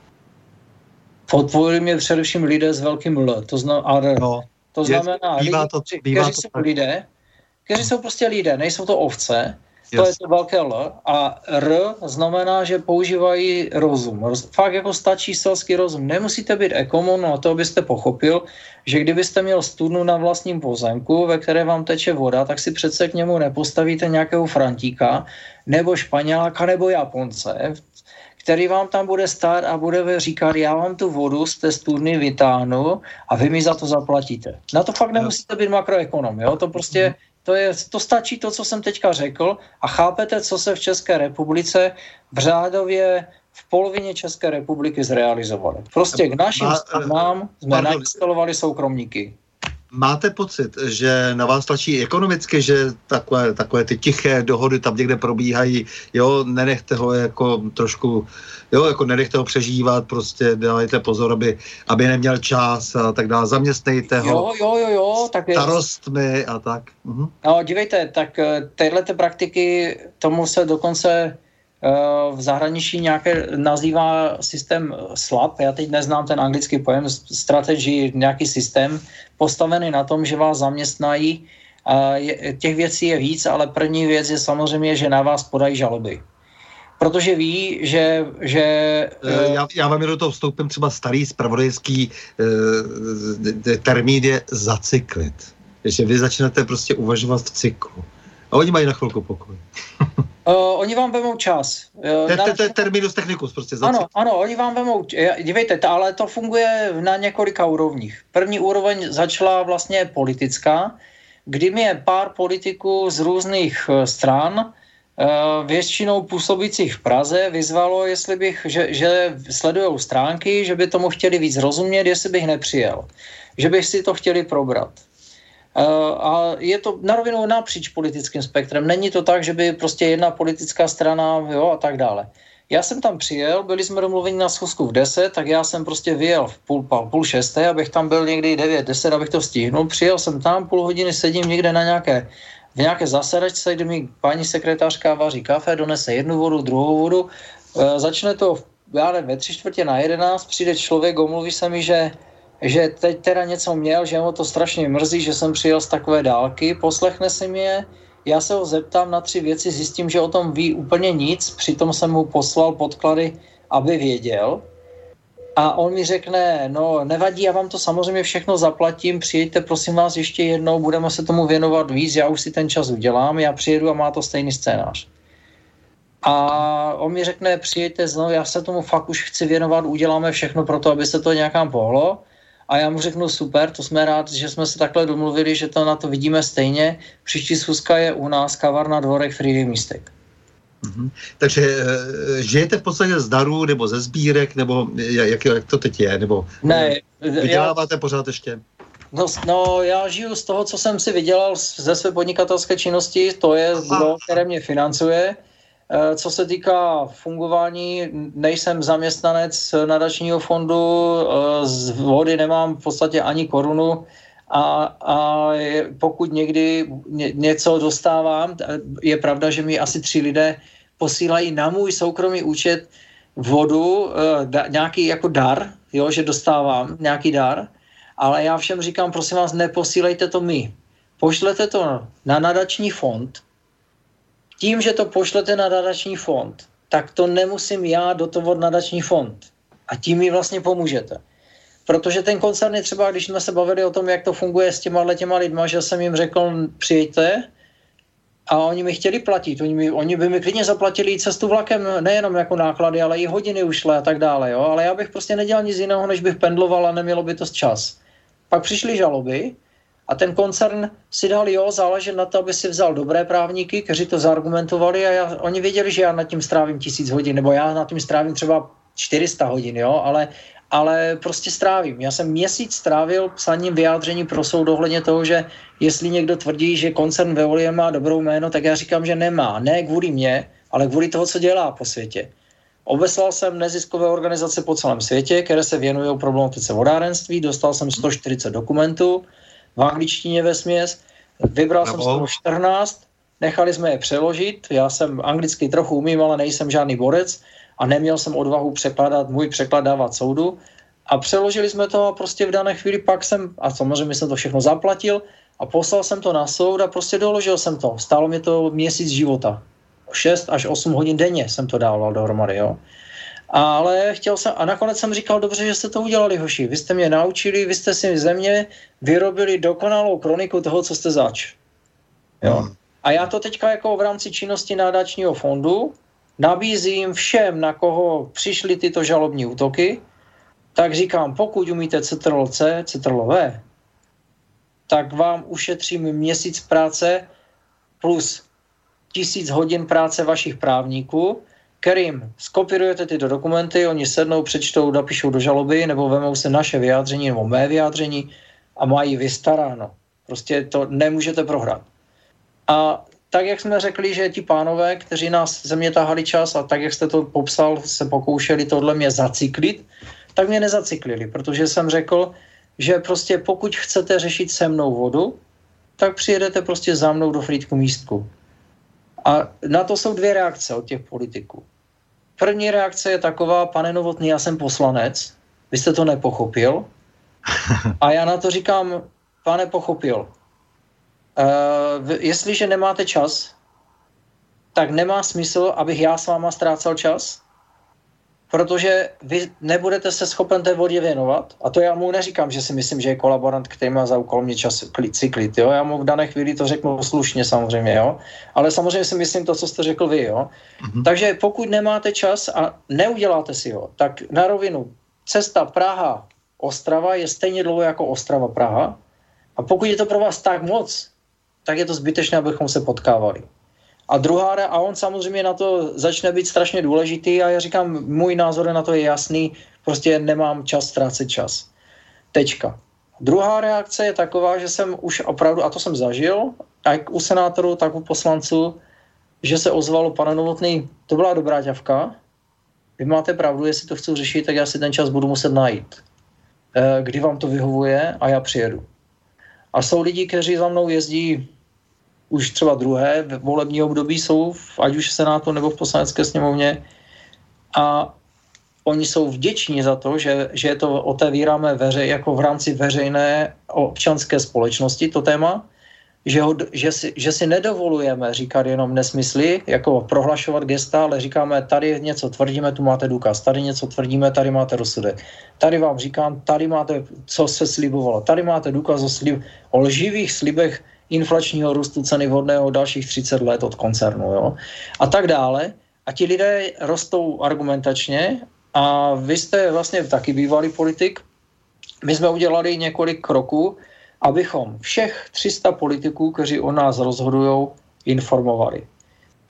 Podporují mě především lidé s velkým L. To, zna, no, to znamená, je, bývá to, lidi, bývá kteří to jsou tak. lidé, kteří jsou prostě lidé, nejsou to ovce, Yes. to je to velké L. A R znamená, že používají rozum. Fakt jako stačí selský rozum. Nemusíte být ekonom na to, abyste pochopil, že kdybyste měl studnu na vlastním pozemku, ve které vám teče voda, tak si přece k němu nepostavíte nějakého Frantíka, nebo Španěláka, nebo Japonce, který vám tam bude stát a bude říkat, já vám tu vodu z té studny vytáhnu a vy mi za to zaplatíte. Na to fakt nemusíte být makroekonom, jo? To prostě, to, je, to stačí to, co jsem teďka řekl a chápete, co se v České republice v řádově v polovině České republiky zrealizovali. Prostě k našim stranám jsme nainstalovali soukromníky. Máte pocit, že na vás tlačí ekonomicky, že takové, takové ty tiché dohody tam někde probíhají, jo, nenechte ho jako trošku, jo, jako nenechte ho přežívat, prostě dávajte pozor, aby, aby neměl čas a tak dále, zaměstnejte ho jo, jo, jo, jo, tak je... starostmi a tak. Mhm. No, dívejte, tak tyhlete praktiky, tomu se dokonce v zahraničí nějaké nazývá systém S L A P, já teď neznám ten anglický pojem, strategii, nějaký systém postavený na tom, že vás zaměstnají. Těch věcí je víc, ale první věc je samozřejmě, že na vás podají žaloby. Protože ví, že... že já, já vám do toho vstoupím, třeba starý zpravodajský eh, termín je zacyklit. Že vy začnete prostě uvažovat v cyklu. A oni mají na chvilku pokoj. Uh, oni vám vemou čas. To je terminus technicus, prostě zacyklit. Ano, ano, oni vám vemou, dívejte, to, ale to funguje na několika úrovních. První úroveň začala vlastně politická, kdy mě pár politiků z různých stran, většinou působících v Praze, vyzvalo, jestli bych, že, že sledujou stránky, že by tomu chtěli víc rozumět, jestli bych nepřijel. Že bych si to chtěli probrat. A je to na rovinu napříč politickým spektrem. Není to tak, že by prostě jedna politická strana, jo, a tak dále. Já jsem tam přijel, byli jsme domluveni na schůzku v deset, tak já jsem prostě vyjel v půl, půl šesté, abych tam byl někdy devět, deset, abych to stihnul. Přijel jsem tam, půl hodiny sedím někde na nějaké, v nějaké zasedačce, kde mi paní sekretářka vaří kafe, donese jednu vodu, druhou vodu. E, začne to, já nevím, ve tři čtvrtě na jedenáct, přijde člověk, omluví se mi, že že teď teda něco měl, že mu to strašně mrzí, že jsem přijel z takové dálky, poslechne si mě, já se ho zeptám na tři věci, zjistím, že o tom ví úplně nic, přitom jsem mu poslal podklady, aby věděl. A on mi řekne, no nevadí, já vám to samozřejmě všechno zaplatím, přijďte prosím vás ještě jednou, budeme se tomu věnovat víc, já už si ten čas udělám, já přijedu a má to stejný scénář. A on mi řekne, přijďte znovu, já se tomu fakt už chci věnovat, uděláme všechno pro to, aby se to nějakám pohlo. A já mu řeknu, super, to jsme rád, že jsme se takhle domluvili, že to na to vidíme stejně. Příští schůzka je u nás, kavárna Dvorek, Frýdy Místek. Mm-hmm. Takže e, žijete v podstatě z darů nebo ze sbírek, nebo jak, jak to teď je? Nebo ne, vyděláváte já, pořád ještě? No, no, já žiju z toho, co jsem si vydělal ze své podnikatelské činnosti, to je zdroj, které mě financuje. E, co se týká fungování, nejsem zaměstnanec nadačního fondu, e, z vody nemám v podstatě ani korunu. A, a pokud někdy ně, něco dostávám, je pravda, že mi asi tři lidé posílají na můj soukromý účet vodu, da, nějaký jako dar, jo, že dostávám nějaký dar, ale já všem říkám, prosím vás, neposílejte to my. Pošlete to na nadační fond. Tím, že to pošlete na nadační fond, tak to nemusím já dotovat nadační fond. A tím mi vlastně pomůžete. Protože ten koncern je třeba, když jsme se bavili o tom, jak to funguje s těma těma lidma, že jsem jim řekl, přijďte, a oni mi chtěli platit. Oni, mi, oni by mi klidně zaplatili cestu vlakem, nejenom jako náklady, ale i hodiny ušlé a tak dále. Jo? Ale já bych prostě nedělal nic jiného, než bych pendloval a nemělo by to čas. Pak přišly žaloby a ten koncern si dal, jo, záležet na to, aby si vzal dobré právníky, kteří to zaargumentovali a já, oni věděli, že já nad tím strávím tisíc hodin, nebo já nad tím strávím třeba čtyři sta hodin, jo, ale ale prostě strávím. Já jsem měsíc strávil psaním vyjádření pro soud ohledně toho, že jestli někdo tvrdí, že koncern Veolia má dobrou jméno, tak já říkám, že nemá. Ne kvůli mně, ale kvůli toho, co dělá po světě. Obeslal jsem neziskové organizace po celém světě, které se věnují problematice vodárenství, dostal jsem sto čtyřicet dokumentů v angličtině vesměs, vybral jsem z toho čtrnáct, nechali jsme je přeložit, já jsem anglicky trochu umím, ale nejsem žádný borec, a neměl jsem odvahu překládat, můj překlad dávat soudu a přeložili jsme to a prostě v dané chvíli pak jsem, a samozřejmě jsem to všechno zaplatil a poslal jsem to na soud a prostě doložil jsem to. Stálo mi to měsíc života. šest až osm hodin denně jsem to dával dohromady, jo. Ale chtěl jsem, a nakonec jsem říkal, dobře, že jste to udělali, hoši. Vy jste mě naučili, vy jste si ze mě vyrobili dokonalou kroniku toho, co jste zač. Jo. A já to teďka jako v rámci činnosti nadačního fondu nabízím všem, na koho přišly tyto žalobní útoky, tak říkám, pokud umíte Ctrl C, Ctrl V, tak vám ušetřím měsíc práce plus tisíc hodin práce vašich právníků, kterým skopírujete tyto dokumenty, oni sednou, přečtou, napíšou do žaloby, nebo vemou se naše vyjádření, nebo mé vyjádření a mají vystaráno. Prostě to nemůžete prohrát. A tak, jak jsme řekli, že ti pánové, kteří nás ze mě tahali čas a tak, jak jste to popsal, se pokoušeli tohle mě zacyklit, tak mě nezacyklili, protože jsem řekl, že prostě pokud chcete řešit se mnou vodu, tak přijedete prostě za mnou do Frýdku Místku. A na to jsou dvě reakce od těch politiků. První reakce je taková, pane Novotný, já jsem poslanec, vy jste to nepochopil. A já na to říkám, pane pochopil, Uh, jestliže nemáte čas, tak nemá smysl, abych já s váma ztrácel čas, protože vy nebudete se schopen té vodě věnovat. A to já mu neříkám, že si myslím, že je kolaborant, který má za úkol mě čas cyklit. Jo? Já mu v dané chvíli to řeknu slušně samozřejmě, jo? Ale samozřejmě si myslím to, co jste řekl vy. Jo? Mm-hmm. Takže pokud nemáte čas a neuděláte si ho, tak na rovinu cesta Praha-Ostrava je stejně dlouho jako Ostrava-Praha. A pokud je to pro vás tak moc, tak je to zbytečné, abychom se potkávali. A druhá, a on samozřejmě na to začne být strašně důležitý a já říkám, můj názor na to je jasný, prostě nemám čas ztrácet čas. Tečka. Druhá reakce je taková, že jsem už opravdu, a to jsem zažil, jak u senátorů, tak u poslanců, že se ozvalo, pane Novotný, to byla dobrá ťavka, vy máte pravdu, jestli to chci řešit, tak já si ten čas budu muset najít. Kdy vám to vyhovuje a já přijedu. A jsou lidi, kteří za mnou jezdí už třeba druhé volební období, jsou ať už v Senátu nebo v Poslanecké sněmovně a oni jsou vděční za to, že, že to otevíráme veře, jako v rámci veřejné občanské společnosti, to téma, že, ho, že, si, že si nedovolujeme říkat jenom nesmysly, jako prohlašovat gesta, ale říkáme, tady něco tvrdíme, tu máte důkaz, tady něco tvrdíme, tady máte rozsudek. Tady vám říkám, tady máte, co se slibovalo, tady máte důkaz o, slib, o lživých slibech inflačního růstu ceny vodného dalších třicet let od koncernu, jo? A tak dále. A ti lidé rostou argumentačně a vy jste vlastně taky bývalý politik. My jsme udělali několik kroků, abychom všech tři sta politiků, kteří o nás rozhodujou, informovali.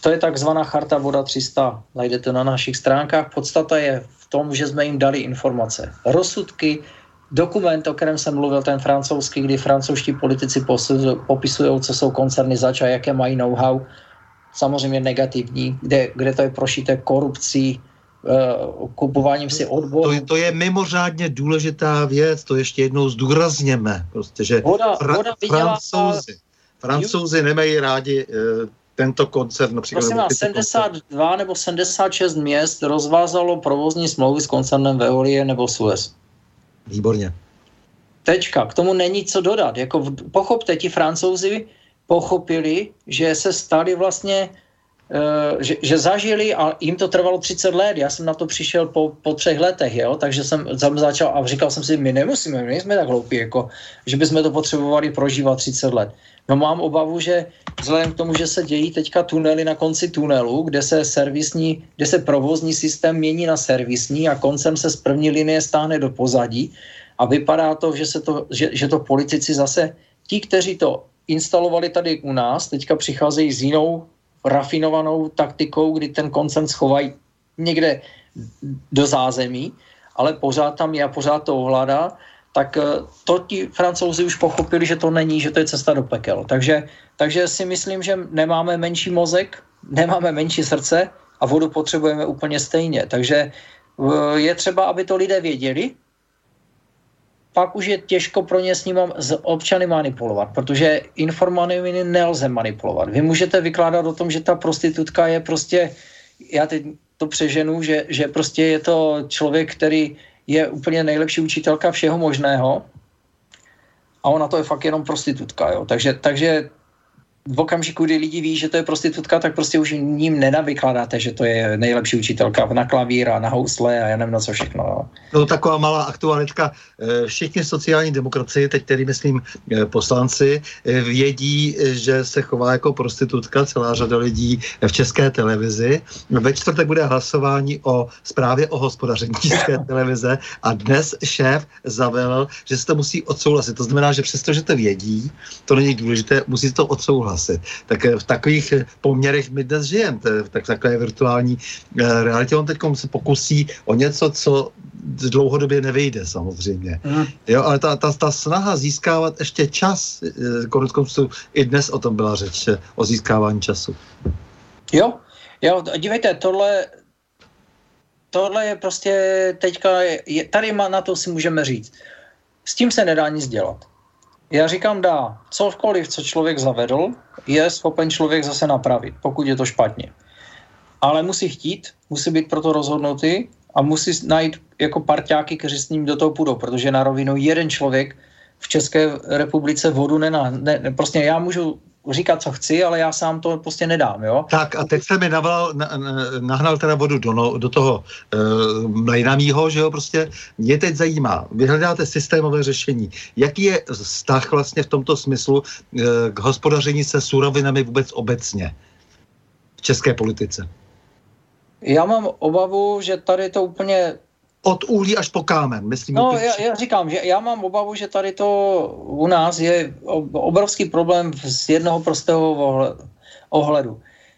to je takzvaná Charta Voda tři sta. Najdete na našich stránkách. Podstata je v tom, že jsme jim dali informace. Rozsudky, dokument, o kterém jsem mluvil, ten francouzský, kdy francouzští politici popisují, co jsou koncerny zač a jaké mají know-how, samozřejmě negativní, kde, kde to je prošité korupcí, kupováním si odborů. To, to je mimořádně důležitá věc, to ještě jednou zdůrazněme, prostě, že voda, fra, voda francouzi, francouzi nemají rádi uh, tento koncert. Například, prosím vás, sedmdesát dva koncert. Nebo sedmdesát šest měst rozvázalo provozní smlouvy s koncernem Veolie nebo Suez. Výborně. Tečka, k tomu není co dodat. Jako pochopte, ti Francouzi pochopili, že se stali vlastně Uh, že, že zažili a jim to trvalo třicet let. Já jsem na to přišel po, po třech letech, jo? Takže jsem, jsem začal a říkal jsem si, my nemusíme, my nejsme tak hloupí, jako, že bychom to potřebovali prožívat třicet let. No mám obavu, že vzhledem k tomu, že se dějí teďka tunely na konci tunelu, kde se servisní, kde se provozní systém mění na servisní a koncem se z první linie stáhne do pozadí a vypadá to, že, se to, že, že to politici zase, ti, kteří to instalovali tady u nás, teďka přicházejí s jinou rafinovanou taktikou, kdy ten koncern schovají někde do zázemí, ale pořád tam je a pořád to ovládá, tak to ti Francouzi už pochopili, že to není, že to je cesta do pekel. Takže, takže si myslím, že nemáme menší mozek, nemáme menší srdce a vodu potřebujeme úplně stejně. Takže je třeba, aby to lidé věděli, pak už je těžko pro ně s ním s občany manipulovat, protože informacemi nelze manipulovat. Vy můžete vykládat o tom, že ta prostitutka je prostě, já teď to přeženu, že, že prostě je to člověk, který je úplně nejlepší učitelka všeho možného a ona to je fakt jenom prostitutka, jo. Takže, takže v okamžiku, kdy lidi ví, že to je prostitutka, tak prostě už ním nenavykládáte, že to je nejlepší učitelka na klavír a na housle a já nevím na co všechno. Jo. No taková malá aktualitka. Všichni sociální demokracie, teď tedy myslím poslanci, vědí, že se chová jako prostitutka celá řada lidí v České televizi. Ve čtvrtek bude hlasování o zprávě o hospodaření České televize a dnes šéf zavelel, že se to musí odsouhlasit. To znamená, že přesto, že to vědí, to není důležité, musí to odsouhlasit. Tak v takových poměrech my dnes žijeme, tak v takové virtuální realitě. On teď se pokusí o něco, co dlouhodobě nevyjde samozřejmě. Mm. Jo, ale ta, ta, ta snaha získávat ještě čas, koneckonců i dnes o tom byla řeč, o získávání času. Jo, jo, dívejte, tohle tohle je prostě teďka, je, tady na to si můžeme říct. S tím se nedá nic dělat. Já říkám, dá, cokoliv, co člověk zavedl, je schopen člověk zase napravit, pokud je to špatně. Ale musí chtít, musí být proto rozhodnutý a musí najít jako parťáky, kteří s ním do toho půjdou, protože na rovinu jeden člověk v České republice vodu nená, ne, prostě já můžu říkat, co chci, ale já sám to prostě nedám, jo. Tak a teď se mi naval, na, nahnal teda vodu do, no, do toho mlejnamího, že jo, prostě mě teď zajímá, vy hledáte systémové řešení. Jaký je vztah vlastně v tomto smyslu e, k hospodaření se surovinami vůbec obecně v české politice? Já mám obavu, že tady to úplně od uhlí až po kámen, myslím. No, já, já říkám, že já mám obavu, že tady to u nás je obrovský problém z jednoho prostého ohledu.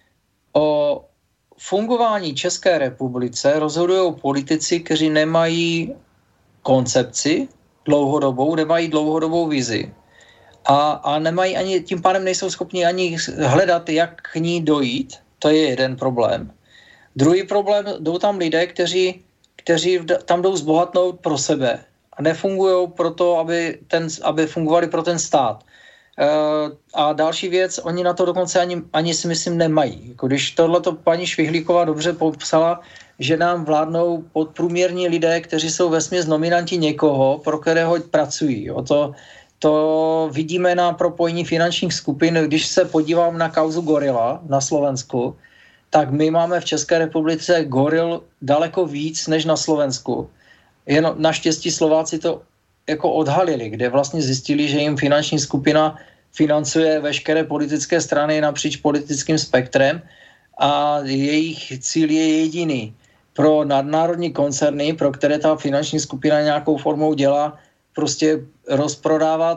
O fungování České republice rozhodují politici, kteří nemají koncepci dlouhodobou, nemají dlouhodobou vizi a, a nemají ani, tím pádem nejsou schopni ani hledat, jak k ní dojít. To je jeden problém. Druhý problém, jdou tam lidé, kteří kteří tam jdou zbohatnout pro sebe a nefungují pro to, aby, ten, aby fungovali pro ten stát. E, a další věc, oni na to dokonce ani, ani si myslím nemají. Jako když tohleto paní Švihlíková dobře popsala, že nám vládnou podprůměrní lidé, kteří jsou vesměs nominanti někoho, pro kterého pracují. Jo. To, to vidíme na propojení finančních skupin. Když se podívám na kauzu Gorila na Slovensku, tak my máme v České republice goril daleko víc než na Slovensku. Jen naštěstí Slováci to jako odhalili, kde vlastně zjistili, že jim finanční skupina financuje veškeré politické strany napříč politickým spektrem a jejich cíl je jediný. Pro nadnárodní koncerny, pro které ta finanční skupina nějakou formou dělá, prostě rozprodávat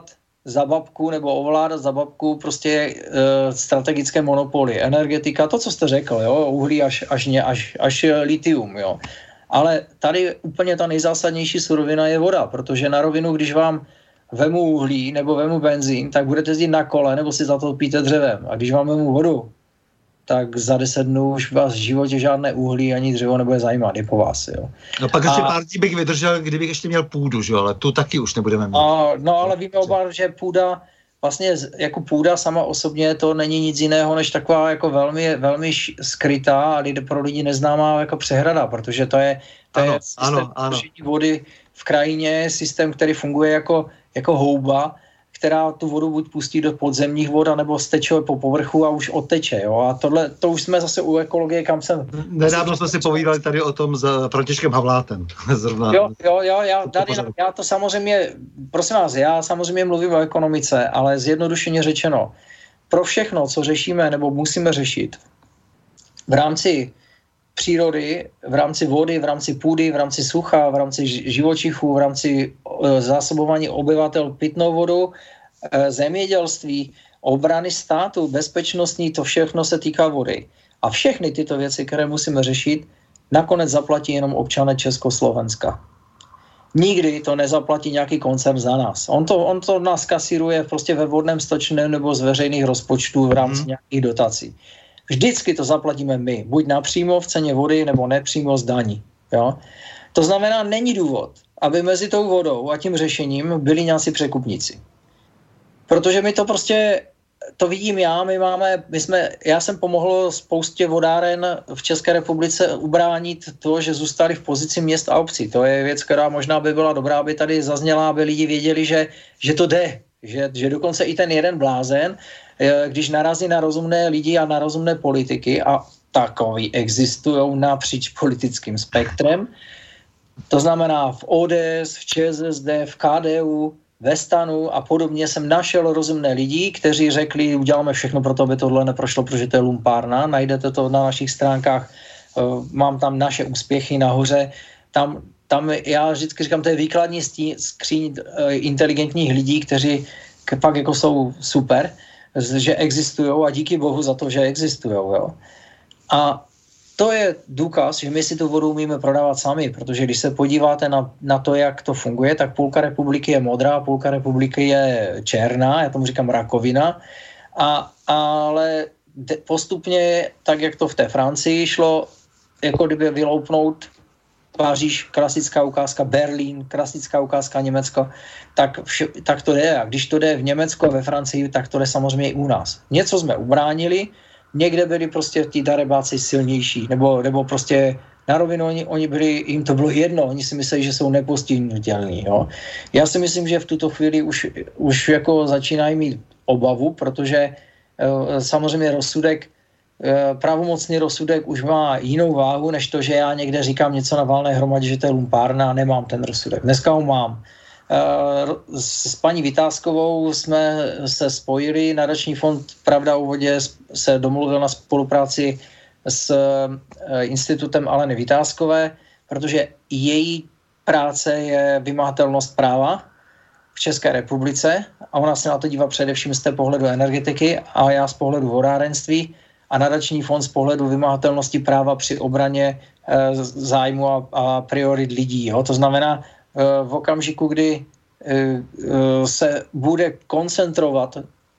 za babku nebo ovládat za babku prostě e, strategické monopoly, energetika, to, co jste řekl, jo, uhlí až, až, ne, až, až litium, jo. Ale tady úplně ta nejzásadnější surovina je voda, protože na rovinu, když vám vemu uhlí nebo vemu benzín, tak budete jezdit na kole nebo si zatopíte dřevem. A když vám vemu vodu, tak za deset dnů už vás v životě žádné uhlí ani dřevo nebude zajímat, je po vás, jo. No pak ještě a... pár dní bych vydržel, kdybych ještě měl půdu, že jo, ale tu taky už nebudeme mít. A, no ale víme oba, že půda, vlastně jako půda sama osobně to není nic jiného, než taková jako velmi, velmi skrytá a lidi, pro lidi neznámá jako přehrada, protože to je, to ano, je systém ano, vody v krajině, systém, který funguje jako, jako houba, která tu vodu buď pustí do podzemních vod, nebo steče po povrchu a už odteče. Jo? A tohle, to už jsme zase u ekologie, kam jsem... Nedávno jsme si povídali tady o tom s Františkem Havlátem. Zrovna. Jo, jo, jo, já, tady, já to samozřejmě, prosím vás, já samozřejmě mluvím o ekonomice, ale zjednodušeně řečeno, pro všechno, co řešíme nebo musíme řešit v rámci přírody, v rámci vody, v rámci půdy, v rámci sucha, v rámci živočichů, v rámci zásobování obyvatel pitnou vodou, zemědělství, obrany státu, bezpečnostní, to všechno se týká vody. A všechny tyto věci, které musíme řešit, nakonec zaplatí jenom občané Československa. Nikdy to nezaplatí nějaký koncern za nás. On to, on to nás kasíruje prostě ve vodném stočném nebo z veřejných rozpočtů v rámci hmm. nějakých dotací. Vždycky to zaplatíme my, buď napřímo v ceně vody, nebo nepřímo z daní. Jo? To znamená, není důvod, aby mezi tou vodou a tím řešením byli nějací překupníci. Protože my to prostě, to vidím já, my máme, my jsme, já jsem pomohl spoustě vodáren v České republice ubránit to, že zůstali v pozici měst a obcí. To je věc, která možná by byla dobrá, aby tady zazněla, aby lidi věděli, že, že to jde. Že, že dokonce i ten jeden blázen, když narazí na rozumné lidi a na rozumné politiky, a takový existují napříč politickým spektrem, to znamená v O D S, v ČSSD, v K D U, ve Stanu a podobně, jsem našel rozumné lidi, kteří řekli, uděláme všechno pro to, aby tohle neprošlo, protože to je lumpárna, najdete to na našich stránkách, mám tam naše úspěchy nahoře, tam Tam já vždycky říkám, to je výkladní skříň inteligentních lidí, kteří pak jako jsou super, že existujou a díky bohu za to, že existujou. Jo. A to je důkaz, že my si tu vodu umíme prodávat sami, protože když se podíváte na, na to, jak to funguje, tak půlka republiky je modrá, půlka republiky je černá, já tomu říkám rakovina, a, ale postupně, tak jak to v té Francii šlo, jako kdyby vyloupnout Paříž, klasická ukázka, Berlín, klasická ukázka Německo, tak, vše, tak to jde. A když to jde v Německu a ve Francii, tak to jde samozřejmě i u nás. Něco jsme ubránili, někde byli prostě ti darebáci silnější, nebo, nebo prostě na rovinu oni, oni byli, jim to bylo jedno, oni si mysleli, že jsou nepostihnutelní. Jo. Já si myslím, že v tuto chvíli už, už jako začínají mít obavu, protože e, samozřejmě rozsudek pravomocný rozsudek už má jinou váhu, než to, že já někde říkám něco na valné hromadě, že to je lumpárna, a nemám ten rozsudek. Dneska ho mám. S paní Vytázkovou jsme se spojili, nadační fond Pravda o vodě se domluvil na spolupráci s institutem Aleny Vytázkové, protože její práce je vymahatelnost práva v České republice a ona se na to dívá především z té pohledu energetiky a já z pohledu vodárenství, a nadační fond z pohledu vymahatelnosti práva při obraně e, zájmu a, a priorit lidí. Jo? To znamená, e, v okamžiku, kdy e, e, se bude koncentrovat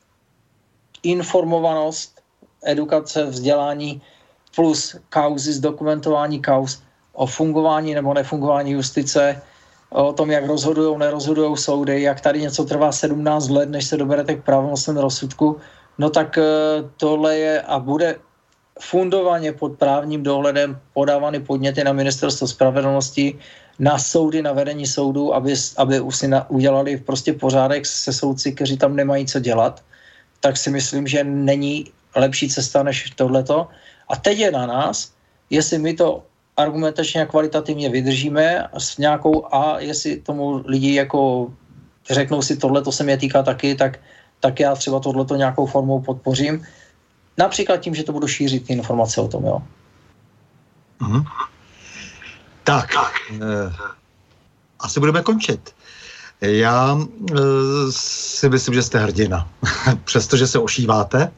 informovanost, edukace, vzdělání plus kauzy, zdokumentování kauz o fungování nebo nefungování justice, o tom, jak rozhodujou, nerozhodujou soudy, jak tady něco trvá sedmnáct let, než se doberete k pravomocnému rozsudku, no tak tohle je a bude fundovaně pod právním dohledem podávány podněty na Ministerstvo spravedlnosti, na soudy, na vedení soudů, aby, aby už si na, udělali prostě pořádek se soudci, kteří tam nemají co dělat, tak si myslím, že není lepší cesta než tohleto. A teď je na nás, jestli my to argumentačně a kvalitativně vydržíme s nějakou a jestli tomu lidi jako řeknou si tohleto se mě týká taky, tak tak já třeba tohleto nějakou formou podpořím. Například tím, že to budu šířit ty informace o tom, jo. Mm-hmm. Tak, eh, asi budeme končit. Já e, si myslím, že jste hrdina. Přestože se ošíváte,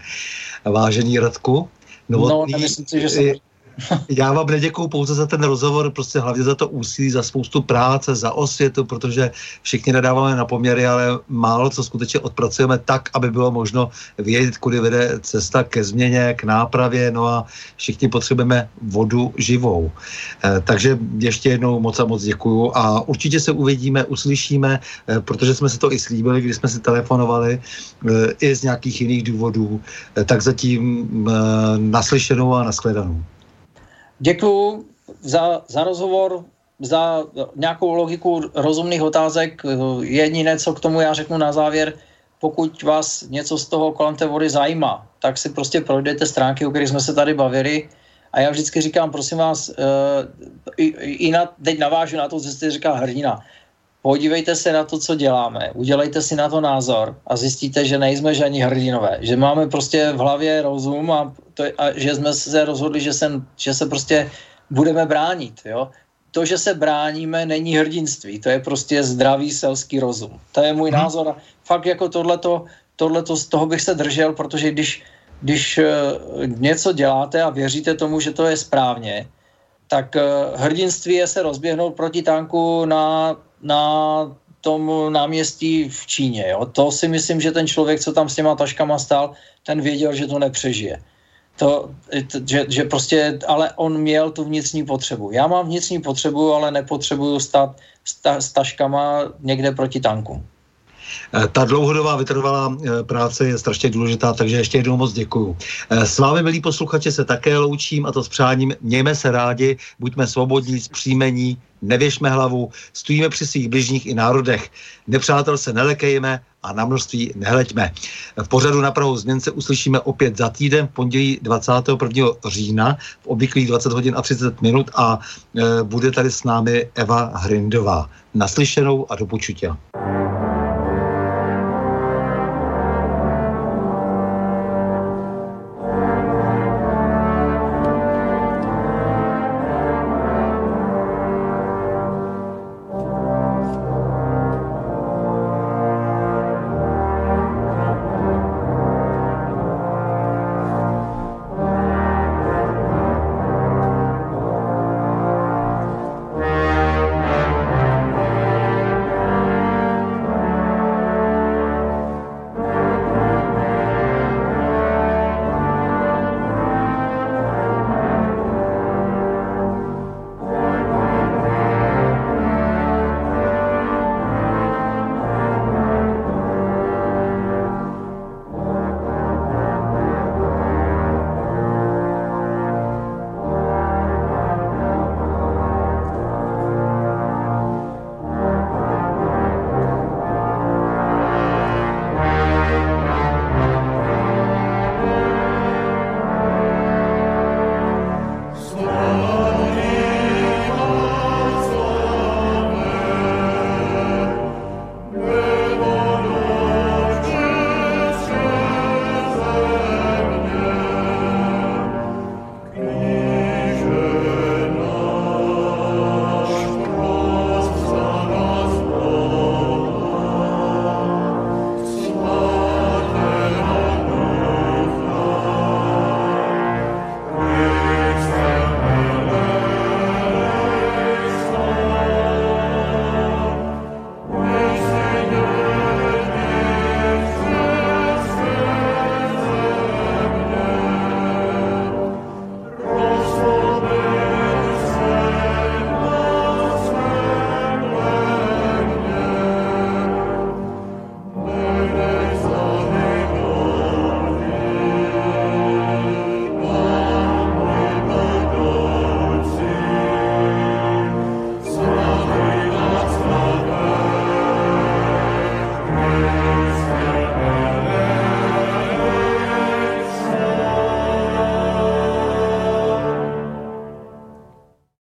vážený Radku. Novotný, no, nemyslím si, že jsem... Já vám neděkuju pouze za ten rozhovor, prostě hlavně za to úsilí, za spoustu práce, za osvětu, protože všichni nedáváme na poměry, ale málo co skutečně odpracujeme tak, aby bylo možno vědět, kudy vede cesta ke změně, k nápravě, no a všichni potřebujeme vodu živou. E, takže ještě jednou moc a moc děkuju a určitě se uvidíme, uslyšíme, e, protože jsme si to i slíbili, když jsme si telefonovali e, i z nějakých jiných důvodů, e, tak zatím e, naslyšenou a nashledanou. Děkuju za, za rozhovor, za nějakou logiku rozumných otázek. Jediné, co k tomu já řeknu na závěr, pokud vás něco z toho kolem té vody zajímá, tak si prostě projdete stránky, o kterých jsme se tady bavili. A já vždycky říkám, prosím vás, i, i na, teď navážu na to, co jste říkal hrdina. Podívejte se na to, co děláme, udělejte si na to názor a zjistíte, že nejsme žádní hrdinové, že máme prostě v hlavě rozum a, to, a že jsme se rozhodli, že, sem, že se prostě budeme bránit. Jo? To, že se bráníme, není hrdinství, to je prostě zdravý selský rozum. To je můj hmm. názor a fakt jako tohleto, tohleto, z toho bych se držel, protože když, když něco děláte a věříte tomu, že to je správně, tak hrdinství je se rozběhnout proti tanku na na tom náměstí v Číně. Jo. To si myslím, že ten člověk, co tam s těma taškama stál, ten věděl, že to nepřežije. To, že, že prostě, ale on měl tu vnitřní potřebu. Já mám vnitřní potřebu, ale nepotřebuju stát s, ta, s taškama někde proti tanku. Ta dlouhodobá vytrvalá práce je strašně důležitá, takže ještě jednou moc děkuju. S vámi, milí posluchači, se také loučím a to s přáním. Mějme se rádi, buďme svobodní, zpříjmení, nevěšme hlavu, stojíme při svých bližních i národech. Nepřátel se nelekejme a na množství nehleďme. V pořadu Na prahu změn se uslyšíme opět za týden, v pondělí dvacátého prvního října, v obvyklých dvacet hodin a třicet minut a e, bude tady s námi Eva Hrindová. Naslyšenou a do počutia.